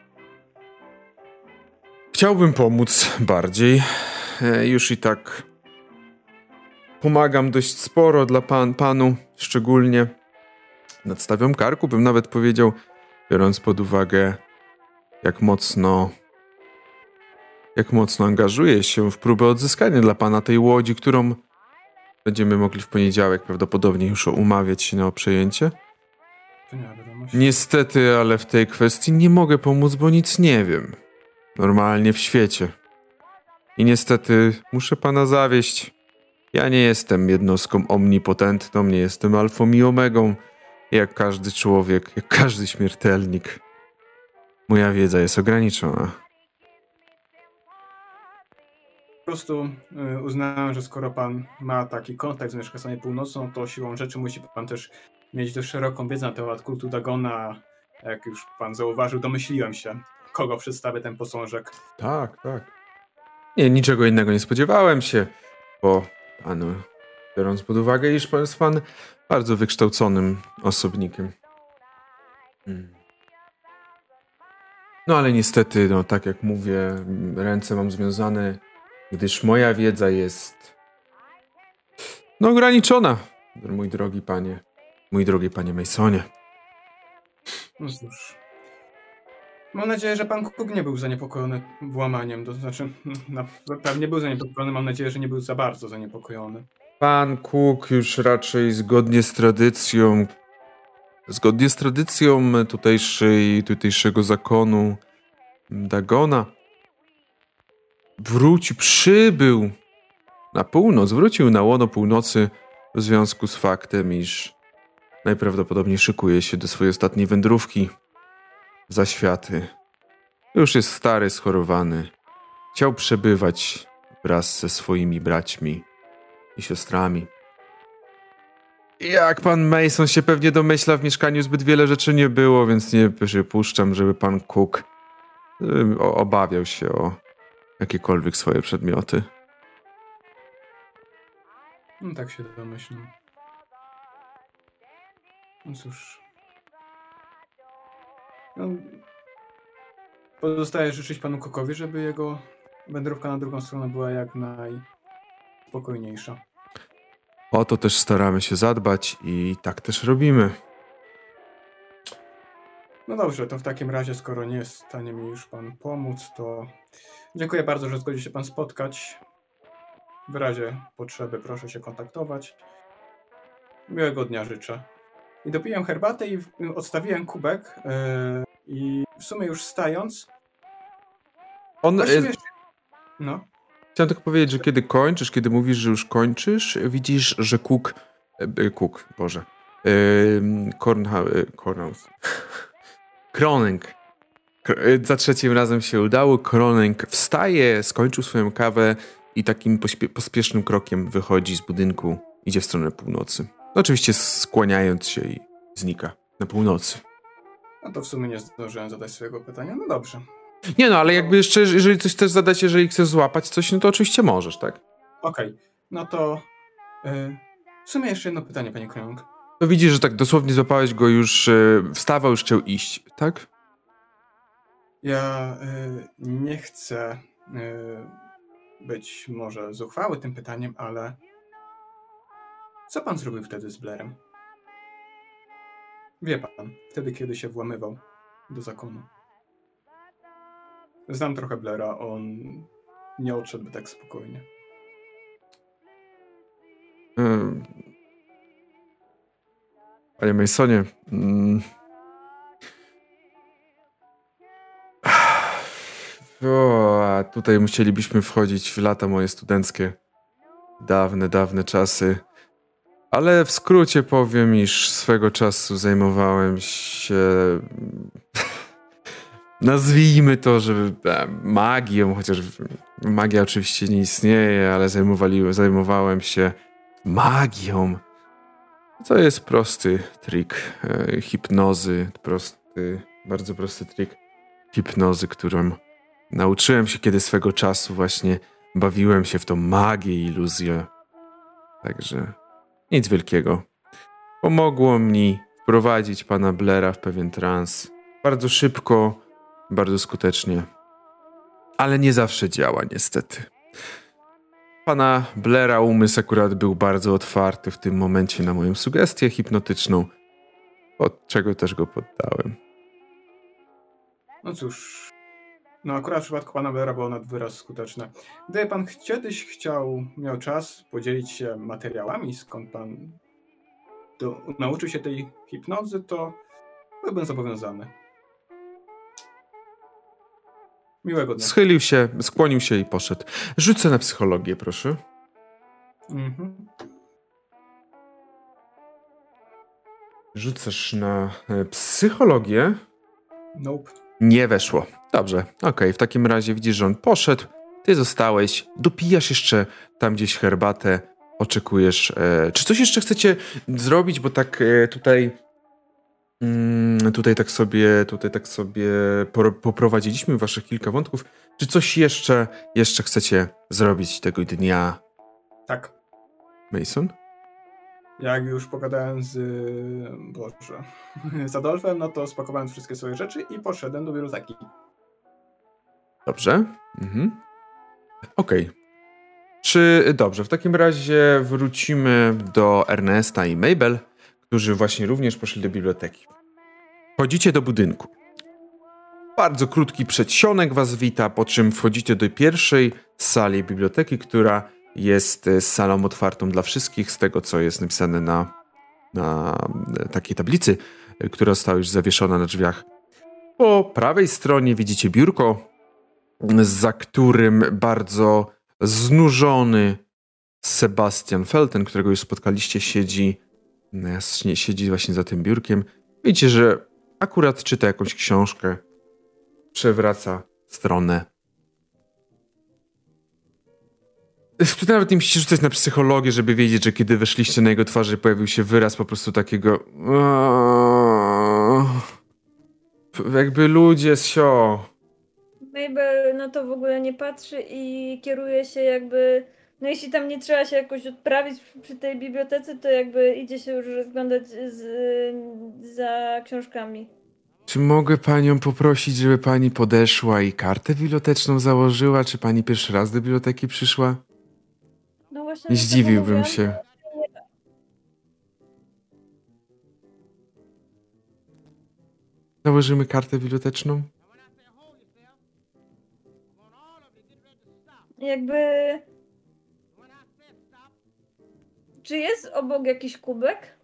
chciałbym pomóc bardziej. Już i tak pomagam dość sporo dla panu, szczególnie nadstawiam karku, bym nawet powiedział, biorąc pod uwagę, jak mocno angażuję się w próbę odzyskania dla pana tej łodzi, którą będziemy mogli w poniedziałek prawdopodobnie już umawiać się na przejęcie. Niestety, ale w tej kwestii nie mogę pomóc, bo nic nie wiem. Normalnie w świecie. I niestety muszę pana zawieść. Ja nie jestem jednostką omnipotentną, nie jestem alfą i omegą. Jak każdy człowiek, jak każdy śmiertelnik. Moja wiedza jest ograniczona. Po prostu uznałem, że skoro pan ma taki kontakt z mieszkańcami północną, to siłą rzeczy musi pan też mieć dość szeroką wiedzę na temat kultu Dagona. Jak już pan zauważył, domyśliłem się, kogo przedstawia ten posążek. Tak. Nie, niczego innego nie spodziewałem się, bo biorąc pod uwagę, iż pan jest bardzo wykształconym osobnikiem. No ale niestety, tak jak mówię, ręce mam związane, gdyż moja wiedza jest ograniczona, mój drogi panie Masonie. No cóż. Mam nadzieję, że pan Cook nie był zaniepokojony włamaniem. To znaczy, pewnie był zaniepokojony, mam nadzieję, że nie był za bardzo zaniepokojony. Pan Cook już raczej zgodnie z tradycją tutejszego zakonu Dagona przybył na północ, wrócił na łono północy w związku z faktem, iż najprawdopodobniej szykuje się do swojej ostatniej wędrówki za światy. Już jest stary, schorowany. Chciał przebywać wraz ze swoimi braćmi i siostrami. Jak pan Mason się pewnie domyśla, w mieszkaniu zbyt wiele rzeczy nie było, więc nie przypuszczam, żeby pan Cook obawiał się o jakiekolwiek swoje przedmioty. No tak się domyślam. No cóż. Pozostaje życzyć panu Cookowi, żeby jego wędrówka na drugą stronę była jak najspokojniejsza. O to też staramy się zadbać i tak też robimy. No dobrze, to w takim razie, skoro nie jest w stanie mi już pan pomóc, to dziękuję bardzo, że zgodził się pan spotkać. W razie potrzeby proszę się kontaktować. Miłego dnia życzę. I dopiłem herbatę i odstawiłem kubek i w sumie już wstając... No. Chciałem tylko powiedzieć, że kiedy mówisz, że już kończysz, widzisz, że Croning Za trzecim razem się udało. Kronek wstaje, skończył swoją kawę i takim pospiesznym krokiem wychodzi z budynku. Idzie w stronę północy. Oczywiście skłaniając się i znika na północy. No to w sumie nie zdążyłem zadać swojego pytania. No dobrze. Nie no, ale jakby jeszcze, jeżeli coś chcesz zadać, jeżeli chcesz złapać coś, no to oczywiście możesz, tak? Okej. No to w sumie jeszcze jedno pytanie, panie Krąg. To widzisz, że tak dosłownie złapałeś go już, wstawał, już chciał iść, tak? Ja nie chcę być może zuchwały tym pytaniem, ale co pan zrobił wtedy z Blairem? Wie pan, wtedy kiedy się włamywał do zakonu. Znam trochę Blaira, on nie odszedłby tak spokojnie. Panie Masonie, tutaj musielibyśmy wchodzić w lata moje studenckie. Dawne czasy. Ale w skrócie powiem, iż swego czasu zajmowałem się... Nazwijmy to, że magią, chociaż magia oczywiście nie istnieje, ale zajmowałem się magią. To jest prosty trik hipnozy, bardzo prosty trik hipnozy, którym nauczyłem się, kiedy swego czasu właśnie bawiłem się w tą magię i iluzję. Także nic wielkiego. Pomogło mi wprowadzić pana Blaira w pewien trans. Bardzo szybko, bardzo skutecznie. Ale nie zawsze działa, niestety. Pana Blaira umysł akurat był bardzo otwarty w tym momencie na moją sugestię hipnotyczną, od czego też go poddałem. No cóż, no akurat w przypadku pana Blaira było nad wyraz skuteczne. Gdyby pan kiedyś miał czas podzielić się materiałami, skąd pan nauczył się tej hipnozy, to byłbym zobowiązany. Miłego dnia. Schylił się, skłonił się i poszedł. Rzucę na psychologię, proszę. Rzucasz na psychologię? Nope. Nie weszło. Dobrze, okej. W takim razie widzisz, że on poszedł, ty zostałeś, dopijasz jeszcze tam gdzieś herbatę, oczekujesz. Czy coś jeszcze chcecie zrobić, bo tak tutaj tak sobie poprowadziliśmy waszych kilka wątków. Czy coś jeszcze chcecie zrobić tego dnia? Tak. Mason? Jak już pogadałem z Adolfem, no to spakowałem wszystkie swoje rzeczy i poszedłem do biblioteki. Dobrze. Okej. Dobrze, w takim razie wrócimy do Ernesta i Mabel, którzy właśnie również poszli do biblioteki. Wchodzicie do budynku. Bardzo krótki przedsionek was wita, po czym wchodzicie do pierwszej sali biblioteki, która jest salą otwartą dla wszystkich, z tego co jest napisane na takiej tablicy, która została już zawieszona na drzwiach. Po prawej stronie widzicie biurko, za którym bardzo znużony Sebastian Felten, którego już spotkaliście, siedzi właśnie za tym biurkiem. Widzicie, że akurat czyta jakąś książkę, przewraca stronę. Nawet nie musicie rzucać na psychologię, żeby wiedzieć, że kiedy weszliście na jego twarzy, pojawił się wyraz po prostu takiego... Jakby ludzie Mabel na to w ogóle nie patrzy i kieruje się jakby... No jeśli tam nie trzeba się jakoś odprawić przy tej bibliotece, to jakby idzie się już rozglądać za książkami. Czy mogę panią poprosić, żeby pani podeszła i kartę biblioteczną założyła? Czy pani pierwszy raz do biblioteki przyszła? No właśnie. Nie zdziwiłbym się. Założymy kartę biblioteczną? Jakby... Czy jest obok jakiś kubek?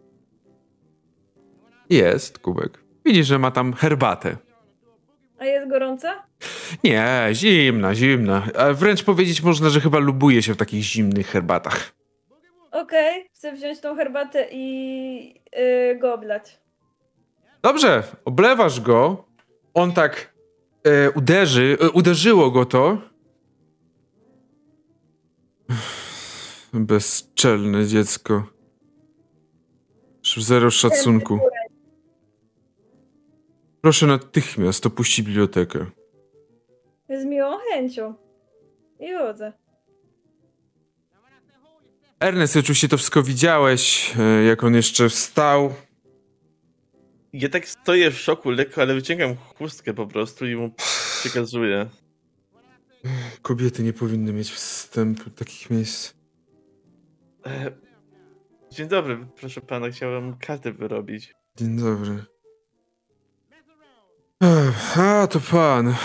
Jest kubek. Widzisz, że ma tam herbatę. A jest gorąca? Nie, zimna. A wręcz powiedzieć można, że chyba lubuje się w takich zimnych herbatach. Okej, chcę wziąć tą herbatę i go oblać. Dobrze, oblewasz go. On tak uderzyło go to. Bezczelne dziecko. Zero szacunku. Proszę natychmiast opuścić bibliotekę. Z miłą chęcią. I chodzę. Ernest, oczywiście to wszystko widziałeś, jak on jeszcze wstał. Ja tak stoję w szoku lekko, ale wyciągam chustkę po prostu i mu przekazuję. Kobiety nie powinny mieć wstępu do takich miejsc. Dzień dobry, proszę pana, chciałem kartę wyrobić. Dzień dobry. A, to pan.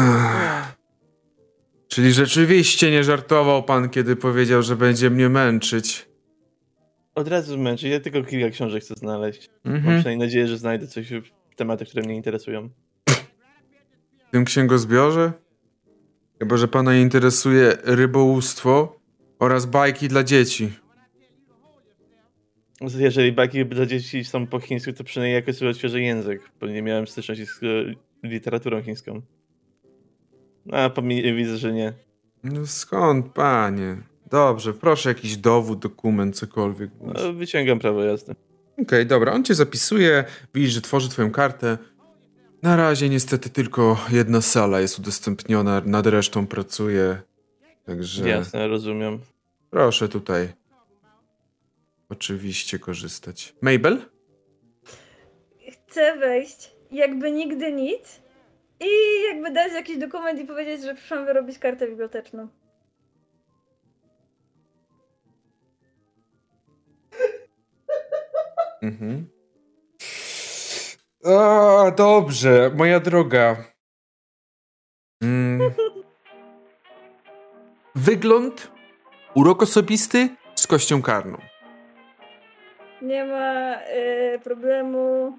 Czyli rzeczywiście nie żartował pan, kiedy powiedział, że będzie mnie męczyć. Od razu męczy, ja tylko kilka książek chcę znaleźć. Mam przynajmniej nadzieję, że znajdę coś w tematach, które mnie interesują. W tym księgozbiorze? Chyba że pana interesuje rybołówstwo oraz bajki dla dzieci. Jeżeli bajki dla dzieci są po chińsku, to przynajmniej jakoś sobie odświeżę język, bo nie miałem styczności z literaturą chińską. A widzę, że nie. No skąd, panie? Dobrze, proszę jakiś dowód, dokument, cokolwiek. No, wyciągam prawo jazdy. Okej, dobra, on cię zapisuje, widzisz, że tworzy twoją kartę. Na razie niestety tylko jedna sala jest udostępniona, nad resztą pracuje, także... Jasne, rozumiem. Proszę tutaj oczywiście korzystać. Mabel? Chcę wejść, jakby nigdy nic i jakby dać jakiś dokument i powiedzieć, że przyszłam wyrobić kartę biblioteczną. O, dobrze, moja droga. Wygląd, urok osobisty z kością karną. Nie ma problemu.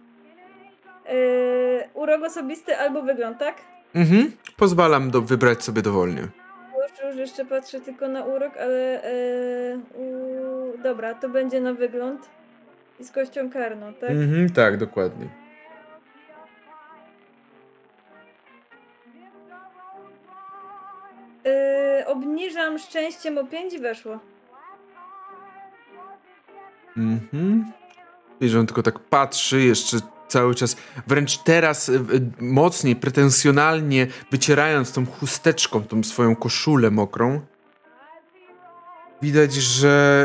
Urok osobisty albo wygląd, tak? Pozwalam wybrać sobie dowolnie. Już jeszcze patrzę tylko na urok, ale dobra, to będzie na wygląd i z kością karną, tak? Tak, dokładnie. Obniżam szczęściem o 5 i weszło. I że on tylko tak patrzy jeszcze cały czas, wręcz teraz mocniej, pretensjonalnie wycierając tą chusteczką, tą swoją koszulę mokrą. Widać, że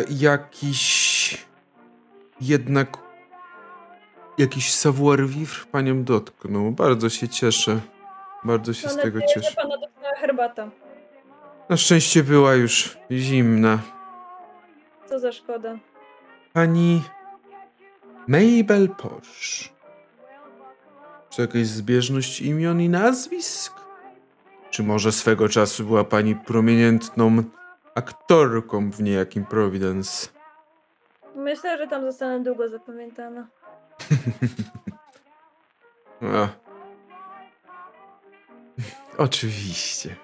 jakiś savoir-vivre panią dotknął. Bardzo się cieszę. Bardzo się z tego cieszę. Że pana dotknęła herbata. Na szczęście była już zimna. Co za szkoda. Pani Mabel Posh. Czy jakaś zbieżność imion i nazwisk? Czy może swego czasu była pani prominentną aktorką w niejakim Providence? Myślę, że tam zostanę długo zapamiętana. Oczywiście.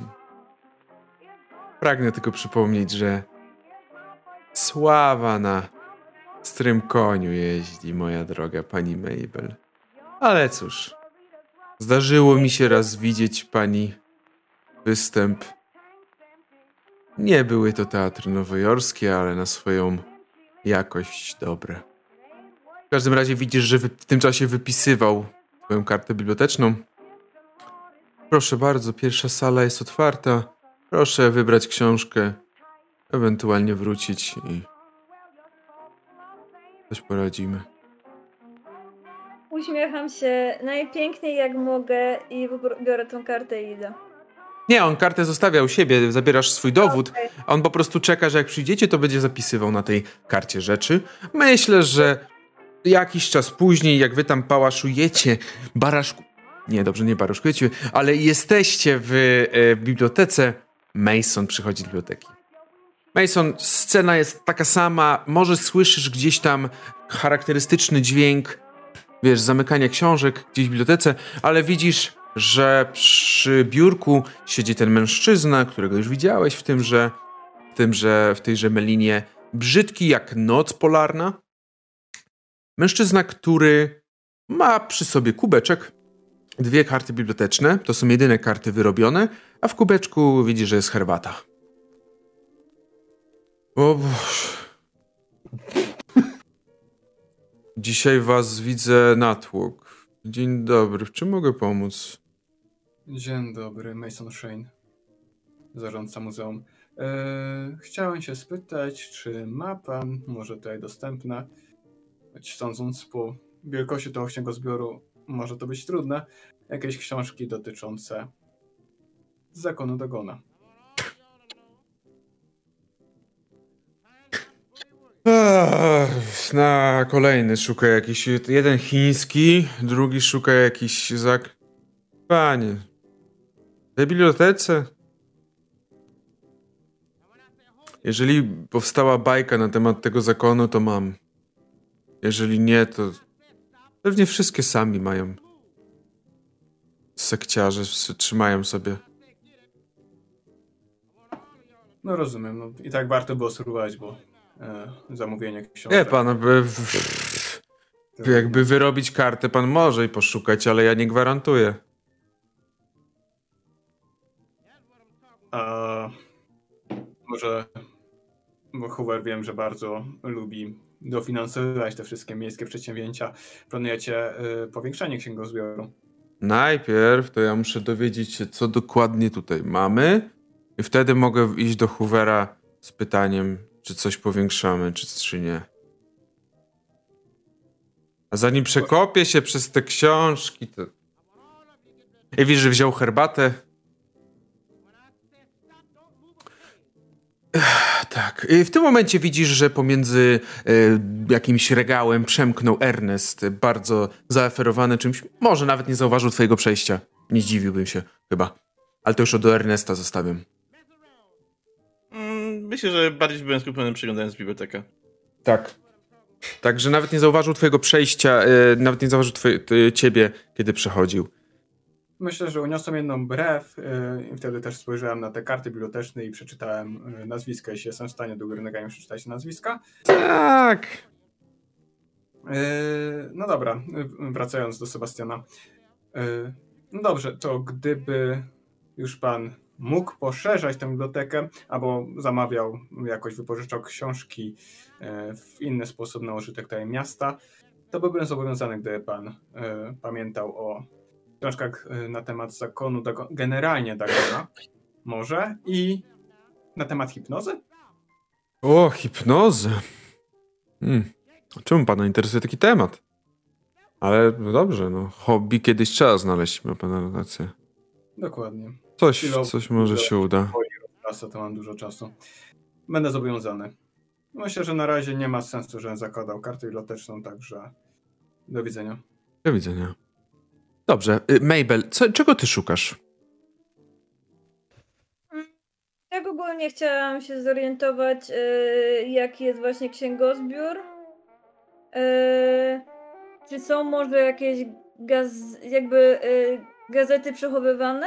Pragnę tylko przypomnieć, że sława na strym koniu jeździ, moja droga pani Mabel. Ale cóż, zdarzyło mi się raz widzieć pani występ. Nie były to teatry nowojorskie, ale na swoją jakość dobre. W każdym razie widzisz, że w tym czasie wypisywał swoją kartę biblioteczną. Proszę bardzo, pierwsza sala jest otwarta. Proszę wybrać książkę, ewentualnie wrócić i coś poradzimy. Uśmiecham się najpiękniej jak mogę i biorę tą kartę i idę. Nie, on kartę zostawia u siebie, zabierasz swój dowód. Okay. On po prostu czeka, że jak przyjdziecie, to będzie zapisywał na tej karcie rzeczy. Myślę, że jakiś czas później, jak wy tam pałaszujecie, nie baraszkujecie, ale jesteście w bibliotece, Mason przychodzi do biblioteki. Mason, scena jest taka sama, może słyszysz gdzieś tam charakterystyczny dźwięk, wiesz, zamykania książek gdzieś w bibliotece, ale widzisz, że przy biurku siedzi ten mężczyzna, którego już widziałeś w tejże melinie, brzydki jak noc polarna. Mężczyzna, który ma przy sobie kubeczek 2 karty biblioteczne, to są jedyne karty wyrobione, a w kubeczku widzisz, że jest herbata. O Boże. Dzisiaj was widzę natłok. Dzień dobry, w czym mogę pomóc? Dzień dobry, Mason Shane, zarządca muzeum. Chciałem się spytać, czy ma pan, może tutaj dostępne, choć sądząc po wielkości tego księgozbioru, może to być trudne, jakieś książki dotyczące zakonu Dagona. Na kolejny szuka jakiś, jeden chiński, drugi szuka jakiś Panie, w tej bibliotece? Jeżeli powstała bajka na temat tego zakonu, to mam. Jeżeli nie, to pewnie wszystkie sami mają. Sekciarze trzymają sobie. No rozumiem, no i tak warto było spróbować, bo zamówienie książek. Nie, pan, jakby wyrobić kartę, pan może i poszukać, ale ja nie gwarantuję. Może, bo Hoover wiem, że bardzo lubi dofinansowywać te wszystkie miejskie przedsięwzięcia. Planujecie powiększanie księgozbioru? Najpierw to ja muszę dowiedzieć się, co dokładnie tutaj mamy i wtedy mogę iść do Hoovera z pytaniem, czy coś powiększamy, czy nie. A zanim przekopię się przez te książki, to... I widzisz, że wziął herbatę. Tak. I w tym momencie widzisz, że pomiędzy jakimś regałem przemknął Ernest, bardzo zaoferowany czymś. Może nawet nie zauważył twojego przejścia. Nie zdziwiłbym się, chyba. Ale to już do Ernesta zostawiam. Myślę, że bardziej byłem skupiony przeglądając bibliotekę. Tak. Także nawet nie zauważył twojego przejścia, nawet nie zauważył ciebie, kiedy przechodził. Myślę, że uniosłem jedną brew i wtedy też spojrzałem na te karty biblioteczne i przeczytałem nazwiska, jeśli jestem w stanie do góry nogami przeczytać nazwiska. Tak! No dobra, wracając do Sebastiana. No dobrze, to gdyby już pan mógł poszerzać tę bibliotekę, albo zamawiał, jakoś wypożyczał książki w inny sposób na użytek tutaj miasta, to byłbym zobowiązany, gdyby pan pamiętał o książkach na temat zakonu, generalnie Dagona, może, i na temat hipnozy? O, hipnozy. Czemu pana interesuje taki temat? Ale no dobrze, no hobby kiedyś trzeba znaleźć, ma pana rację. Dokładnie. Coś może się uda. To mam dużo czasu. Będę zobowiązany. Myślę, że na razie nie ma sensu, żebym zakładał kartę biblioteczną, także do widzenia. Do widzenia. Dobrze, Mabel, czego ty szukasz? Tak ogólnie chciałam się zorientować, jaki jest właśnie księgozbiór. Czy są może jakieś gazety przechowywane?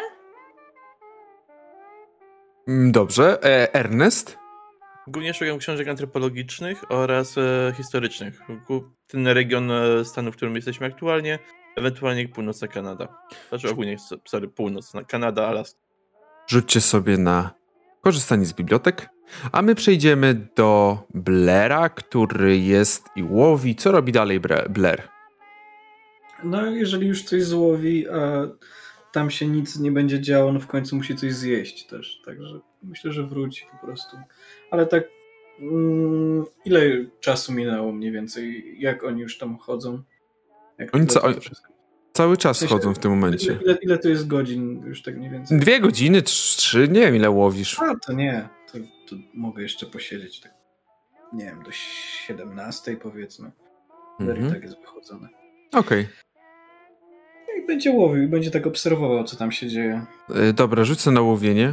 Dobrze, Ernest? Głównie szukam książek antropologicznych oraz historycznych. Ten region stanu, w którym jesteśmy aktualnie, ewentualnie północna Kanada. Znaczy ogólnie, północna Kanada, Alaska. Rzućcie sobie na korzystanie z bibliotek, a my przejdziemy do Blaira, który jest i łowi. Co robi dalej Blair? No, jeżeli już coś złowi, a tam się nic nie będzie działo, no w końcu musi coś zjeść też, także myślę, że wróci po prostu. Ale tak, ile czasu minęło mniej więcej? Jak oni już tam chodzą? Oni cały czas chodzą w tym momencie. Ile to jest godzin już tak mniej więcej? 2 godziny, 3, nie wiem ile łowisz. A, to nie. To mogę jeszcze posiedzieć tak, nie wiem, do 17 powiedzmy. I tak jest wychodzone. Okej. I będzie łowił i będzie tak obserwował, co tam się dzieje. Dobra, rzucę na łowienie.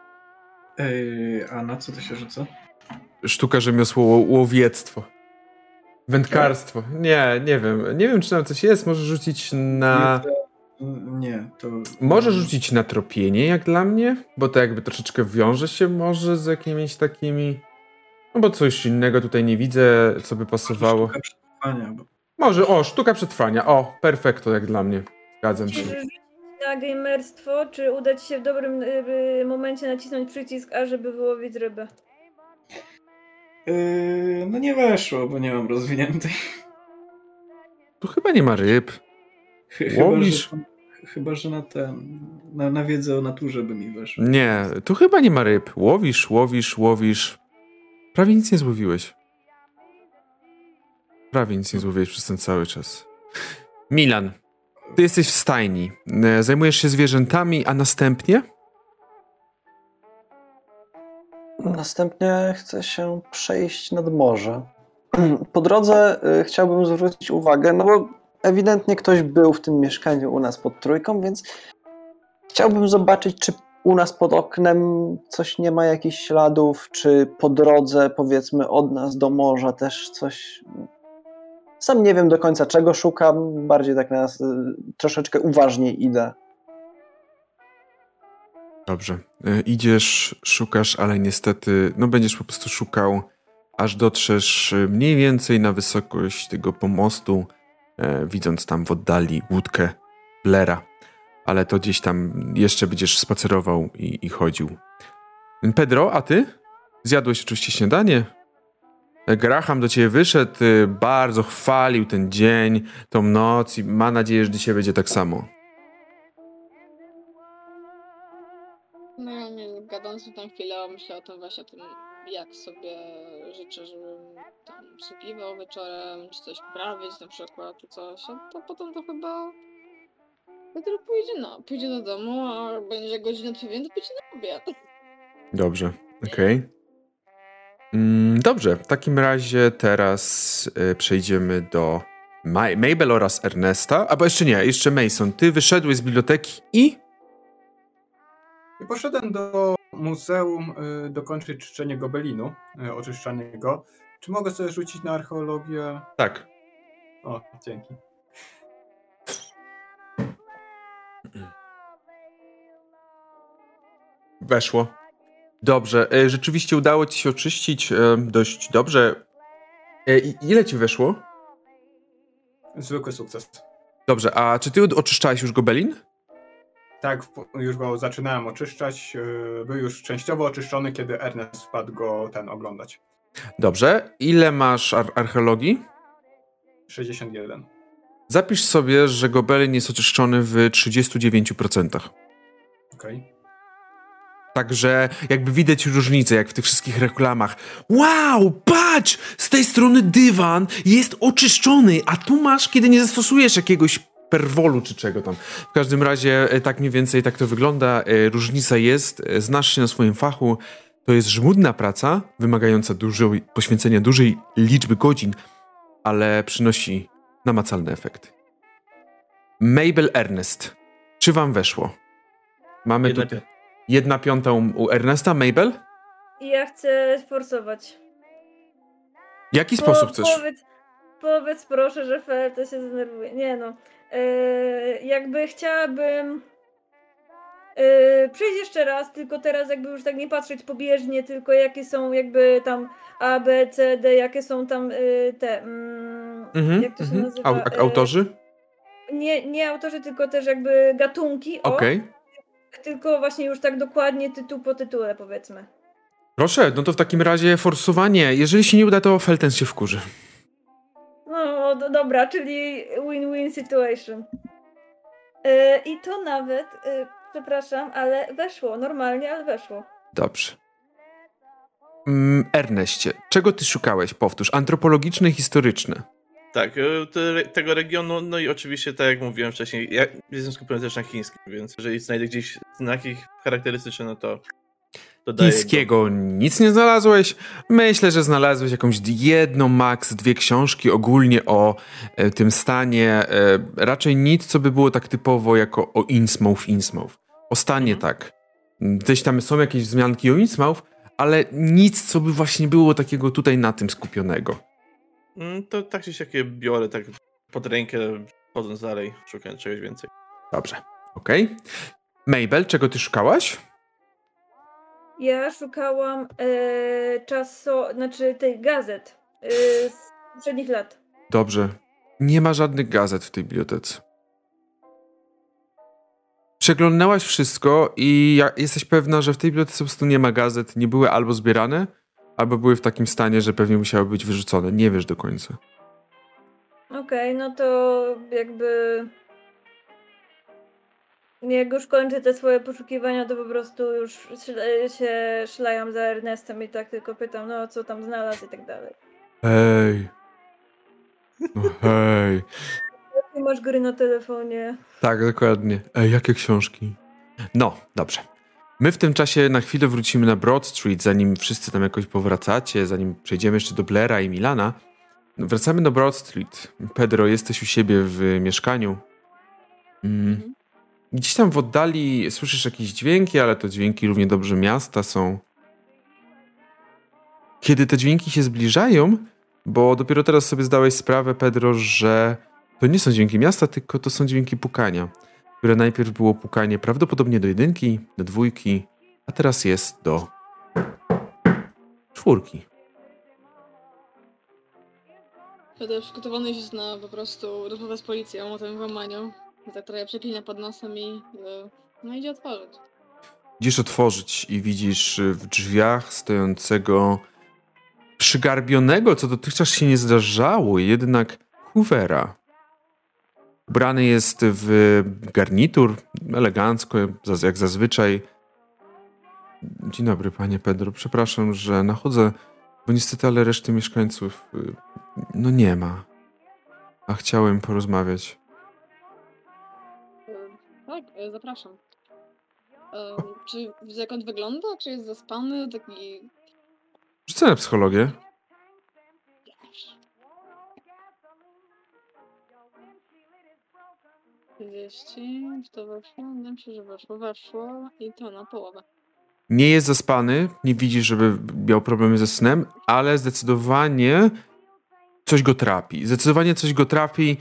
A na co to się rzuca? Sztuka, rzemiosło, łowiectwo. Wędkarstwo. Nie wiem. Nie wiem, czy tam coś jest. Może rzucić na... Nie, to... Może rzucić na tropienie, jak dla mnie, bo to jakby troszeczkę wiąże się może z jakimiś takimi... No bo coś innego tutaj nie widzę, co by pasowało. Sztuka przetrwania. Może, sztuka przetrwania. Perfekto, jak dla mnie. Zgadzam się. Czy rzucić na gamerstwo, czy uda ci się w dobrym momencie nacisnąć przycisk A, żeby wyłowić rybę? No nie weszło, bo nie mam rozwiniętej. Tu chyba nie ma ryb. Łowisz? Chyba, że na wiedzę o naturze by mi weszło. Nie, tu chyba nie ma ryb. Łowisz. Prawie nic nie złowiłeś. Prawie nic nie złowiłeś przez ten cały czas. Milan, ty jesteś w stajni. Zajmujesz się zwierzętami, a następnie? Następnie chcę się przejść nad morze. Po drodze chciałbym zwrócić uwagę, no bo ewidentnie ktoś był w tym mieszkaniu u nas pod Trójką, więc chciałbym zobaczyć, czy u nas pod oknem coś nie ma jakichś śladów, czy po drodze, powiedzmy, od nas do morza też coś... Sam nie wiem do końca, czego szukam, bardziej tak na nas troszeczkę uważniej idę. Dobrze. Idziesz, szukasz, ale niestety, no będziesz po prostu szukał, aż dotrzesz mniej więcej na wysokość tego pomostu, widząc tam w oddali łódkę Blaira. Ale to gdzieś tam jeszcze będziesz spacerował i chodził. Pedro, a ty? Zjadłeś oczywiście śniadanie? Graham do ciebie wyszedł, bardzo chwalił ten dzień, tą noc i ma nadzieję, że dzisiaj będzie tak samo. No ja nie gadam z tą chwilę, myślę o tym właśnie, o tym jak sobie życzę, żebym tam słuchiwał wieczorem, czy coś poprawić na przykład, czy coś, a to potem to chyba Pedro pójdzie do domu, a będzie godzina przewinięta, to pójdzie na obiad. Dobrze, okej. Dobrze, w takim razie teraz przejdziemy do Mabel oraz Ernesta, albo jeszcze nie, jeszcze Mason. Ty wyszedłeś z biblioteki i poszedłem do muzeum dokończyć czyszczenie gobelinu, oczyszczanie go. Czy mogę sobie rzucić na archeologię? tak. O, dzięki. Weszło. Dobrze, rzeczywiście udało ci się oczyścić dość dobrze. Ile ci weszło? Zwykły sukces. Dobrze, a czy ty oczyszczałeś już gobelin? Tak, już go zaczynałem oczyszczać. Był już częściowo oczyszczony, kiedy Ernest wpadł go oglądać. Dobrze, ile masz archeologii? 61. Zapisz sobie, że gobelin jest oczyszczony w 39%. Okej. Także jakby widać różnicę, jak w tych wszystkich reklamach. Wow, patrz! Z tej strony dywan jest oczyszczony, a tu masz, kiedy nie zastosujesz jakiegoś perwolu czy czego tam. W każdym razie tak mniej więcej tak to wygląda. Różnica jest, znasz się na swoim fachu. To jest żmudna praca, wymagająca poświęcenia dużej liczby godzin, ale przynosi namacalny efekt. Mabel, Ernest, czy wam weszło? Mamy tutaj 1/5 u Ernesta. Mabel? Ja chcę forsować. W jaki sposób chcesz? Powiedz proszę, że Felta się zdenerwuje. Nie no. Jakby chciałabym przejść jeszcze raz, tylko teraz jakby już tak nie patrzeć pobieżnie, tylko jakie są jakby tam A, B, C, D, jakie są tam te... jak to się nazywa? Autorzy? Nie autorzy, tylko też jakby gatunki. Okej. Tylko właśnie już tak dokładnie tytuł po tytule, powiedzmy. Proszę, no to w takim razie forsowanie. Jeżeli się nie uda, to Felten się wkurzy. No dobra, czyli win-win situation. I to nawet, przepraszam, ale weszło. Normalnie, ale weszło. Dobrze. Erneście, czego ty szukałeś? Powtórz. Antropologiczne, historyczne. Tak, tego regionu, no i oczywiście, tak jak mówiłem wcześniej, ja jestem skupiony też na chińskim, więc jeżeli znajdę gdzieś znaki charakterystyczne, no to daję. Chińskiego nic nie znalazłeś? Myślę, że znalazłeś jakąś jedną, max 2 książki ogólnie o tym stanie. Raczej nic, co by było tak typowo jako o Innsmouth. O stanie tak. Gdzieś tam są jakieś wzmianki o Innsmouth, ale nic, co by właśnie było takiego tutaj na tym skupionego. To tak czy siak je biorę tak pod rękę, chodząc dalej, szukając czegoś więcej. Dobrze, okej. Mabel, czego ty szukałaś? Ja szukałam tych gazet z poprzednich lat. Dobrze. Nie ma żadnych gazet w tej bibliotece. Przeglądnęłaś wszystko i jesteś pewna, że w tej bibliotece po prostu nie ma gazet, nie były albo zbierane, albo były w takim stanie, że pewnie musiały być wyrzucone. Nie wiesz do końca. Okej, no to jakby... Jak już kończę te swoje poszukiwania, to po prostu już się szlajam za Ernestem i tak tylko pytam, no co tam znalazł i tak dalej. Hej. No hej. Jakie masz gry na telefonie? Tak, dokładnie. Jakie książki? No, dobrze. My w tym czasie na chwilę wrócimy na Broad Street, zanim wszyscy tam jakoś powracacie, zanim przejdziemy jeszcze do Blaira i Milana. Wracamy do Broad Street. Pedro, jesteś u siebie w mieszkaniu. Gdzieś tam w oddali słyszysz jakieś dźwięki, ale to dźwięki równie dobrze miasta są. Kiedy te dźwięki się zbliżają, bo dopiero teraz sobie zdałeś sprawę, Pedro, że to nie są dźwięki miasta, tylko to są dźwięki pukania, które najpierw było pukanie prawdopodobnie do 1, do 2, a teraz jest do 4. Wtedy przygotowany jest na po prostu rozmowę z policją o tym włamaniu. Tak trochę przeklina pod nosem i no idzie otworzyć. Idziesz otworzyć i widzisz w drzwiach stojącego przygarbionego, co dotychczas się nie zdarzało, jednak Hoovera. Ubrany jest w garnitur, elegancko, jak zazwyczaj. Dzień dobry, panie Pedro. Przepraszam, że nachodzę, bo niestety, ale reszty mieszkańców no nie ma. A chciałem porozmawiać. Tak, zapraszam. Czy jak on wygląda? Czy jest zaspany? Taki... Rzucę na psychologię. To weszło, wydaje mi się, że weszło i to na połowę. Nie jest zaspany, nie widzi, żeby miał problemy ze snem, ale zdecydowanie coś go trapi.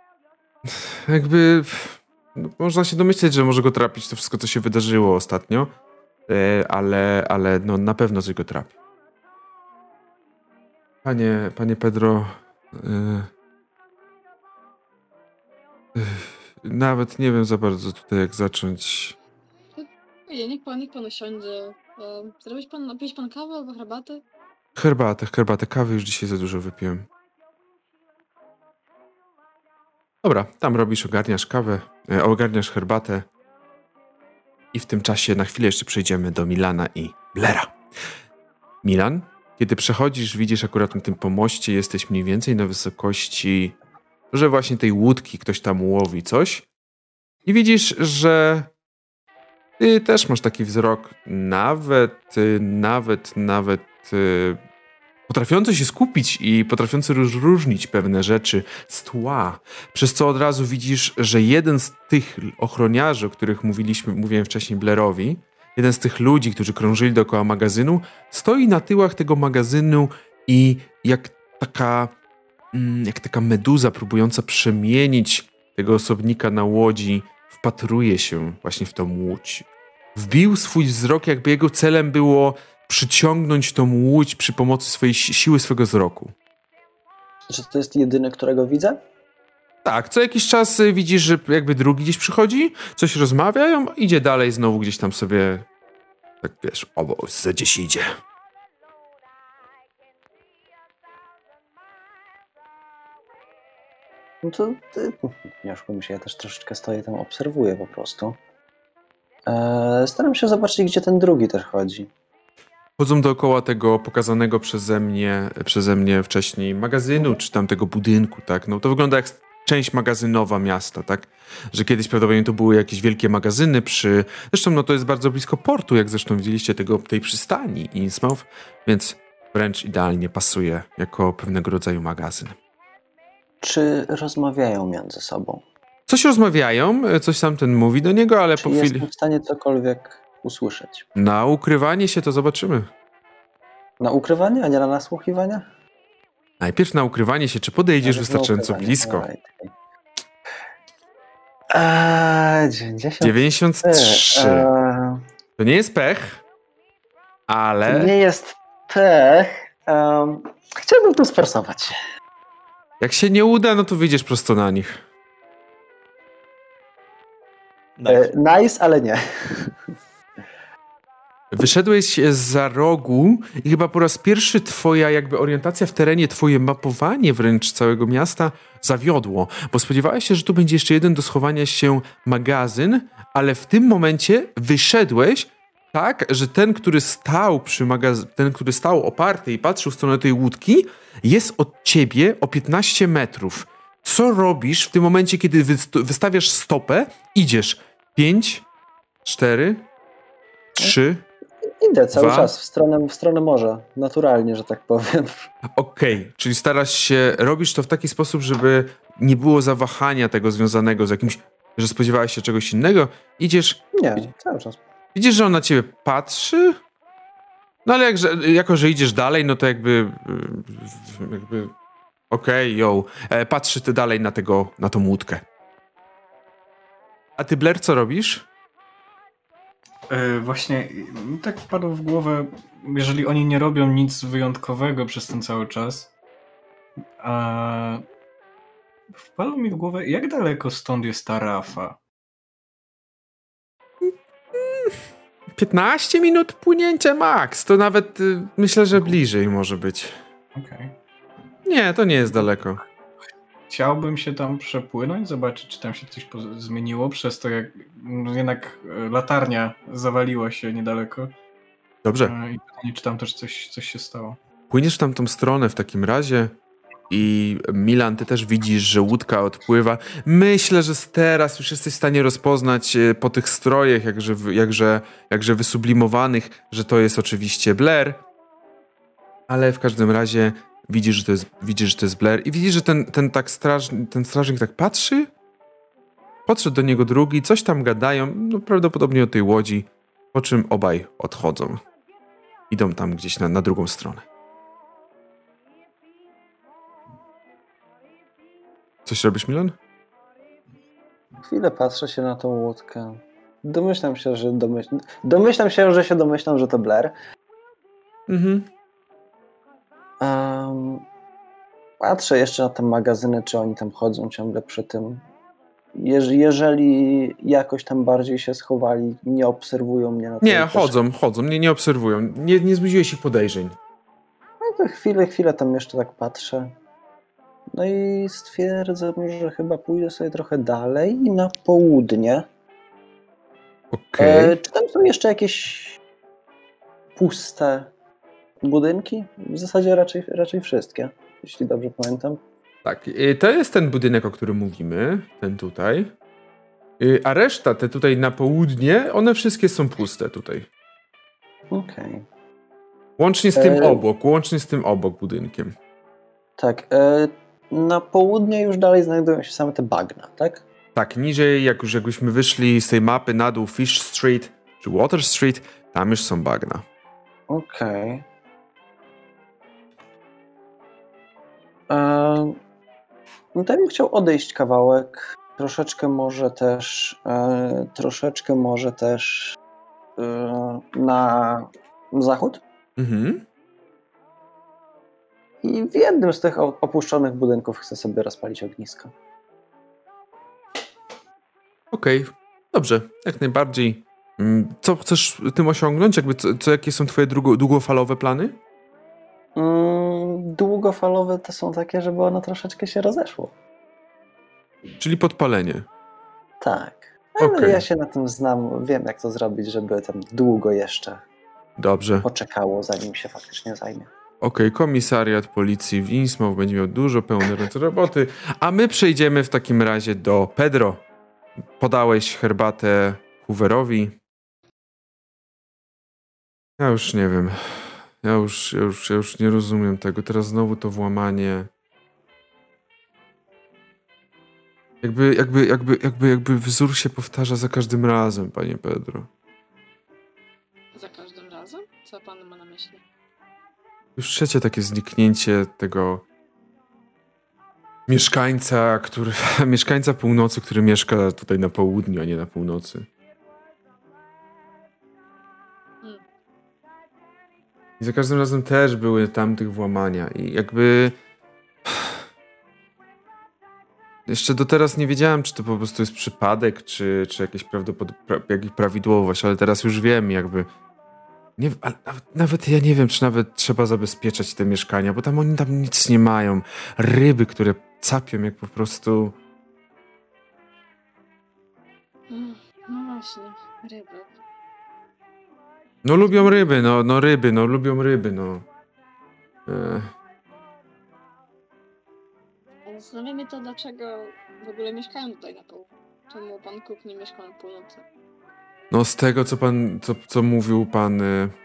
Jakby można się domyśleć, że może go trapić to wszystko, co się wydarzyło ostatnio, ale no, na pewno coś go trapi. Panie Pedro, nawet nie wiem za bardzo tutaj, jak zacząć. Niech pan usiądzie. Pije pan kawę albo herbatę? Herbatę. Kawy już dzisiaj za dużo wypiłem. Dobra, tam robisz, ogarniasz kawę, ogarniasz herbatę i w tym czasie na chwilę jeszcze przejdziemy do Milana i Blaira. Milan, kiedy przechodzisz, widzisz akurat na tym pomoście, jesteś mniej więcej na wysokości, że właśnie tej łódki ktoś tam łowi coś i widzisz, że ty też masz taki wzrok nawet potrafiący się skupić i potrafiący rozróżnić pewne rzeczy z tła, przez co od razu widzisz, że jeden z tych ochroniarzy, o których mówiłem wcześniej Blairowi, jeden z tych ludzi, którzy krążyli dookoła magazynu, stoi na tyłach tego magazynu i jak taka meduza próbująca przemienić tego osobnika na łodzi, wpatruje się właśnie w tą łódź. Wbił swój wzrok, jakby jego celem było przyciągnąć tą łódź przy pomocy swojej siły, swego wzroku. Czy to jest jedyny, którego widzę? Tak, co jakiś czas widzisz, że jakby drugi gdzieś przychodzi, coś rozmawiają, idzie dalej, znowu gdzieś tam sobie, tak wiesz, gdzieś idzie. No to nie oszukujmy się, ja też troszeczkę stoję tam, obserwuję po prostu. Staram się zobaczyć, gdzie ten drugi też chodzi. Chodzą dookoła tego pokazanego przeze mnie wcześniej magazynu, czy tam tego budynku, tak? No to wygląda jak część magazynowa miasta, tak? Że kiedyś prawdopodobnie to były jakieś wielkie magazyny zresztą no to jest bardzo blisko portu, jak zresztą widzieliście tej przystani Innsmouth, więc wręcz idealnie pasuje jako pewnego rodzaju magazyn. Czy rozmawiają między sobą? Coś rozmawiają, coś tamten mówi do niego, ale po chwili... jestem w stanie cokolwiek usłyszeć? Na ukrywanie się to zobaczymy. Na ukrywanie, a nie na nasłuchiwanie? Najpierw na ukrywanie się, czy podejdziesz wystarczająco blisko. 93. To nie jest pech, ale... To nie jest pech. Chciałbym to sforsować. Jak się nie uda, no to wyjdziesz prosto na nich. Nice, ale nie. Wyszedłeś za rogu i chyba po raz pierwszy twoja jakby orientacja w terenie, twoje mapowanie wręcz całego miasta zawiodło, bo spodziewałeś się, że tu będzie jeszcze jeden do schowania się magazyn, ale w tym momencie wyszedłeś tak, że ten, który stał ten, który stał oparty i patrzył w stronę tej łódki, jest od ciebie o 15 metrów. Co robisz w tym momencie, kiedy wystawiasz stopę? Idziesz 5, 4, 3... Idę cały czas w stronę morza. Naturalnie, że tak powiem. Okej, czyli starasz się, robisz to w taki sposób, żeby nie było zawahania tego związanego z jakimś, że spodziewałeś się czegoś innego. Idziesz... Nie, cały czas. Widzisz, że on na ciebie patrzy? No ale jako, że idziesz dalej, no to jakby okej, patrzy ty dalej na tą łódkę. A ty, Blair, co robisz? Właśnie tak wpadło w głowę, jeżeli oni nie robią nic wyjątkowego przez ten cały czas, wpadło mi w głowę, jak daleko stąd jest ta rafa? 15 minut płynięcia max. To nawet myślę, że bliżej może być. Okej. Nie, to nie jest daleko. Chciałbym się tam przepłynąć, zobaczyć, czy tam się coś zmieniło przez to, jak jednak latarnia zawaliła się niedaleko. Dobrze. I pytanie, czy tam też coś się stało. Płyniesz w tamtą stronę w takim razie i Milan, ty też widzisz, że łódka odpływa. Myślę, że teraz już jesteś w stanie rozpoznać po tych strojach, jakże wysublimowanych, że to jest oczywiście Blair. Ale w każdym razie widzisz, że to jest Blair i widzisz, że ten strażnik tak patrzy. Podszedł do niego drugi, coś tam gadają, no prawdopodobnie o tej łodzi, po czym obaj odchodzą. Idą tam gdzieś na drugą stronę. Coś robisz, Milan? Chwilę patrzę się na tą łódkę. Domyślam się, że domyślam, że to Blair. Mhm. Patrzę jeszcze na te magazyny, czy oni tam chodzą ciągle przy tym. Jeżeli jakoś tam bardziej się schowali, nie obserwują mnie na tym. Nie, chodzą, nie obserwują. Nie zbudziłeś ich podejrzeń. No to chwilę tam jeszcze tak patrzę. No i stwierdzam, że chyba pójdę sobie trochę dalej i na południe. Okej. Czy tam są jeszcze jakieś puste budynki? W zasadzie raczej wszystkie, jeśli dobrze pamiętam. Tak, to jest ten budynek, o którym mówimy, ten tutaj. A reszta, te tutaj na południe, one wszystkie są puste tutaj. Okej. Łącznie z tym obok budynkiem. Tak, na południe już dalej znajdują się same te bagna, tak? Tak, niżej, jakbyśmy wyszli z tej mapy na dół Fish Street czy Water Street, tam już są bagna. Okej. No to ja bym chciał odejść kawałek, troszeczkę może też na zachód. Mhm. I w jednym z tych opuszczonych budynków chcę sobie rozpalić ognisko. Okej, dobrze, jak najbardziej. Co chcesz tym osiągnąć? Jakie są twoje długofalowe plany? Długofalowe to są takie, żeby ono troszeczkę się rozeszło. Czyli podpalenie. Tak. Ale ja się na tym znam, wiem jak to zrobić, żeby tam długo jeszcze poczekało, zanim się faktycznie zajmie. Okej, komisariat policji w Innsmouth będzie miał dużo pełne ręce roboty, a my przejdziemy w takim razie do Pedro. Podałeś herbatę Hooverowi. Ja już nie wiem. Ja już nie rozumiem tego. Teraz znowu to włamanie. Jakby wzór się powtarza za każdym razem, panie Pedro. Za każdym razem? Co pan ma na myśli? Już trzecie takie zniknięcie tego mieszkańca północy, który mieszka tutaj na południu, a nie na północy. I za każdym razem też były tamtych włamania i jakby... Jeszcze do teraz nie wiedziałem, czy to po prostu jest przypadek, czy jakieś prawidłowość, ale teraz już wiem, jakby... Nie, nawet ja nie wiem, czy nawet trzeba zabezpieczać te mieszkania, bo oni tam nic nie mają. Ryby, które capią jak po prostu... No właśnie, ryby. No lubią ryby, lubią ryby. Zastanawia mnie to, dlaczego w ogóle mieszkają tutaj na pół. Czemu pan Cook nie mieszka na północy? No z tego, co mówił pan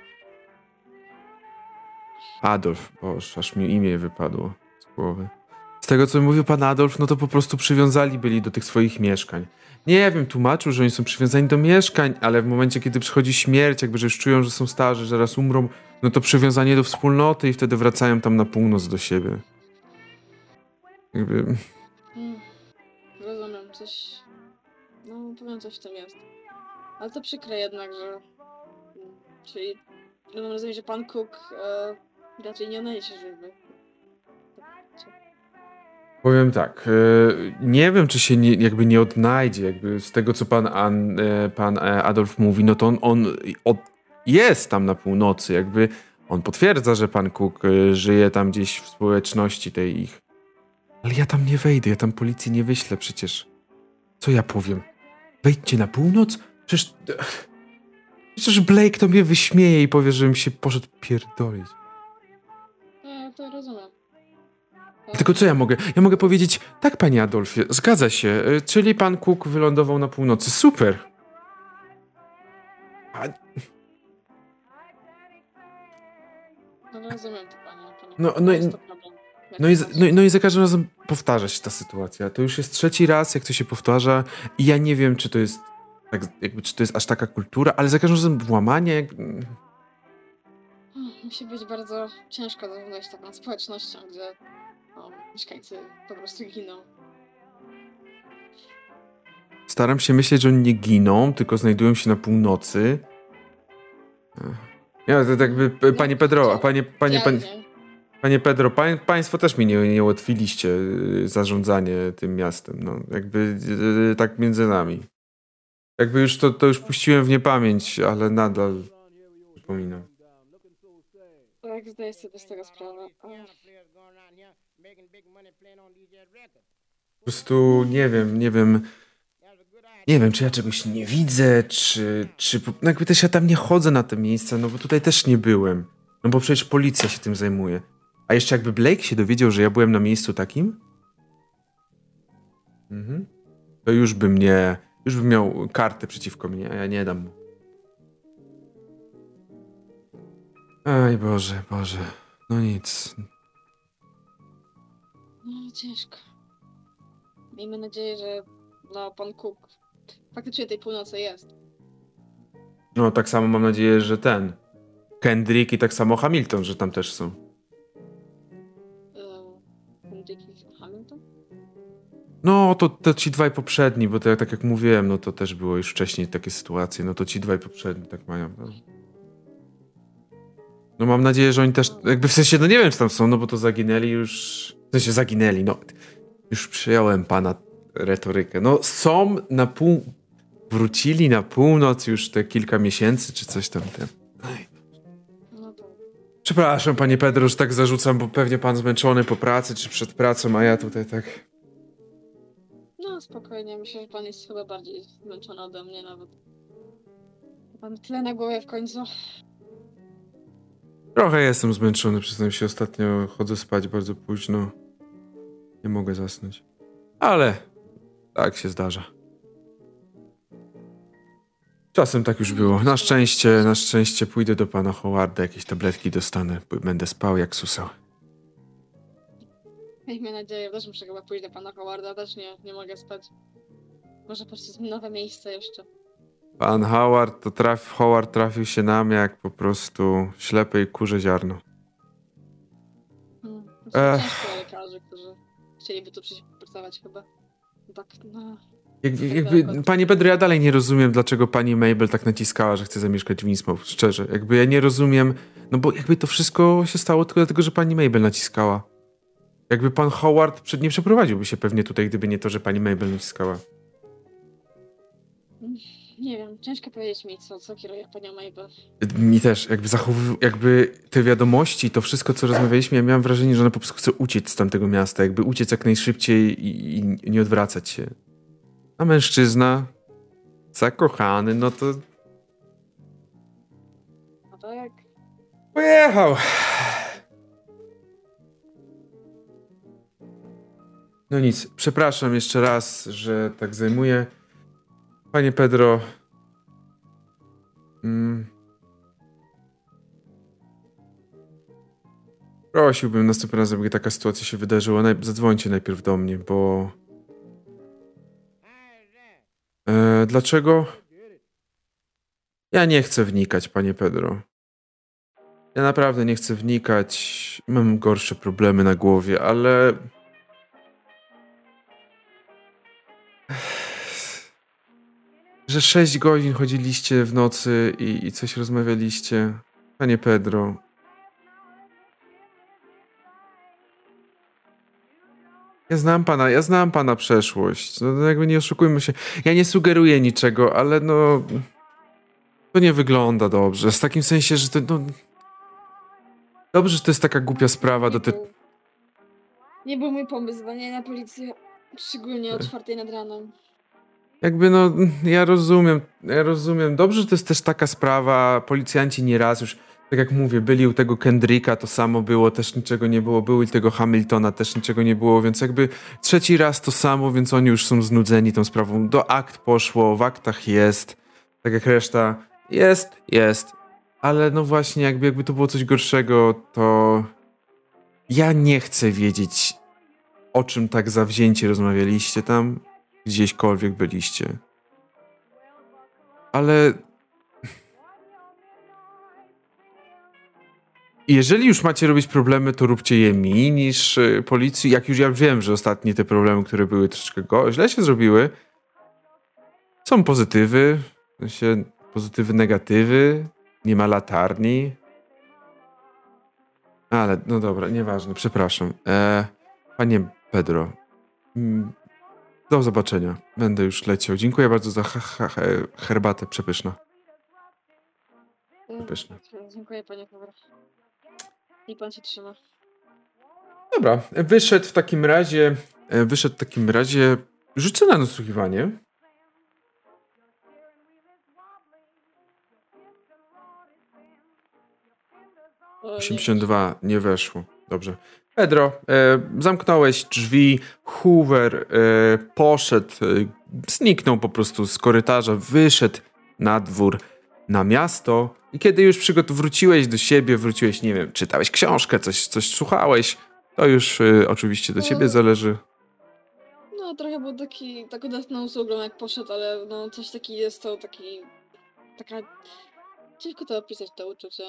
Adolf, boż, aż mi imię wypadło z głowy. Z tego, co mówił pan Adolf, no to po prostu przywiązali byli do tych swoich mieszkań. Nie wiem, tłumaczył, że oni są przywiązani do mieszkań, ale w momencie, kiedy przychodzi śmierć, jakby, że już czują, że są starzy, że raz umrą, no to przywiązanie do wspólnoty i wtedy wracają tam na północ do siebie. Jakby... Rozumiem, coś... No, powiem, coś w tym jest. Ale to przykre jednak, że... Czyli... No mam rozumiem, że pan Cook raczej nie odnajdzie się żywy. Powiem tak, nie wiem, czy się nie odnajdzie, jakby z tego, co pan Adolf mówi, no to on jest tam na północy, jakby on potwierdza, że pan Cook żyje tam gdzieś w społeczności tej ich. Ale ja tam nie wejdę, ja tam policji nie wyślę przecież. Co ja powiem? Wejdźcie na północ? Przecież Blake to mnie wyśmieje i powie, żebym się poszedł pierdolić. No, to rozumiem. Tylko co ja mogę? Ja mogę powiedzieć, tak, panie Adolfie, zgadza się, czyli pan Cook wylądował na północy. Super! No rozumiem to, panie. No i za każdym razem powtarza się ta sytuacja. To już jest 3. raz, jak to się powtarza i ja nie wiem, czy to jest tak, jakby, czy to jest aż taka kultura, ale za każdym razem włamanie... Musi być bardzo ciężko zarządzać taką społecznością, gdzie mieszkańcy po prostu giną. Staram się myśleć, że oni nie giną, tylko znajdują się na północy. Ja, to jakby, panie Pedro, panie Pedro, państwo też mi nie ułatwiliście zarządzanie tym miastem. No, jakby tak między nami. Jakby już to już puściłem w niepamięć, ale nadal przypominam. Tak, zdaję sobie z tego sprawę. Po prostu nie wiem, czy ja czegoś nie widzę, czy no jakby też ja tam nie chodzę na te miejsca, no bo tutaj też nie byłem. No bo przecież policja się tym zajmuje. A jeszcze jakby Blake się dowiedział, że ja byłem na miejscu takim, to już bym miał kartę przeciwko mnie, a ja nie dam mu. Aj, Boże. No nic. No, ciężko. Miejmy nadzieję, że pan Cook faktycznie tej północy jest. No, tak samo mam nadzieję, że Kendrick i tak samo Hamilton, że tam też są. Kendrick i Hamilton? No, to ci dwaj poprzedni, bo to tak jak mówiłem, no to też było już wcześniej takie sytuacje, no to ci dwaj poprzedni tak mają. No mam nadzieję, że oni też, jakby w sensie, no nie wiem, czy tam są, no bo to zaginęli już, w sensie zaginęli, no już przyjąłem pana retorykę. No są wrócili na północ już te kilka miesięcy, czy coś tam. Przepraszam, panie Pedro, że tak zarzucam, bo pewnie pan zmęczony po pracy, czy przed pracą, a ja tutaj tak... No spokojnie, myślę, że pan jest chyba bardziej zmęczony ode mnie nawet. Mam tyle na głowie w końcu. Trochę jestem zmęczony, przyznam się, ostatnio chodzę spać bardzo późno. Nie mogę zasnąć. Ale tak się zdarza. Czasem tak już było. Na szczęście pójdę do pana Howarda, jakieś tabletki dostanę. Będę spał jak susał. Miejmy nadzieję, też muszę chyba pójść do pana Howarda, też nie mogę spać. Może po prostu nowe miejsce jeszcze. Pan Howard, Howard trafił się nam jak po prostu ślepe i kurze ziarno. Ciężko lekarzy, którzy chcieliby tu przyjść pracować chyba. Tak, no. Panie Pedro, ja dalej nie rozumiem, dlaczego pani Mabel tak naciskała, że chce zamieszkać w Innsmouth. Szczerze, jakby ja nie rozumiem, no bo jakby to wszystko się stało tylko dlatego, że pani Mabel naciskała. Jakby pan Howard nie przeprowadziłby się pewnie tutaj, gdyby nie to, że pani Mabel naciskała. Nie wiem, ciężko powiedzieć mi, co kieruje panią Mabel. Mi też, jakby te wiadomości, to wszystko, co rozmawialiśmy, ja miałem wrażenie, że ona po prostu chce uciec z tamtego miasta, jakby uciec jak najszybciej i nie odwracać się. A mężczyzna zakochany, no to... No to jak? Pojechał! No nic, przepraszam jeszcze raz, że tak zajmuję. Panie Pedro... Prosiłbym następnym razem, gdy taka sytuacja się wydarzyła, zadzwońcie najpierw do mnie, bo... Dlaczego? Ja nie chcę wnikać, panie Pedro. Ja naprawdę nie chcę wnikać. Mam gorsze problemy na głowie, ale... Że 6 godzin chodziliście w nocy i coś rozmawialiście. Panie Pedro. Ja znam pana przeszłość. No jakby nie oszukujmy się. Ja nie sugeruję niczego, ale no... To nie wygląda dobrze. W takim sensie, że to... No, dobrze, że to jest taka głupia sprawa. Nie był mój pomysł dzwonienia na policję. Szczególnie o 4 nad ranem. Jakby no, ja rozumiem. Dobrze, że to jest też taka sprawa. Policjanci nieraz już, tak jak mówię, byli u tego Kendricka, to samo było, też niczego nie było. Były u tego Hamiltona, też niczego nie było, więc jakby 3. raz to samo, więc oni już są znudzeni tą sprawą. Do akt poszło, w aktach jest, tak jak reszta. Jest. Ale no właśnie, jakby to było coś gorszego, to ja nie chcę wiedzieć, o czym tak zawzięcie rozmawialiście tam, gdzieśkolwiek byliście. Ale jeżeli już macie robić problemy, to róbcie je mi niż policji. Jak już ja wiem, że ostatnie te problemy, które były troszeczkę źle się zrobiły, są pozytywy, w sensie pozytywy, negatywy, nie ma latarni. Ale, no dobra, nieważne, przepraszam. Panie Pedro, do zobaczenia. Będę już leciał. Dziękuję bardzo za herbatę, przepyszna. Przepyszna. Dziękuję, panie Pedro. I pan się trzyma. Dobra, wyszedł w takim razie, rzucę na nasłuchiwanie. 82, nie weszło. Dobrze. Pedro, zamknąłeś drzwi, Hoover poszedł, zniknął po prostu z korytarza, wyszedł na dwór, na miasto i kiedy już wróciłeś do siebie, nie wiem, czytałeś książkę, coś słuchałeś, to już oczywiście do ciebie zależy. No, trochę był tak odetchnął z uglą jak poszedł, ale no coś taki jest to, taka... Ciężko to opisać, to uczucie.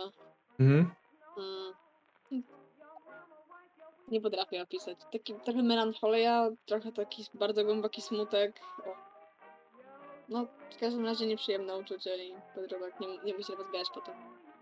Nie potrafię opisać. Trochę melancholia, trochę taki bardzo głęboki smutek. No, w każdym razie nieprzyjemne uczucie i Pedro tak nie musi rozbierać potem.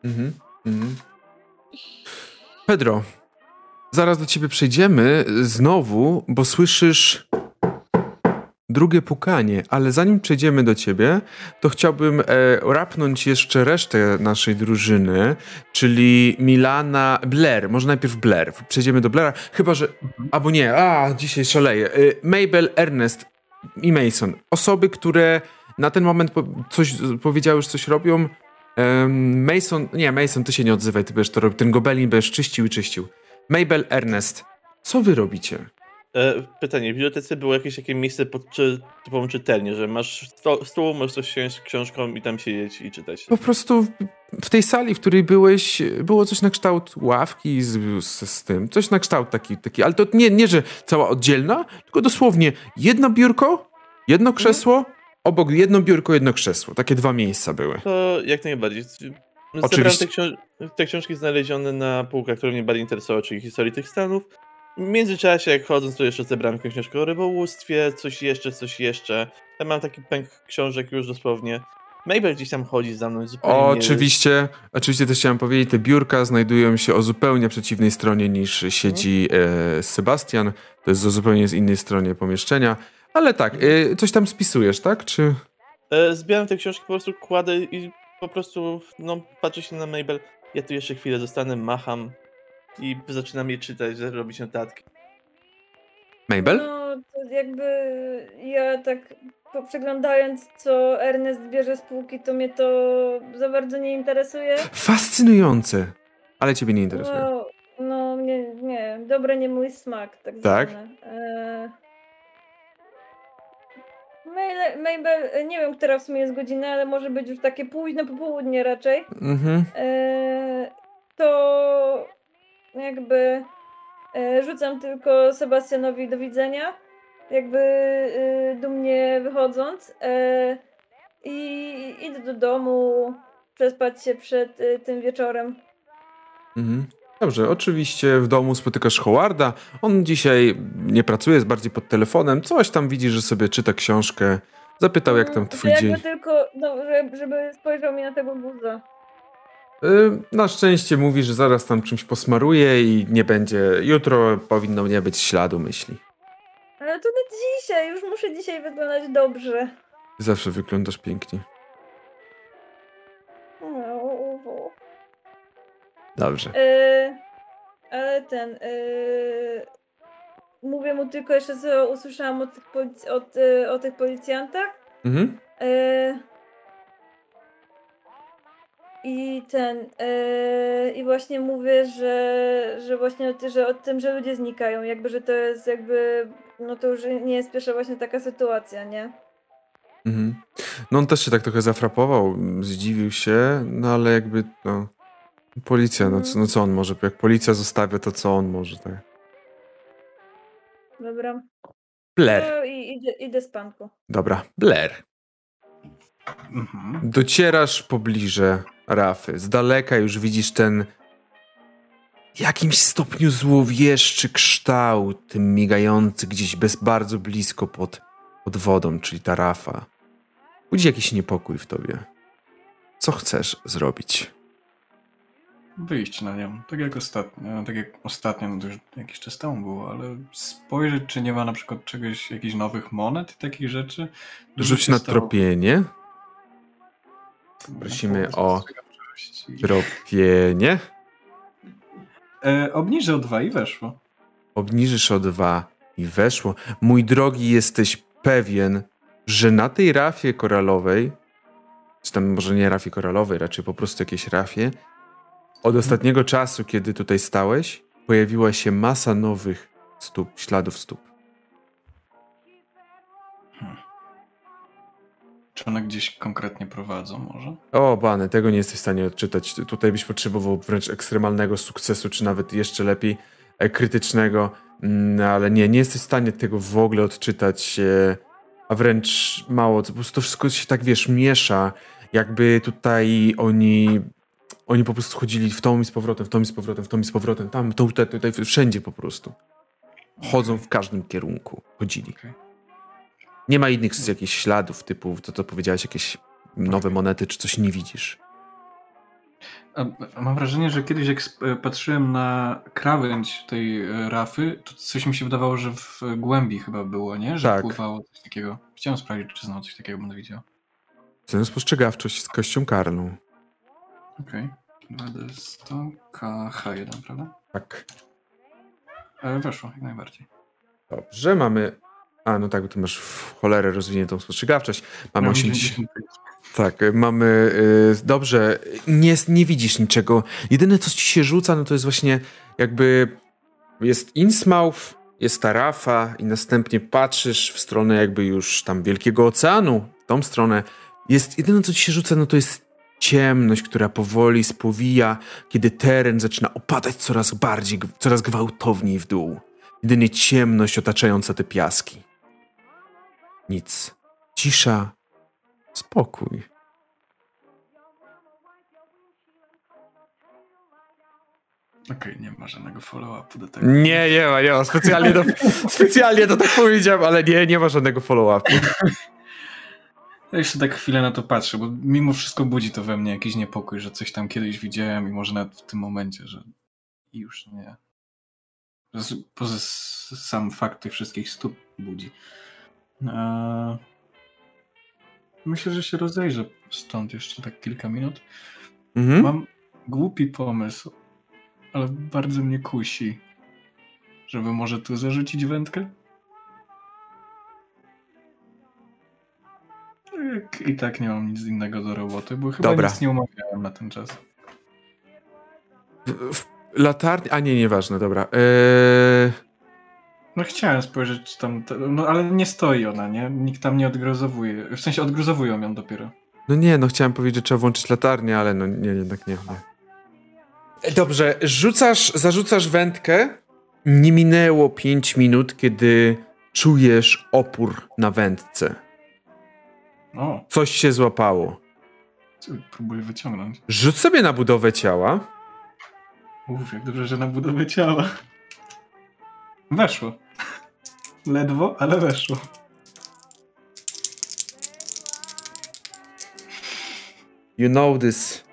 Pedro, zaraz do ciebie przejdziemy znowu, bo słyszysz drugie pukanie, ale zanim przejdziemy do ciebie, to chciałbym rapnąć jeszcze resztę naszej drużyny, czyli Milana, Blair, może najpierw Blair, przejdziemy do Blaira, chyba że, albo nie, dzisiaj szaleję, Mabel, Ernest i Mason, osoby, które na ten moment coś powiedziały, że coś robią. Mason, ty się nie odzywaj, ty będziesz to robił, ten gobelin będziesz czyścił. Mabel, Ernest, co wy robicie? Pytanie, w bibliotece było jakieś takie miejsce typową czytelnię, że masz stół, możesz coś siąść z książką i tam siedzieć i czytać. Po prostu w tej sali, w której byłeś, było coś na kształt ławki z tym, coś na kształt taki, ale to nie, że cała oddzielna, tylko dosłownie jedno biurko, jedno krzesło, obok jedno biurko, jedno krzesło. Takie 2 miejsca były. To jak najbardziej. Oczywiście. Te książki znalezione na półkach, które mnie bardziej interesowały, czyli historii tych stanów. W międzyczasie, jak chodząc, to jeszcze zebrałem książkę o rybołówstwie, coś jeszcze. Ja mam taki pęk książek już dosłownie. Mabel gdzieś tam chodzi za mną zupełnie. Oczywiście też chciałem powiedzieć, te biurka znajdują się o zupełnie przeciwnej stronie niż siedzi Sebastian. To jest zupełnie z innej stronie pomieszczenia. Ale tak, coś tam spisujesz, tak? Czy... Zbieram te książki, po prostu kładę i po prostu patrzę się na Mabel. Ja tu jeszcze chwilę zostanę, macham i zaczynam je czytać, robić notatki. Mabel? No, to jakby ja tak przeglądając, co Ernest bierze z półki, to mnie to za bardzo nie interesuje. Fascynujące, ale ciebie nie interesuje. No mnie nie, dobre nie mój smak, tak zwane. Mabel, nie wiem, która w sumie jest godzina, ale może być już takie późne popołudnie raczej. To jakby rzucam tylko Sebastianowi do widzenia, jakby dumnie wychodząc, i idę do domu przespać się przed tym wieczorem. Dobrze, oczywiście w domu spotykasz Howarda. On dzisiaj nie pracuje, jest bardziej pod telefonem. Coś tam widzi, że sobie czyta książkę. Zapytał, jak tam twój dzień. Jakby tylko, żeby spojrzał mi na tego guza. Na szczęście mówi, że zaraz tam czymś posmaruje i nie będzie. Jutro powinno nie być śladu myśli. Ale to na dzisiaj, już muszę dzisiaj wyglądać dobrze. Ty zawsze wyglądasz pięknie. Dobrze. Ale mówię mu tylko jeszcze, co usłyszałam o tych policjantach. I właśnie mówię, że właśnie że o tym, że ludzie znikają, jakby, że to jest jakby, no to już nie jest pierwsza właśnie taka sytuacja, nie? No on też się tak trochę zafrapował, zdziwił się, no ale jakby, policja, no co on może, jak policja zostawia, to co on może, tak? Dobra. Blair. No i idę spanku. Dobra, Blair. Docierasz pobliże Rafy. Z daleka już widzisz ten w jakimś stopniu złowieszczy kształt, migający gdzieś bardzo blisko pod wodą, czyli ta Rafa. Budzi jakiś niepokój w tobie. Co chcesz zrobić? Wyjść na nią, tak jak ostatnio, no to już jakiś czas temu było, ale spojrzeć, czy nie ma na przykład jakichś nowych monet i takich rzeczy. Rzuć na tropienie. Prosimy o tropienie. Obniżę o 2 i weszło. Obniżysz o 2 i weszło. Mój drogi, jesteś pewien, że na tej rafie koralowej, czy tam może nie rafie koralowej, raczej po prostu jakiejś rafie, od ostatniego czasu, kiedy tutaj stałeś, pojawiła się masa nowych śladów stóp. Czy one gdzieś konkretnie prowadzą może? O, bany, tego nie jesteś w stanie odczytać. Tutaj byś potrzebował wręcz ekstremalnego sukcesu, czy nawet jeszcze lepiej krytycznego, ale nie jesteś w stanie tego w ogóle odczytać, a wręcz mało, po prostu to wszystko się tak, miesza, jakby tutaj oni po prostu chodzili w tą i z powrotem, w tą i z powrotem, w tą i z powrotem, tam, tutaj, wszędzie po prostu. Chodzą w każdym kierunku. Chodzili. Okay. Nie ma innych jakichś śladów typu, to powiedziałeś, jakieś nowe monety, czy coś nie widzisz. Mam wrażenie, że kiedyś jak patrzyłem na krawędź tej rafy, to coś mi się wydawało, że w głębi chyba było, nie? Że pływało coś takiego. Chciałem sprawdzić, czy znowu coś takiego będę widział. Cena spostrzegawczość z kością karną. Okej. 2D100 KH1, prawda? Tak. Weszło, jak najbardziej. Dobrze, mamy... no tak, bo ty masz w cholerę rozwiniętą spostrzegawczość. Mamy 80... Tak, mamy... Dobrze, nie widzisz niczego. Jedyne, co ci się rzuca, no to jest właśnie jakby... Jest Innsmouth, jest ta rafa i następnie patrzysz w stronę jakby już tam Wielkiego Oceanu, w tą stronę. Jedyne, co ci się rzuca, no to jest ciemność, która powoli spowija, kiedy teren zaczyna opadać coraz gwałtowniej w dół. Jedynie ciemność otaczająca te piaski. Nic. Cisza. Spokój. Okej, nie ma żadnego follow-upu do tego. Nie ma. Specjalnie to tak powiedziałem, ale nie ma żadnego follow-upu. Ja jeszcze tak chwilę na to patrzę, bo mimo wszystko budzi to we mnie jakiś niepokój, że coś tam kiedyś widziałem i może nawet w tym momencie, że już nie. Poza sam fakt tych wszystkich stóp budzi. Myślę, że się rozejrzę stąd jeszcze tak kilka minut. Mam głupi pomysł, ale bardzo mnie kusi, żeby może tu zarzucić wędkę? I tak nie mam nic innego do roboty, bo chyba nic nie umawiałem na ten czas. Latarnia? A nie, nieważne, dobra. No chciałem spojrzeć, czy tam... No ale nie stoi ona, nie? Nikt tam nie odgrozowuje. W sensie odgrozowują ją dopiero. No nie, no chciałem powiedzieć, że trzeba włączyć latarnię, ale no nie, jednak nie. Dobrze, zarzucasz wędkę. Nie minęło 5 minut, kiedy czujesz opór na wędce. O. Coś się złapało. Próbuję wyciągnąć. Rzuć sobie na budowę ciała. Jak dobrze, że na budowę ciała. Weszło. Ledwo, ale weszło. You know this.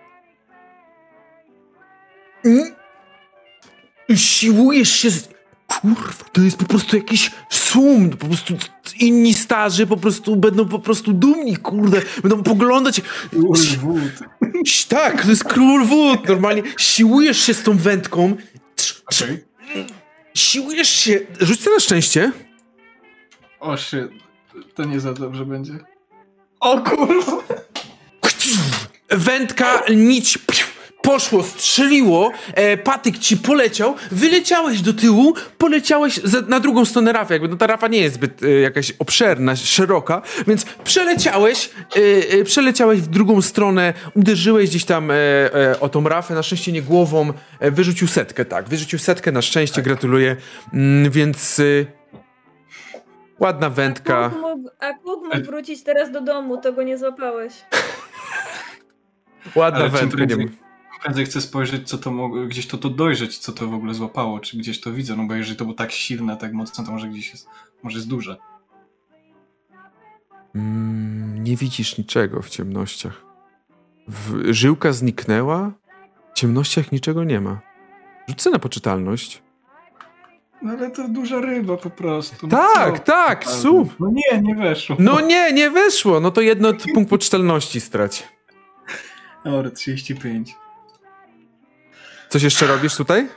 Siłujesz się Kurwa, to jest po prostu jakiś szum, po prostu inni starzy po prostu będą po prostu dumni, kurde, będą poglądać. Król wód. Tak, to jest król wód, normalnie siłujesz się z tą wędką. Okay. Siłujesz się, rzuć sobie na szczęście. O shit, to nie za dobrze będzie. O kurwa! Wędka, nić poszło, strzeliło, patyk ci poleciał, wyleciałeś do tyłu, poleciałeś na drugą stronę rafy, jakby no ta rafa nie jest zbyt jakaś obszerna, szeroka, więc przeleciałeś w drugą stronę, uderzyłeś gdzieś tam o tą rafę, na szczęście nie głową, wyrzucił setkę, na szczęście, gratuluję, więc ładna wędka. A Kuk mógł wrócić teraz do domu, to go nie złapałeś. Ładna wędka, nie wiem. Prędzej chcę spojrzeć, co to mogło, gdzieś to dojrzeć, co to w ogóle złapało, czy gdzieś to widzę, no bo jeżeli to było tak silne, tak mocno, to może gdzieś jest, może jest duże. Nie widzisz niczego w ciemnościach. Żyłka zniknęła, w ciemnościach niczego nie ma. Rzucę na poczytalność. No ale to duża ryba po prostu. No tak, su. No nie weszło. No nie weszło, no to jedno punkt poczytalności strać. Dobra, 35. Coś jeszcze robisz tutaj?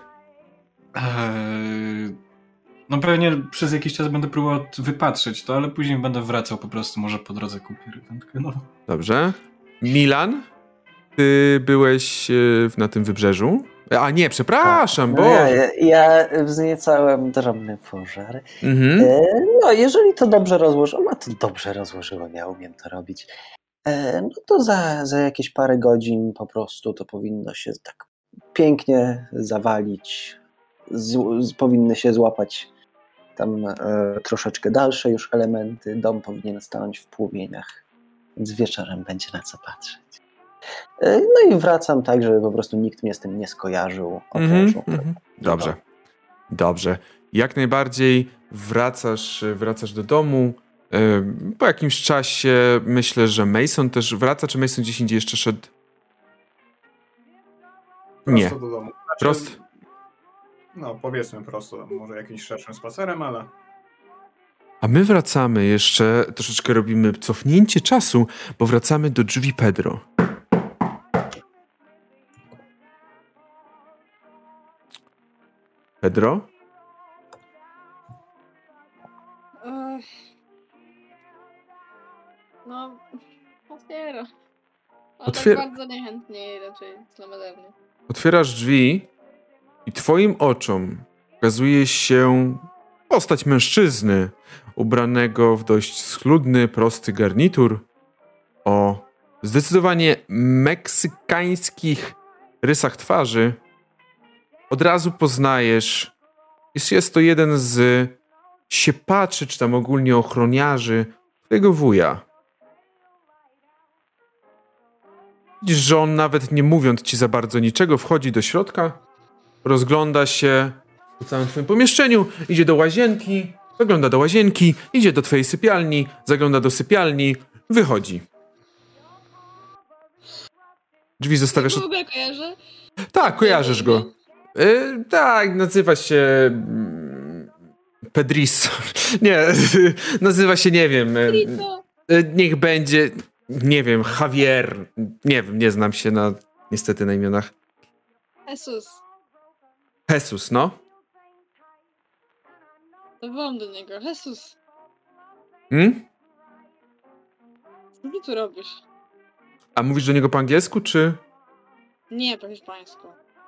No pewnie przez jakiś czas będę próbował wypatrzeć to, ale później będę wracał po prostu, może po drodze kupię wędkę. No. Dobrze. Milan, ty byłeś na tym wybrzeżu? A nie, przepraszam, bo... Ja wzniecałem drobny pożar. No, jeżeli to dobrze rozłożyłem, a to dobrze rozłożyłem, ja umiem to robić, no to za jakieś parę godzin po prostu to powinno się tak pięknie zawalić, powinny się złapać tam troszeczkę dalsze już elementy, dom powinien stanąć w płomieniach, więc wieczorem będzie na co patrzeć. No i wracam tak, żeby po prostu nikt mnie z tym nie skojarzył. Dobrze. Jak najbardziej wracasz do domu. Po jakimś czasie myślę, że Mason też wraca, czy Mason gdzieś indziej jeszcze szedł? Nie. Prosto do domu. No, powiedzmy prosto, może jakimś szerszym spacerem, ale... A my wracamy jeszcze, troszeczkę robimy cofnięcie czasu, bo wracamy do drzwi Pedro. Pedro? No, otwiera. Ale tak bardzo niechętnie i raczej zlamadernie. Otwierasz drzwi i twoim oczom ukazuje się postać mężczyzny ubranego w dość schludny, prosty garnitur o zdecydowanie meksykańskich rysach twarzy. Od razu poznajesz, jest to jeden z siepaczy, czy tam ogólnie ochroniarzy twojego wuja. Widzisz, że on nawet nie mówiąc ci za bardzo niczego, wchodzi do środka, rozgląda się po całym twoim pomieszczeniu, idzie do łazienki, zagląda do łazienki, idzie do twojej sypialni, zagląda do sypialni, wychodzi. Drzwi zostawiasz... W ogóle kojarzę? Tak, kojarzysz go. Tak, nazywa się... Pedriso. Nie, nazywa się, nie wiem... Niech będzie... Nie wiem, Javier. Nie wiem, nie znam się niestety na imionach. Jesus, no. Zawołam do niego. Jesus. Co ty tu robisz? A mówisz do niego po angielsku, czy... Nie, po hiszpańsku.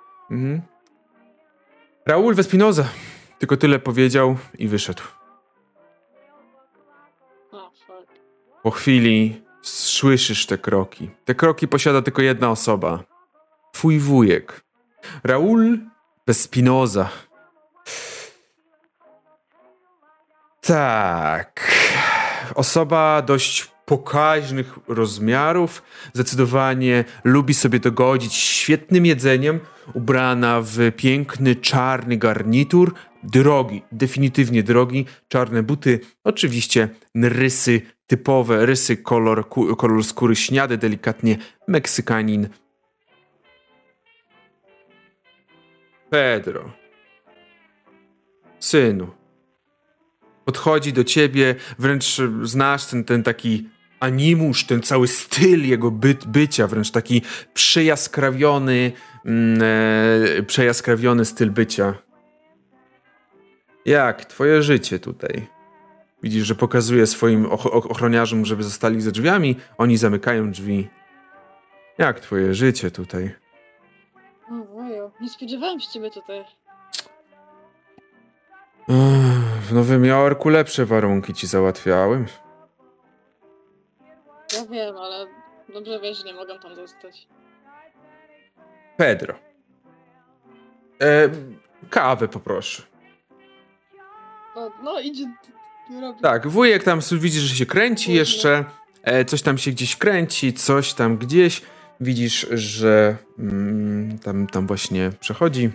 Raúl Espinosa. Tylko tyle powiedział i wyszedł. Fuck. Po chwili słyszysz te kroki. Te kroki posiada tylko jedna osoba. Twój wujek. Raúl Espinosa. Tak. Osoba dość pokaźnych rozmiarów. Zdecydowanie lubi sobie dogodzić świetnym jedzeniem. Ubrana w piękny, czarny garnitur. Drogi, definitywnie drogi. Czarne buty. Oczywiście rysy typowe. Rysy, kolor skóry śniady, delikatnie Meksykanin. Pedro. Synu. Podchodzi do ciebie, wręcz znasz ten taki animusz, ten cały styl jego bycia, wręcz taki przejaskrawiony styl bycia. Jak twoje życie tutaj? Widzisz, że pokazuje swoim ochroniarzom, żeby zostali za drzwiami, oni zamykają drzwi. Jak twoje życie tutaj? O wojo, nie spodziewałem się ciebie tutaj. W Nowym Jorku lepsze warunki ci załatwiałem. Ja wiem, ale dobrze wiesz, że nie mogę tam zostać. Pedro. Kawę poproszę. No idzie... Tak, wujek tam widzisz, że się kręci jeszcze. Coś tam się gdzieś kręci, coś tam gdzieś. Widzisz, że tam właśnie przechodzi.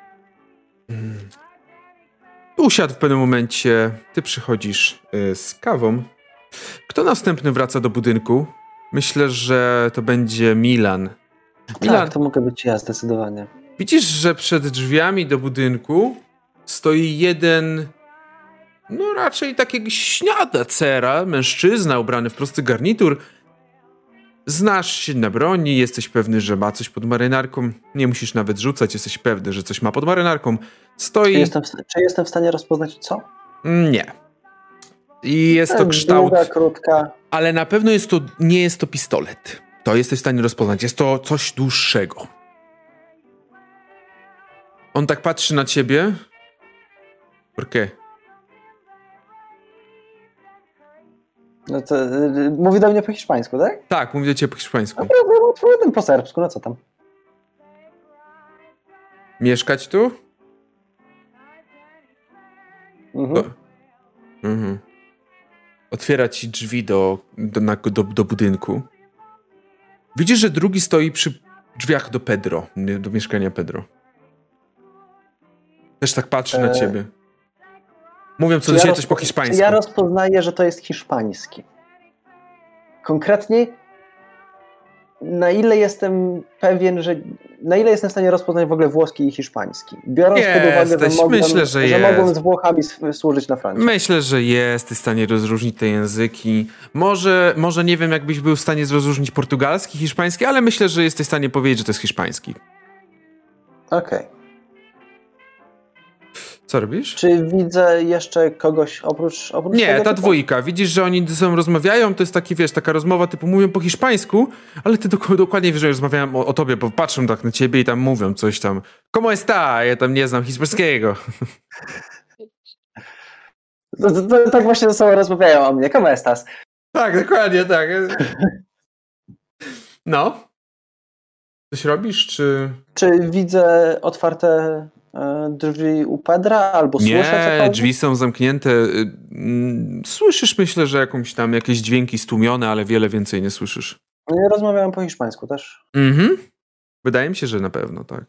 Usiadł w pewnym momencie. Ty przychodzisz z kawą. Kto następny wraca do budynku? Myślę, że to będzie Milan. Tak, to mogę być ja, zdecydowanie. Widzisz, że przed drzwiami do budynku stoi jeden, no raczej takiego śniadacera, mężczyzna ubrany w prosty garnitur. Znasz się na broni, jesteś pewny, że ma coś pod marynarką. Nie musisz nawet rzucać, jesteś pewny, że coś ma pod marynarką. Stoi... Czy jestem w stanie rozpoznać co? Nie. I jest to kształt... Długa, krótka. Ale na pewno nie jest to pistolet. To jesteś w stanie rozpoznać. Jest to coś dłuższego. On tak patrzy na ciebie. ¿Por qué? No to, mówi do mnie po hiszpańsku, tak? Tak, mówi do ciebie po hiszpańsku. Odpowiadam po serbsku, no co tam? Mieszkać tu? Mhm. Otwiera ci drzwi do budynku. Widzisz, że drugi stoi przy drzwiach do Pedro, do mieszkania Pedro. Też tak patrzy na ciebie. Mówią do ciebie coś po hiszpańsku. Ja rozpoznaję, że to jest hiszpański. Konkretnie, na ile jestem pewien, na ile jestem w stanie rozpoznać w ogóle włoski i hiszpański? Biorąc pod uwagę, że mogłem z Włochami służyć na froncie. Myślę, że jesteś w stanie rozróżnić te języki. Może nie wiem, jakbyś był w stanie rozróżnić portugalski, hiszpański, ale myślę, że jesteś w stanie powiedzieć, że to jest hiszpański. Okej. Co robisz? Czy widzę jeszcze kogoś oprócz Nie, tego ta typu? dwójka. Widzisz, że oni ze sobą rozmawiają, to jest taki, wiesz, taka rozmowa typu mówią po hiszpańsku, ale ty dokładnie wiesz, że rozmawiają o tobie, bo patrzą tak na ciebie i tam mówią coś tam. ¿Cómo está? Ja tam nie znam hiszpańskiego. Tak właśnie ze sobą rozmawiają o mnie. ¿Cómo estás? Tak, dokładnie tak. No. Coś robisz, czy... Czy widzę otwarte drzwi u Pedra, albo słyszę cokolwiek? Nie, drzwi są zamknięte. Słyszysz, myślę, że jakieś dźwięki stłumione, ale wiele więcej nie słyszysz. Ja rozmawiałem po hiszpańsku też. Wydaje mi się, że na pewno, tak.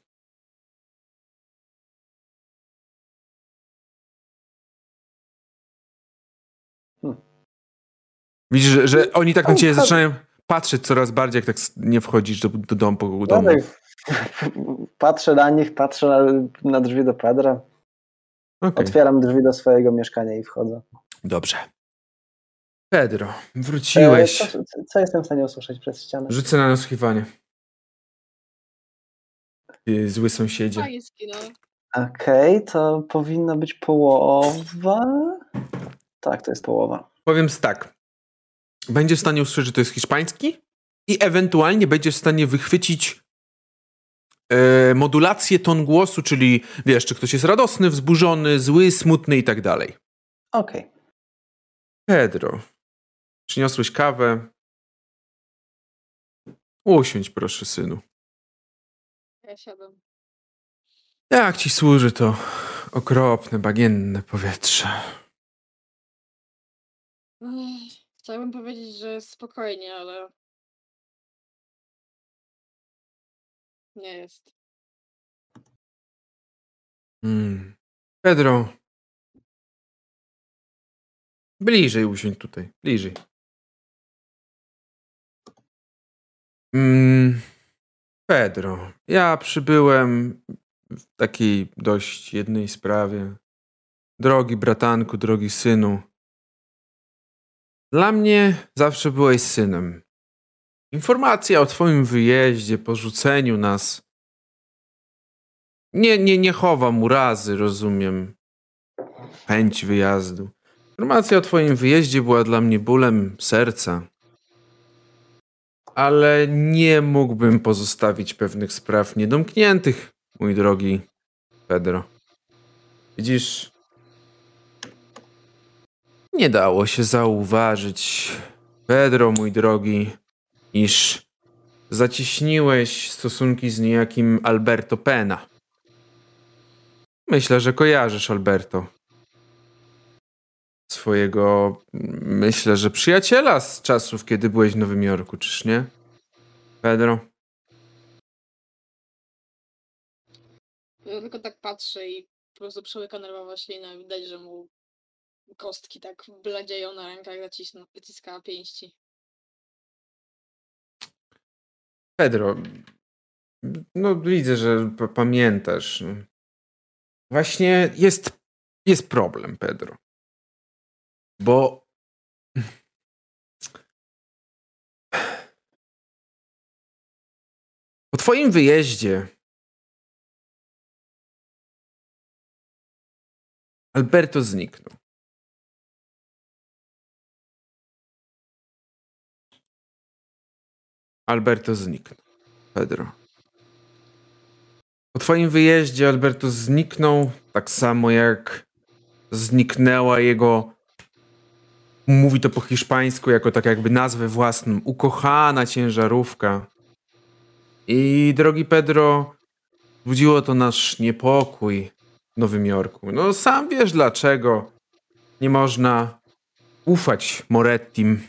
Widzisz, że oni tak na ciebie zaczynają patrzeć coraz bardziej, jak tak nie wchodzisz do domu. Patrzę na nich, patrzę na drzwi do Pedra. Okay. Otwieram drzwi do swojego mieszkania i wchodzę. Dobrze. Pedro, wróciłeś. Co jestem w stanie usłyszeć przez ścianę? Rzucę na nasłuchiwanie. Zły sąsiedzie. Okej, to powinna być połowa. Tak, to jest połowa. Powiem tak. Będziesz w stanie usłyszeć, że to jest hiszpański i ewentualnie będziesz w stanie wychwycić modulację ton głosu, czyli wiesz, czy ktoś jest radosny, wzburzony, zły, smutny i tak dalej. Okej. Pedro, przyniosłeś kawę. Usiądź proszę, synu. Ja siadam. Jak ci służy to okropne, bagienne powietrze? Chciałbym powiedzieć, że spokojnie, ale nie jest. Pedro. Bliżej usiądź tutaj. Bliżej. Pedro. Ja przybyłem w takiej dość jednej sprawie. Drogi bratanku, drogi synu. Dla mnie zawsze byłeś synem. Informacja o twoim wyjeździe, porzuceniu nas nie chowam urazy, rozumiem. Chęć wyjazdu. Informacja o twoim wyjeździe była dla mnie bólem serca. Ale nie mógłbym pozostawić pewnych spraw niedomkniętych, mój drogi Pedro. Widzisz, nie dało się zauważyć, Pedro, mój drogi, iż zacieśniłeś stosunki z niejakim Alberto Pena. Myślę, że kojarzysz Alberto. Swojego, myślę, że przyjaciela z czasów, kiedy byłeś w Nowym Jorku, czyż nie? Pedro? Ja tylko tak patrzę i po prostu przełyka nerwowa ślina. Widać, że mu kostki tak bladzieją na rękach, zaciska pięści. Pedro, no widzę, że pamiętasz. Właśnie jest problem, Pedro. Bo po twoim wyjeździe Alberto zniknął. Alberto zniknął, Pedro. Po twoim wyjeździe Alberto zniknął, tak samo jak zniknęła jego, mówi to po hiszpańsku, jako tak jakby nazwę własną, ukochana ciężarówka. I drogi Pedro, budziło to nasz niepokój w Nowym Jorku. No sam wiesz dlaczego nie można ufać Morettim.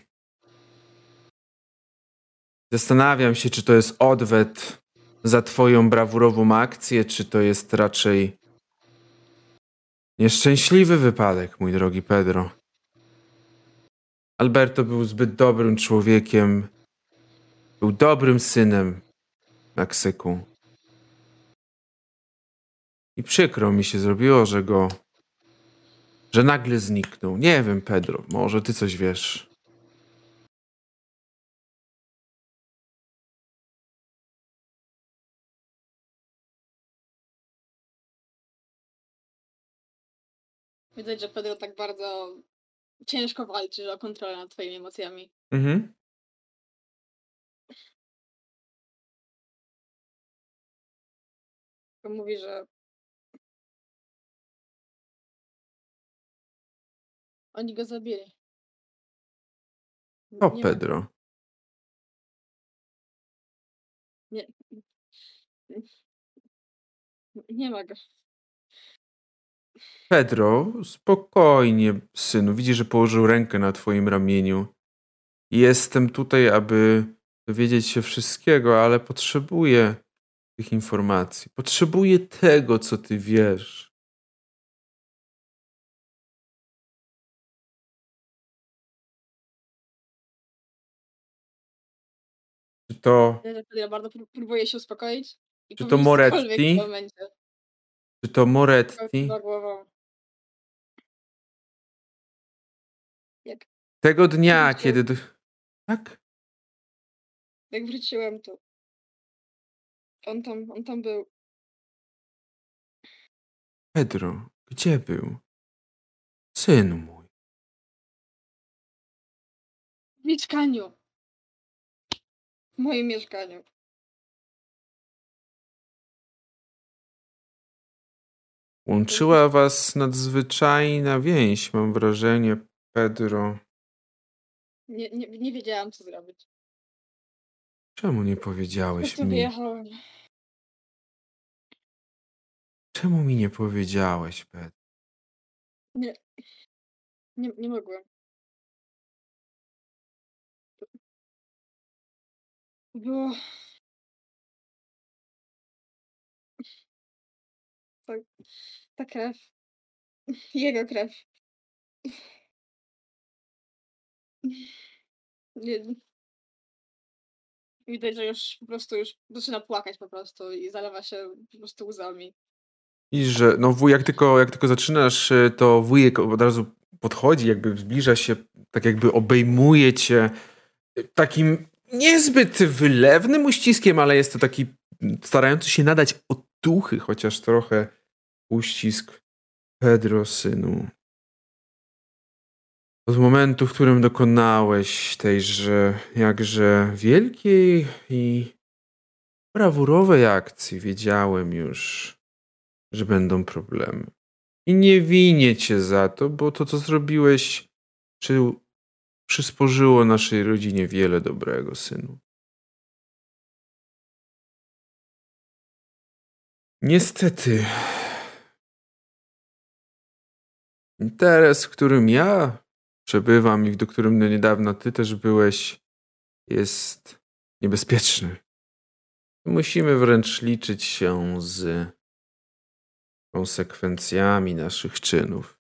Zastanawiam się, czy to jest odwet za twoją brawurową akcję, czy to jest raczej nieszczęśliwy wypadek, mój drogi Pedro. Alberto był zbyt dobrym człowiekiem. Był dobrym synem w Meksyku. I przykro mi się zrobiło, że nagle zniknął. Nie wiem, Pedro, może ty coś wiesz. Widać, że Pedro tak bardzo ciężko walczy o kontrolę nad twoimi emocjami. Mówi, że oni go zabili. O, Pedro. Nie ma go. Pedro, spokojnie, synu. Widzisz, że położył rękę na twoim ramieniu. Jestem tutaj, aby dowiedzieć się wszystkiego, ale potrzebuję tych informacji. Potrzebuję tego, co ty wiesz. to... Ja bardzo próbuję się uspokoić. Czy to Moretti? Czy to Moretti? Jak? Tego dnia, kiedy... Tak? Jak wróciłem, to on tam był. Pedro, gdzie był? Synu mój. W mieszkaniu. W moim mieszkaniu. Łączyła was nadzwyczajna więź, mam wrażenie, Pedro. Nie wiedziałam, co zrobić. Czemu nie powiedziałeś Po prostu mi? wyjechałem. Czemu mi nie powiedziałeś, Pedro? Nie mogłem. Było... Ta krew. Jego krew. Nie. Widać, że już po prostu zaczyna płakać po prostu i zalewa się po prostu łzami. I że, no jak tylko zaczynasz, to wujek od razu podchodzi, jakby zbliża się, tak jakby obejmuje cię takim niezbyt wylewnym uściskiem, ale jest to taki starający się nadać otuchy, chociaż trochę uścisk. Pedro, synu. Od momentu, w którym dokonałeś tejże jakże wielkiej i brawurowej akcji, wiedziałem już, że będą problemy. I nie winię cię za to, bo to, co zrobiłeś, przysporzyło naszej rodzinie wiele dobrego, synu. Niestety, interes, w którym ja przebywam i do którym niedawno ty też byłeś, jest niebezpieczny. Musimy wręcz liczyć się z konsekwencjami naszych czynów.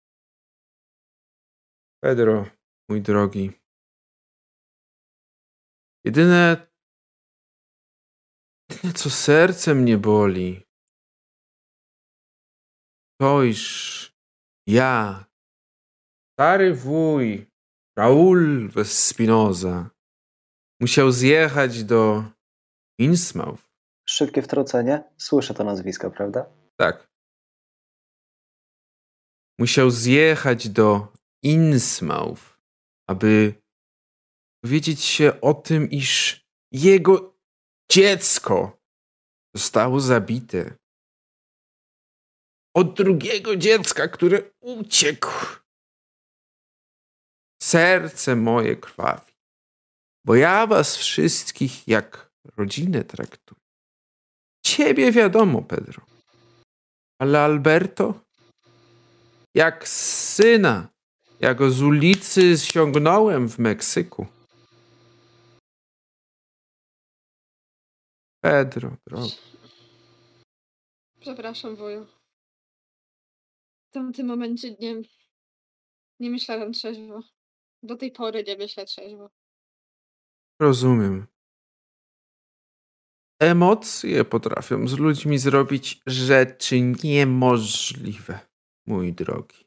Pedro, mój drogi, jedyne co serce mnie boli, to iż ja, stary wuj, Raul Vespinoza, musiał zjechać do Innsmouth. Szybkie wtrącenie. Słyszę to nazwisko, prawda? Tak. Musiał zjechać do Innsmouth, aby dowiedzieć się o tym, iż jego dziecko zostało zabite. Od drugiego dziecka, które uciekł. Serce moje krwawi, bo ja was wszystkich jak rodzinę traktuję. Ciebie wiadomo, Pedro, ale Alberto, jak syna, ja go z ulicy ściągnąłem w Meksyku. Pedro, drogi. Przepraszam, wuju. W tamtym momencie nie myślałem trzeźwo. Do tej pory nie myślę trzeźwo. Rozumiem. Emocje potrafią z ludźmi zrobić rzeczy niemożliwe, mój drogi.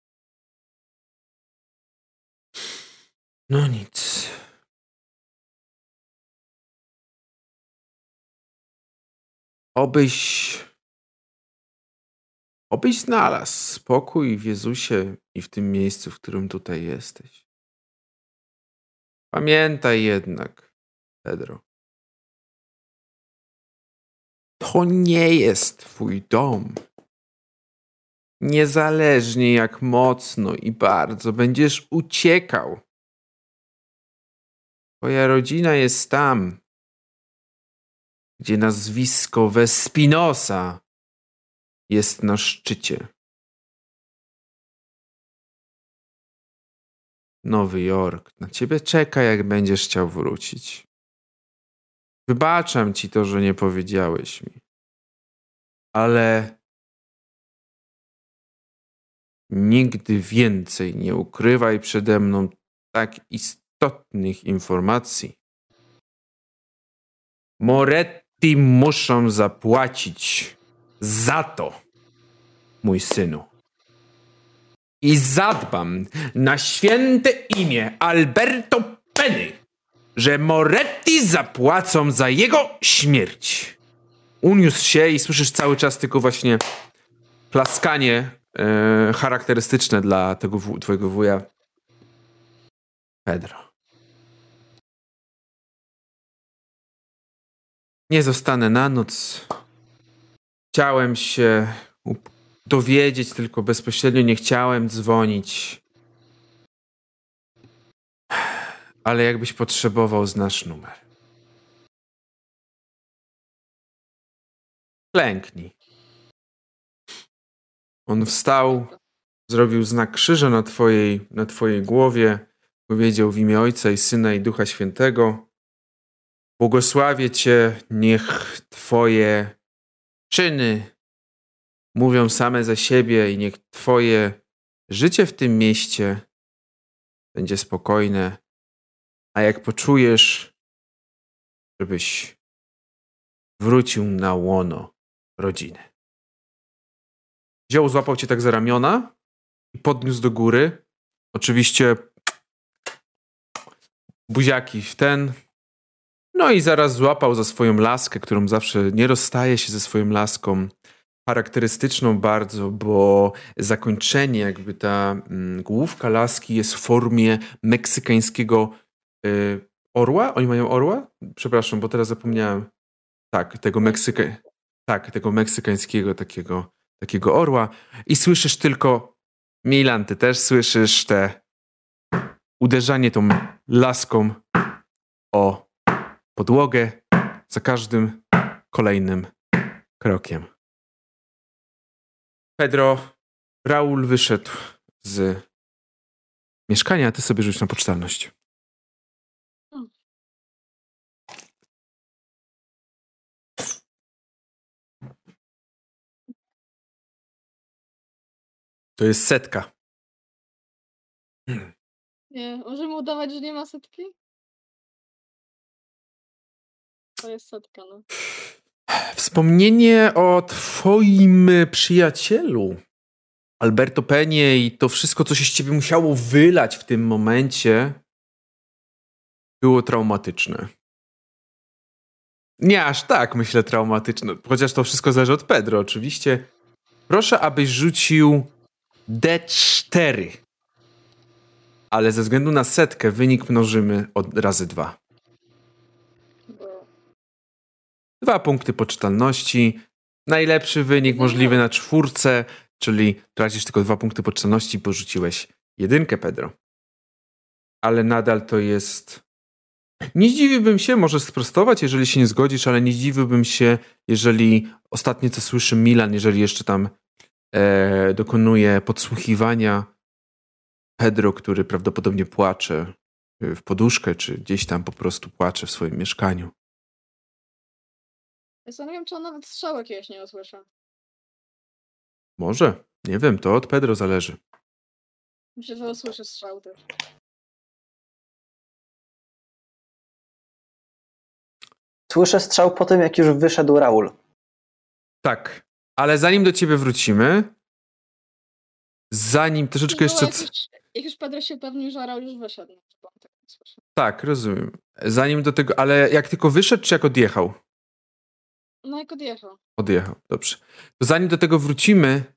No nic. Obyś znalazł spokój w Jezusie i w tym miejscu, w którym tutaj jesteś. Pamiętaj jednak, Pedro, to nie jest twój dom. Niezależnie jak mocno i bardzo będziesz uciekał, twoja rodzina jest tam, gdzie nazwisko Vespinosa jest na szczycie. Nowy Jork na ciebie czeka, jak będziesz chciał wrócić. Wybaczam ci to, że nie powiedziałeś mi. Ale nigdy więcej nie ukrywaj przede mną tak istotnych informacji. Moretti muszą zapłacić za to, mój synu. I zadbam na święte imię Alberto Penny, że Moretti zapłacą za jego śmierć. Uniósł się i słyszysz cały czas tylko właśnie klaskanie charakterystyczne dla tego twojego wuja. Pedro. Nie zostanę na noc. Chciałem się dowiedzieć, tylko bezpośrednio nie chciałem dzwonić. Ale jakbyś potrzebował, znasz numer. Klęknij. On wstał, zrobił znak krzyża na twojej głowie, powiedział w imię Ojca i Syna i Ducha Świętego: błogosławię cię, niech twoje czyny mówią same za siebie i niech twoje życie w tym mieście będzie spokojne, a jak poczujesz, żebyś wrócił na łono rodziny. Złapał cię tak za ramiona i podniósł do góry. Oczywiście buziaki w ten. No i zaraz złapał za swoją laskę, którą zawsze nie rozstaje się ze swoją laską. Charakterystyczną bardzo, bo zakończenie, jakby ta główka laski jest w formie meksykańskiego orła. Oni mają orła? Przepraszam, bo teraz zapomniałem. Tak, tego meksykańskiego takiego orła. I słyszysz tylko, Milan, ty też słyszysz te uderzanie tą laską o podłogę za każdym kolejnym krokiem. Pedro, Raul wyszedł z mieszkania, a ty sobie rzuć na poczytalność. To jest 100. Nie, możemy udawać, że nie ma 100? To jest 100, no. Wspomnienie o twoim przyjacielu, Alberto Penie, i to wszystko, co się z ciebie musiało wylać w tym momencie, było traumatyczne. Nie aż tak, myślę, traumatyczne. Chociaż to wszystko zależy od Pedro, oczywiście. Proszę, abyś rzucił D4. Ale ze względu na 100 wynik mnożymy razy 2. 2 punkty poczytalności. Najlepszy wynik możliwy na 4, czyli tracisz tylko 2 punkty poczytalności, bo rzuciłeś 1, Pedro. Ale nadal to jest... Nie zdziwiłbym się, możesz sprostować, jeżeli się nie zgodzisz, ale nie zdziwiłbym się, jeżeli ostatnie, co słyszy Milan, jeżeli jeszcze tam dokonuje podsłuchiwania, Pedro, który prawdopodobnie płacze w poduszkę, czy gdzieś tam po prostu płacze w swoim mieszkaniu. Ja nie wiem, czy on nawet strzału jakiegoś nie usłyszę. Może. Nie wiem, to od Pedro zależy. Myślę, że usłyszę strzał też. Słyszę strzał po tym, jak już wyszedł Raul. Tak, ale zanim do ciebie wrócimy, zanim troszeczkę jeszcze... Jak już Pedro się upewnił, że Raul już wyszedł. Tak, rozumiem. Zanim do tego... Ale jak tylko wyszedł, czy jak odjechał? No jak odjechał. Odjechał, dobrze. To zanim do tego wrócimy,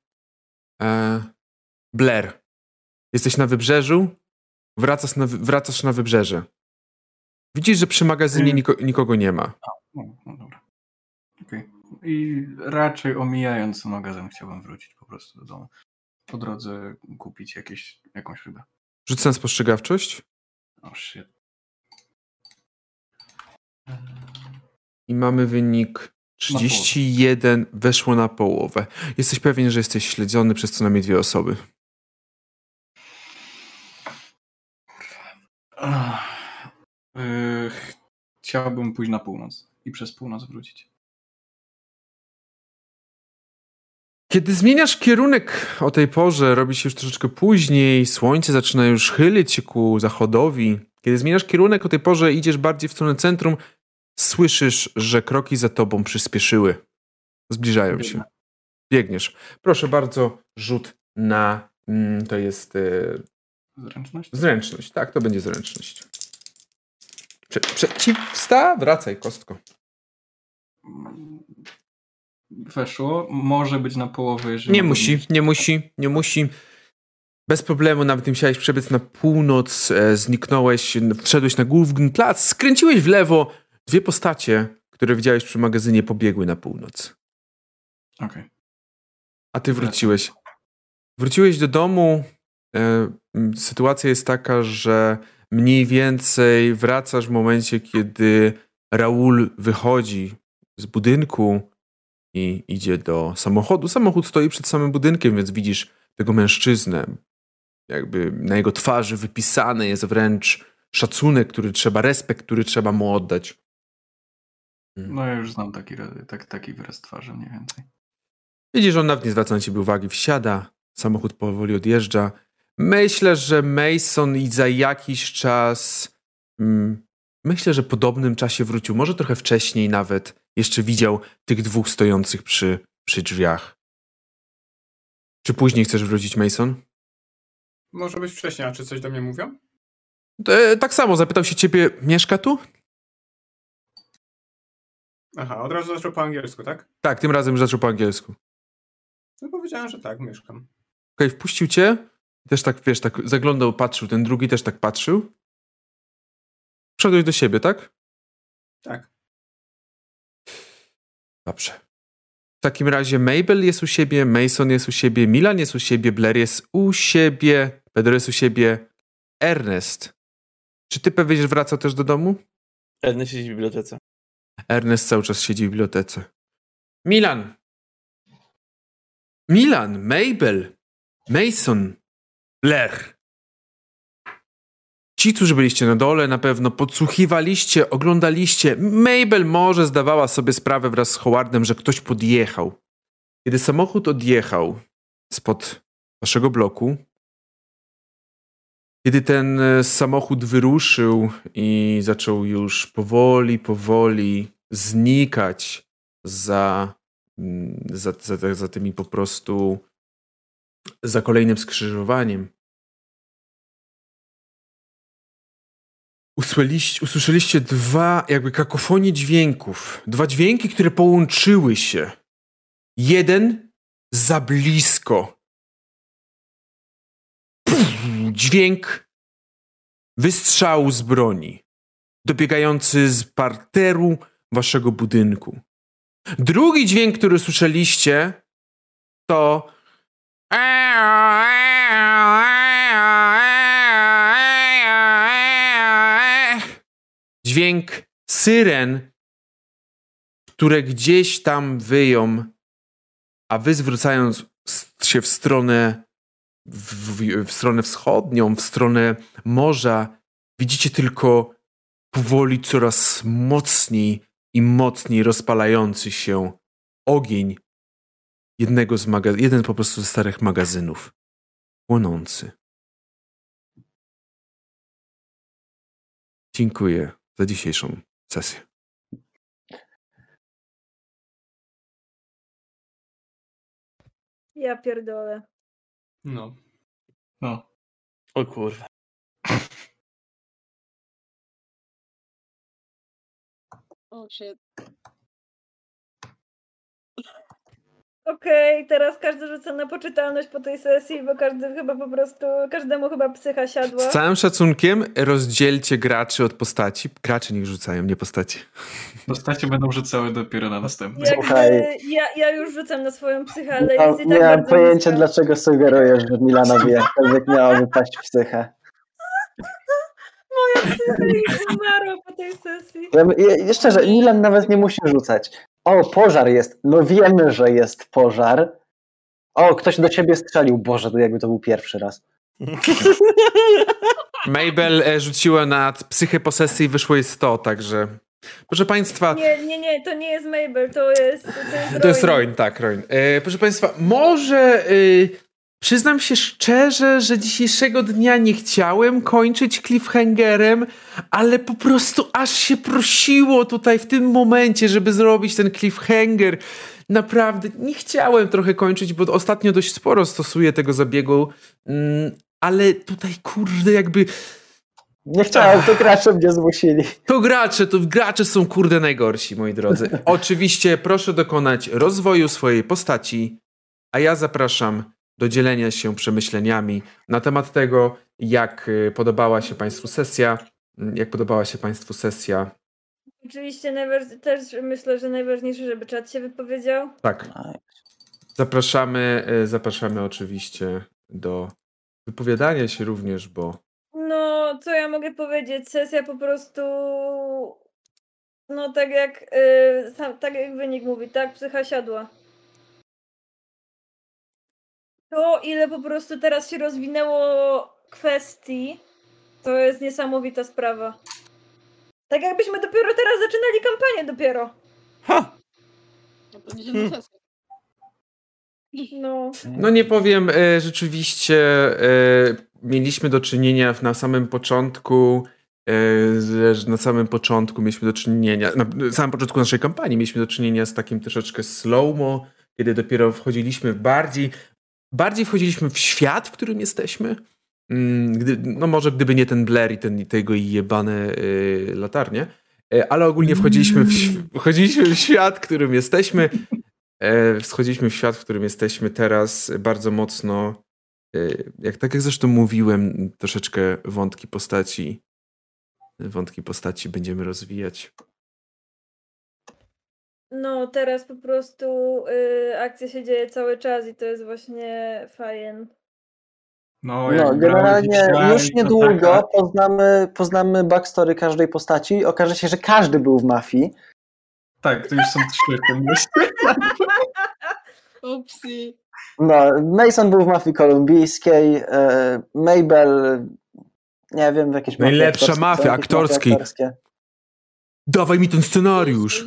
Blair, jesteś na wybrzeżu, wracasz na wybrzeże. Widzisz, że przy magazynie nikogo nie ma. No dobra. Okej. I raczej omijając magazyn chciałbym wrócić po prostu do domu. Po drodze kupić jakąś rybę. Rzucę na spostrzegawczość. Oh shit. I mamy wynik 31, weszło na połowę. Jesteś pewien, że jesteś śledziony przez co najmniej 2 osoby. Chciałbym pójść na północ i przez północ wrócić. Kiedy zmieniasz kierunek o tej porze, robi się już troszeczkę później, słońce zaczyna już chylić się ku zachodowi. Kiedy zmieniasz kierunek o tej porze, idziesz bardziej w stronę centrum, słyszysz, że kroki za tobą przyspieszyły. Zbliżają się. Biegniesz. Proszę bardzo, rzut na... to jest... Zręczność? Zręczność, tak, to będzie zręczność. Wracaj, kostko. Weszło. Może być na połowę, jeżeli... Nie musi. Bez problemu, nawet nie musiałeś przebiec na północ, zniknąłeś, wszedłeś na główny plac, skręciłeś w lewo. 2 postacie, które widziałeś przy magazynie, pobiegły na północ. Okej. A ty wróciłeś. Wróciłeś do domu. Sytuacja jest taka, że mniej więcej wracasz w momencie, kiedy Raul wychodzi z budynku i idzie do samochodu. Samochód stoi przed samym budynkiem, więc widzisz tego mężczyznę. Jakby na jego twarzy wypisany jest wręcz szacunek, respekt, który trzeba mu oddać. No ja już znam taki wyraz twarzy mniej więcej. Widzisz, że on nawet nie zwraca na ciebie uwagi. Wsiada, samochód powoli odjeżdża. Myślę, że Mason i za jakiś czas... myślę, że w podobnym czasie wrócił. Może trochę wcześniej nawet. Jeszcze widział tych 2 stojących przy drzwiach. Czy później chcesz wrócić, Mason? Może być wcześniej, a czy coś do mnie mówią? Tak samo, zapytał się ciebie, mieszka tu? Aha, od razu zaczął po angielsku, tak? Tak, tym razem zaczął po angielsku. No powiedziałem, że tak, mieszkam. Okej, wpuścił cię. Też tak, wiesz, tak zaglądał, patrzył. Ten drugi też tak patrzył. Wszedłeś do siebie, tak? Tak. Dobrze. W takim razie Mabel jest u siebie, Mason jest u siebie, Milan jest u siebie, Blair jest u siebie, Pedro jest u siebie. Ernest. Czy ty pewnie wracał też do domu? Ernest siedzi w bibliotece. Ernest cały czas siedzi w bibliotece. Milan, Mabel, Mason, Blair. Ci, którzy byliście na dole, na pewno podsłuchiwaliście, oglądaliście. Mabel może zdawała sobie sprawę wraz z Howardem, że ktoś podjechał. Kiedy samochód odjechał spod waszego bloku, kiedy ten samochód wyruszył i zaczął już powoli znikać za tymi po prostu, za kolejnym skrzyżowaniem, usłyszeliście 2 jakby kakofonie dźwięków. 2 dźwięki, które połączyły się. Jeden za blisko. Dźwięk wystrzału z broni, dobiegający z parteru waszego budynku. Drugi dźwięk, który słyszeliście, to dźwięk syren, które gdzieś tam wyją, a wy zwracając się w stronę wschodnią, w stronę morza, widzicie tylko powoli coraz mocniej i mocniej rozpalający się ogień jeden po prostu ze starych magazynów. Płonący. Dziękuję za dzisiejszą sesję. Ja pierdolę. No. O kurwa. O shit. Okej, teraz każdy rzuca na poczytalność po tej sesji, bo każdemu chyba psycha siadła. Z całym szacunkiem rozdzielcie graczy od postaci. Gracze niech rzucają, nie postaci. Postacie będą rzucały dopiero na następny. Ja już rzucam na swoją psychę, ale No, jest i tak nie mam bardzo pojęcia, niska. dlaczego sugerujesz, że Milanowi jakkolwiek miała wypaść psychę. Moja psycha już umarła po tej sesji. Szczerze, Milan nawet nie musi rzucać. O, pożar jest. No wiemy, że jest pożar. O, ktoś do ciebie strzelił. Boże, to jakby to był pierwszy raz. Mabel rzuciła na psychę po sesji i wyszło jej 100, także... Proszę państwa... Nie, to nie jest Mabel, to jest To jest Roin, tak, Roin. Proszę państwa, może przyznam się szczerze, że dzisiejszego dnia nie chciałem kończyć cliffhangerem, ale po prostu aż się prosiło tutaj w tym momencie, żeby zrobić ten cliffhanger. Naprawdę nie chciałem trochę kończyć, bo ostatnio dość sporo stosuję tego zabiegu, ale tutaj kurde jakby... Nie chciałem, to gracze mnie zmusili. To gracze są kurde najgorsi, moi drodzy. Oczywiście proszę dokonać rozwoju swojej postaci, a ja zapraszam do dzielenia się przemyśleniami na temat tego, jak podobała się Państwu sesja. Oczywiście też myślę, że najważniejsze, żeby czat się wypowiedział. Tak. Zapraszamy oczywiście do wypowiadania się również, bo... No, co ja mogę powiedzieć? Sesja po prostu... No tak jak wynik mówi, tak? Psycha siadła. To, ile po prostu teraz się rozwinęło kwestii, to jest niesamowita sprawa. Tak jakbyśmy dopiero teraz zaczynali kampanię dopiero. Ha! No nie powiem, rzeczywiście mieliśmy do czynienia na samym początku mieliśmy do czynienia, na samym początku naszej kampanii mieliśmy do czynienia z takim troszeczkę slow-mo, kiedy dopiero wchodziliśmy bardziej wchodziliśmy w świat, w którym jesteśmy. Może gdyby nie ten Blair i tego jebane latarnie, ale ogólnie wchodziliśmy w świat, w którym jesteśmy. Schodziliśmy w świat, w którym jesteśmy teraz bardzo mocno, tak jak zresztą mówiłem, troszeczkę wątki postaci będziemy rozwijać. No, teraz po prostu akcja się dzieje cały czas i to jest właśnie fajne. No generalnie już niedługo poznamy backstory każdej postaci. Okaże się, że każdy był w mafii. Tak, to już są 3 w tym liście. Upsi. No, Mason był w mafii kolumbijskiej, Mabel, nie wiem, w jakiejś mafii najlepsza mafia aktorskiej. Dawaj mi ten scenariusz.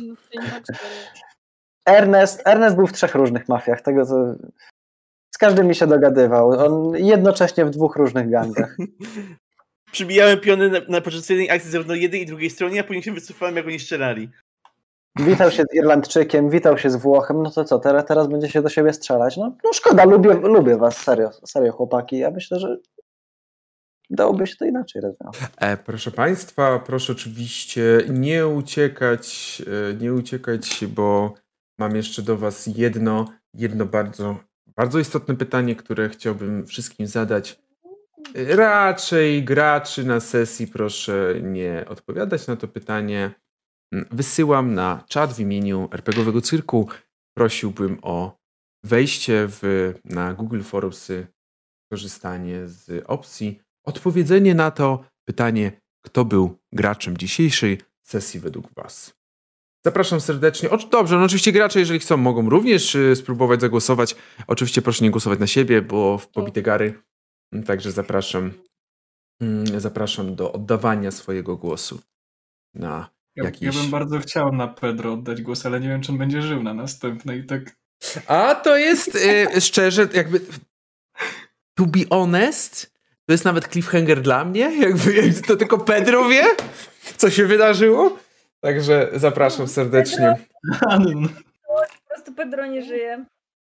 Ernest był w 3 różnych mafiach, tego co... Z każdym mi się dogadywał. On jednocześnie w 2 różnych gangach. Przybijałem piony na początkowej akcji zarówno jednej i drugiej stronie, a później się wycofałem, jak oni strzelali. Witał się z Irlandczykiem, witał się z Włochem, no to co, teraz będzie się do siebie strzelać? No szkoda, lubię was, serio chłopaki. Ja myślę, że dałoby się to inaczej rozwiązać. Proszę Państwa, proszę oczywiście nie uciekać, bo mam jeszcze do Was jedno bardzo, bardzo istotne pytanie, które chciałbym wszystkim zadać. Raczej graczy na sesji proszę nie odpowiadać na to pytanie. Wysyłam na czat w imieniu RPGowego Cyrku. Prosiłbym o wejście na Google Forumsy, korzystanie z opcji, odpowiedzenie na to pytanie, kto był graczem dzisiejszej sesji według Was. Zapraszam serdecznie. Dobrze, no oczywiście gracze, jeżeli chcą, mogą również spróbować zagłosować. Oczywiście proszę nie głosować na siebie, bo w pobite gary. Także zapraszam do oddawania swojego głosu na jakiś... Ja bym bardzo chciał na Pedro oddać głos, ale nie wiem, czy on będzie żył na następnej. Tak. A to jest szczerze, jakby to be honest, to jest nawet cliffhanger dla mnie, jakby to tylko Pedro wie, co się wydarzyło. Także zapraszam serdecznie. Po prostu Pedro nie żyje.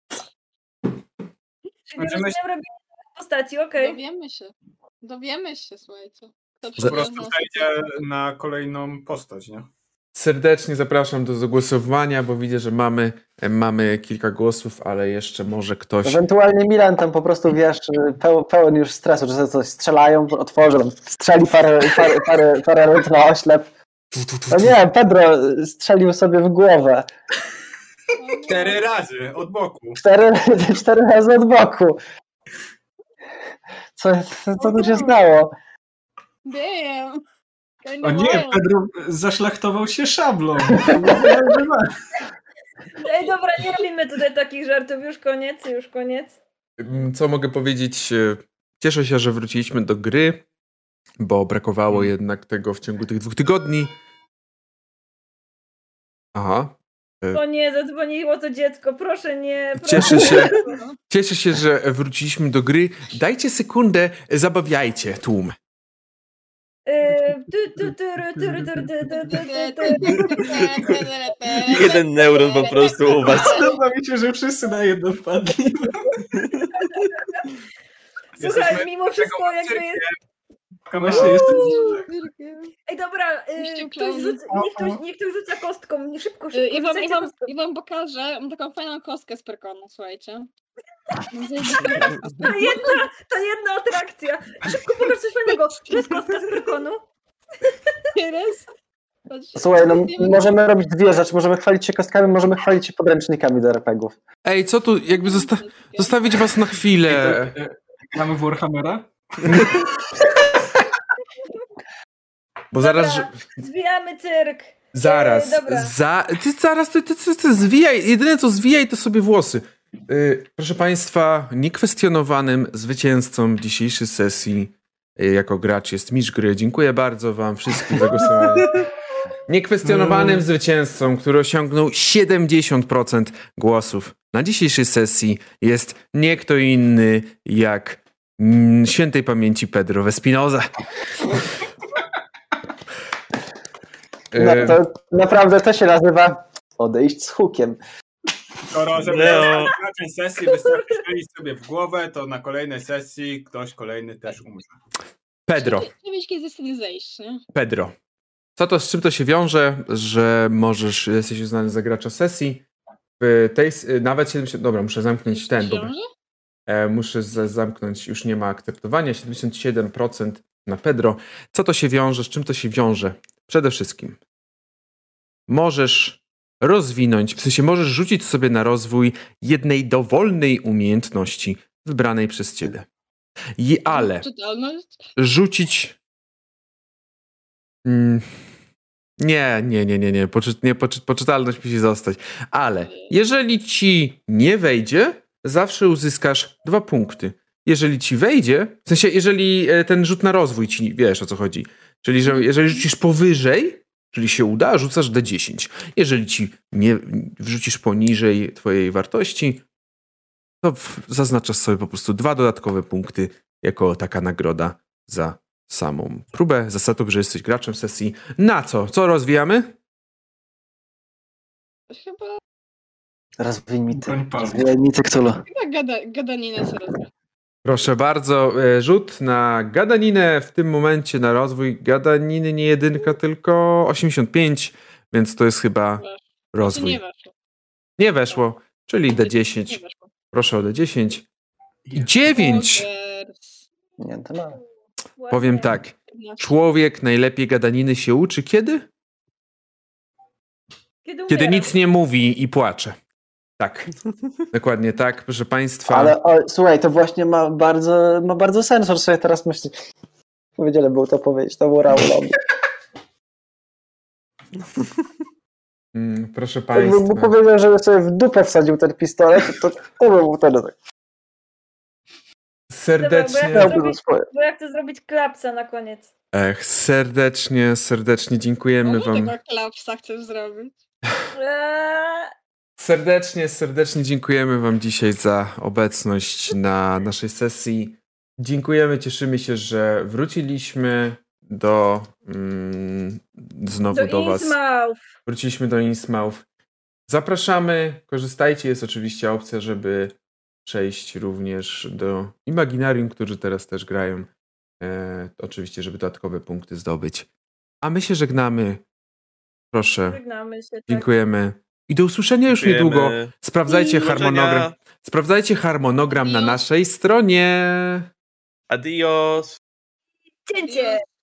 Czyli rozumiem robienie postaci, okej. Dowiemy się, słuchajcie. Po prostu wejdzie na kolejną postać, nie? Serdecznie zapraszam do zagłosowania, bo widzę, że mamy kilka głosów, ale jeszcze może ktoś... Ewentualnie Milan tam po prostu, wiesz, pełen już stresu, że coś strzelają, otworzy, strzeli parę na oślep. No nie, Pedro strzelił sobie w głowę. 4 razy od boku. 4 razy od boku. Co tu się stało? Damn. O nie, Pedro zaszlachtował się szablą. Ej, dobra, nie robimy tutaj takich żartów. Już koniec. Co mogę powiedzieć? Cieszę się, że wróciliśmy do gry, bo brakowało jednak tego w ciągu tych 2 tygodni. Aha. O nie, zadzwoniło to dziecko, proszę nie. Cieszę się, że wróciliśmy do gry. Dajcie sekundę, zabawiajcie tłum. 1 neuron po prostu u was. Bawicie, że wszyscy na jedno wpadli. Słuchaj, mimo wszystko jakby jest... Ej, dobra, niech ktoś rzuca kostką, szybko. Ja wam pokażę, mam taką fajną kostkę z Perkonu, słuchajcie. To jedna atrakcja. Szybko pokaż coś fajnego. To jest kostka z Perkonu. Teraz? Słuchaj, no możemy robić dwie rzeczy. Możemy chwalić się kostkami, możemy chwalić się podręcznikami do RPG-ów. Ej, co tu, jakby zostawić was na chwilę. Mamy Warhammera? Bo zaraz... Zwijamy cyrk. Zaraz. Ty zwijaj. Jedyne co zwijaj to sobie włosy. Proszę państwa, niekwestionowanym zwycięzcą dzisiejszej sesji jako gracz jest mistrz gry. Dziękuję bardzo wam wszystkim za głosowanie. Niekwestionowanym zwycięzcą, który osiągnął 70% głosów na dzisiejszej sesji jest nie kto inny jak świętej pamięci Pedro Espinosa. No to naprawdę to się nazywa odejść z hukiem. Skoro żeby na tej sesji wystarczy strzelić sobie w głowę, to na kolejnej sesji ktoś kolejny też umrze. Pedro. Nie wiesz, kiedy zostanie zejść, nie? Pedro. Z czym to się wiąże, że jesteś uznany za gracza sesji. W tej, nawet 70... Dobra, muszę zamknąć ten. Dobra. Muszę zamknąć, już nie ma akceptowania. 77% na Pedro. Co to się wiąże, z czym to się wiąże? Przede wszystkim możesz rozwinąć, w sensie możesz rzucić sobie na rozwój jednej dowolnej umiejętności wybranej przez ciebie. Ale rzucić... Nie. Poczytalność musi zostać. Ale jeżeli ci nie wejdzie, zawsze uzyskasz 2 punkty. Jeżeli ci wejdzie, w sensie jeżeli ten rzut na rozwój ci, wiesz o co chodzi. Czyli że jeżeli rzucisz powyżej, czyli się uda, rzucasz D10. Jeżeli ci nie wrzucisz poniżej twojej wartości, to zaznaczasz sobie po prostu 2 dodatkowe punkty jako taka nagroda za samą próbę, za to, że jesteś graczem sesji. Na co? Co rozwijamy? Chyba... Rozwij mity Cthulhu. Chyba gadaninę co rozwija. Proszę bardzo, rzut na gadaninę w tym momencie na rozwój gadaniny, nie 1, tylko 85, więc to jest chyba rozwój. Nie weszło. Nie weszło, czyli D10. Proszę o D10. 9! Nie, to mało. Powiem tak, człowiek najlepiej gadaniny się uczy kiedy? Kiedy nic nie mówi i płacze. Tak, dokładnie tak, proszę państwa. Ale słuchaj, to właśnie ma bardzo sens, że sobie teraz myślę. Powiedziałem, był to powiedzieć, to był Raul. Proszę państwa. Jakbym mu powiedział, żeby sobie w dupę wsadził ten pistolet, to by był wtedy tak. Serdecznie. Dobra, bo ja chcę zrobić klapsa na koniec. Serdecznie dziękujemy wam. Tego klapsa chcesz zrobić? Serdecznie dziękujemy wam dzisiaj za obecność na naszej sesji. Dziękujemy, cieszymy się, że wróciliśmy znowu do was. Wróciliśmy do Innsmouth. Zapraszamy, korzystajcie, jest oczywiście opcja, żeby przejść również do Imaginarium, którzy teraz też grają. Oczywiście, żeby dodatkowe punkty zdobyć. A my się żegnamy. Proszę. Żegnamy się, tak. Dziękujemy. I do usłyszenia już niedługo. Sprawdzajcie harmonogram na naszej stronie. Adios. Cięcie.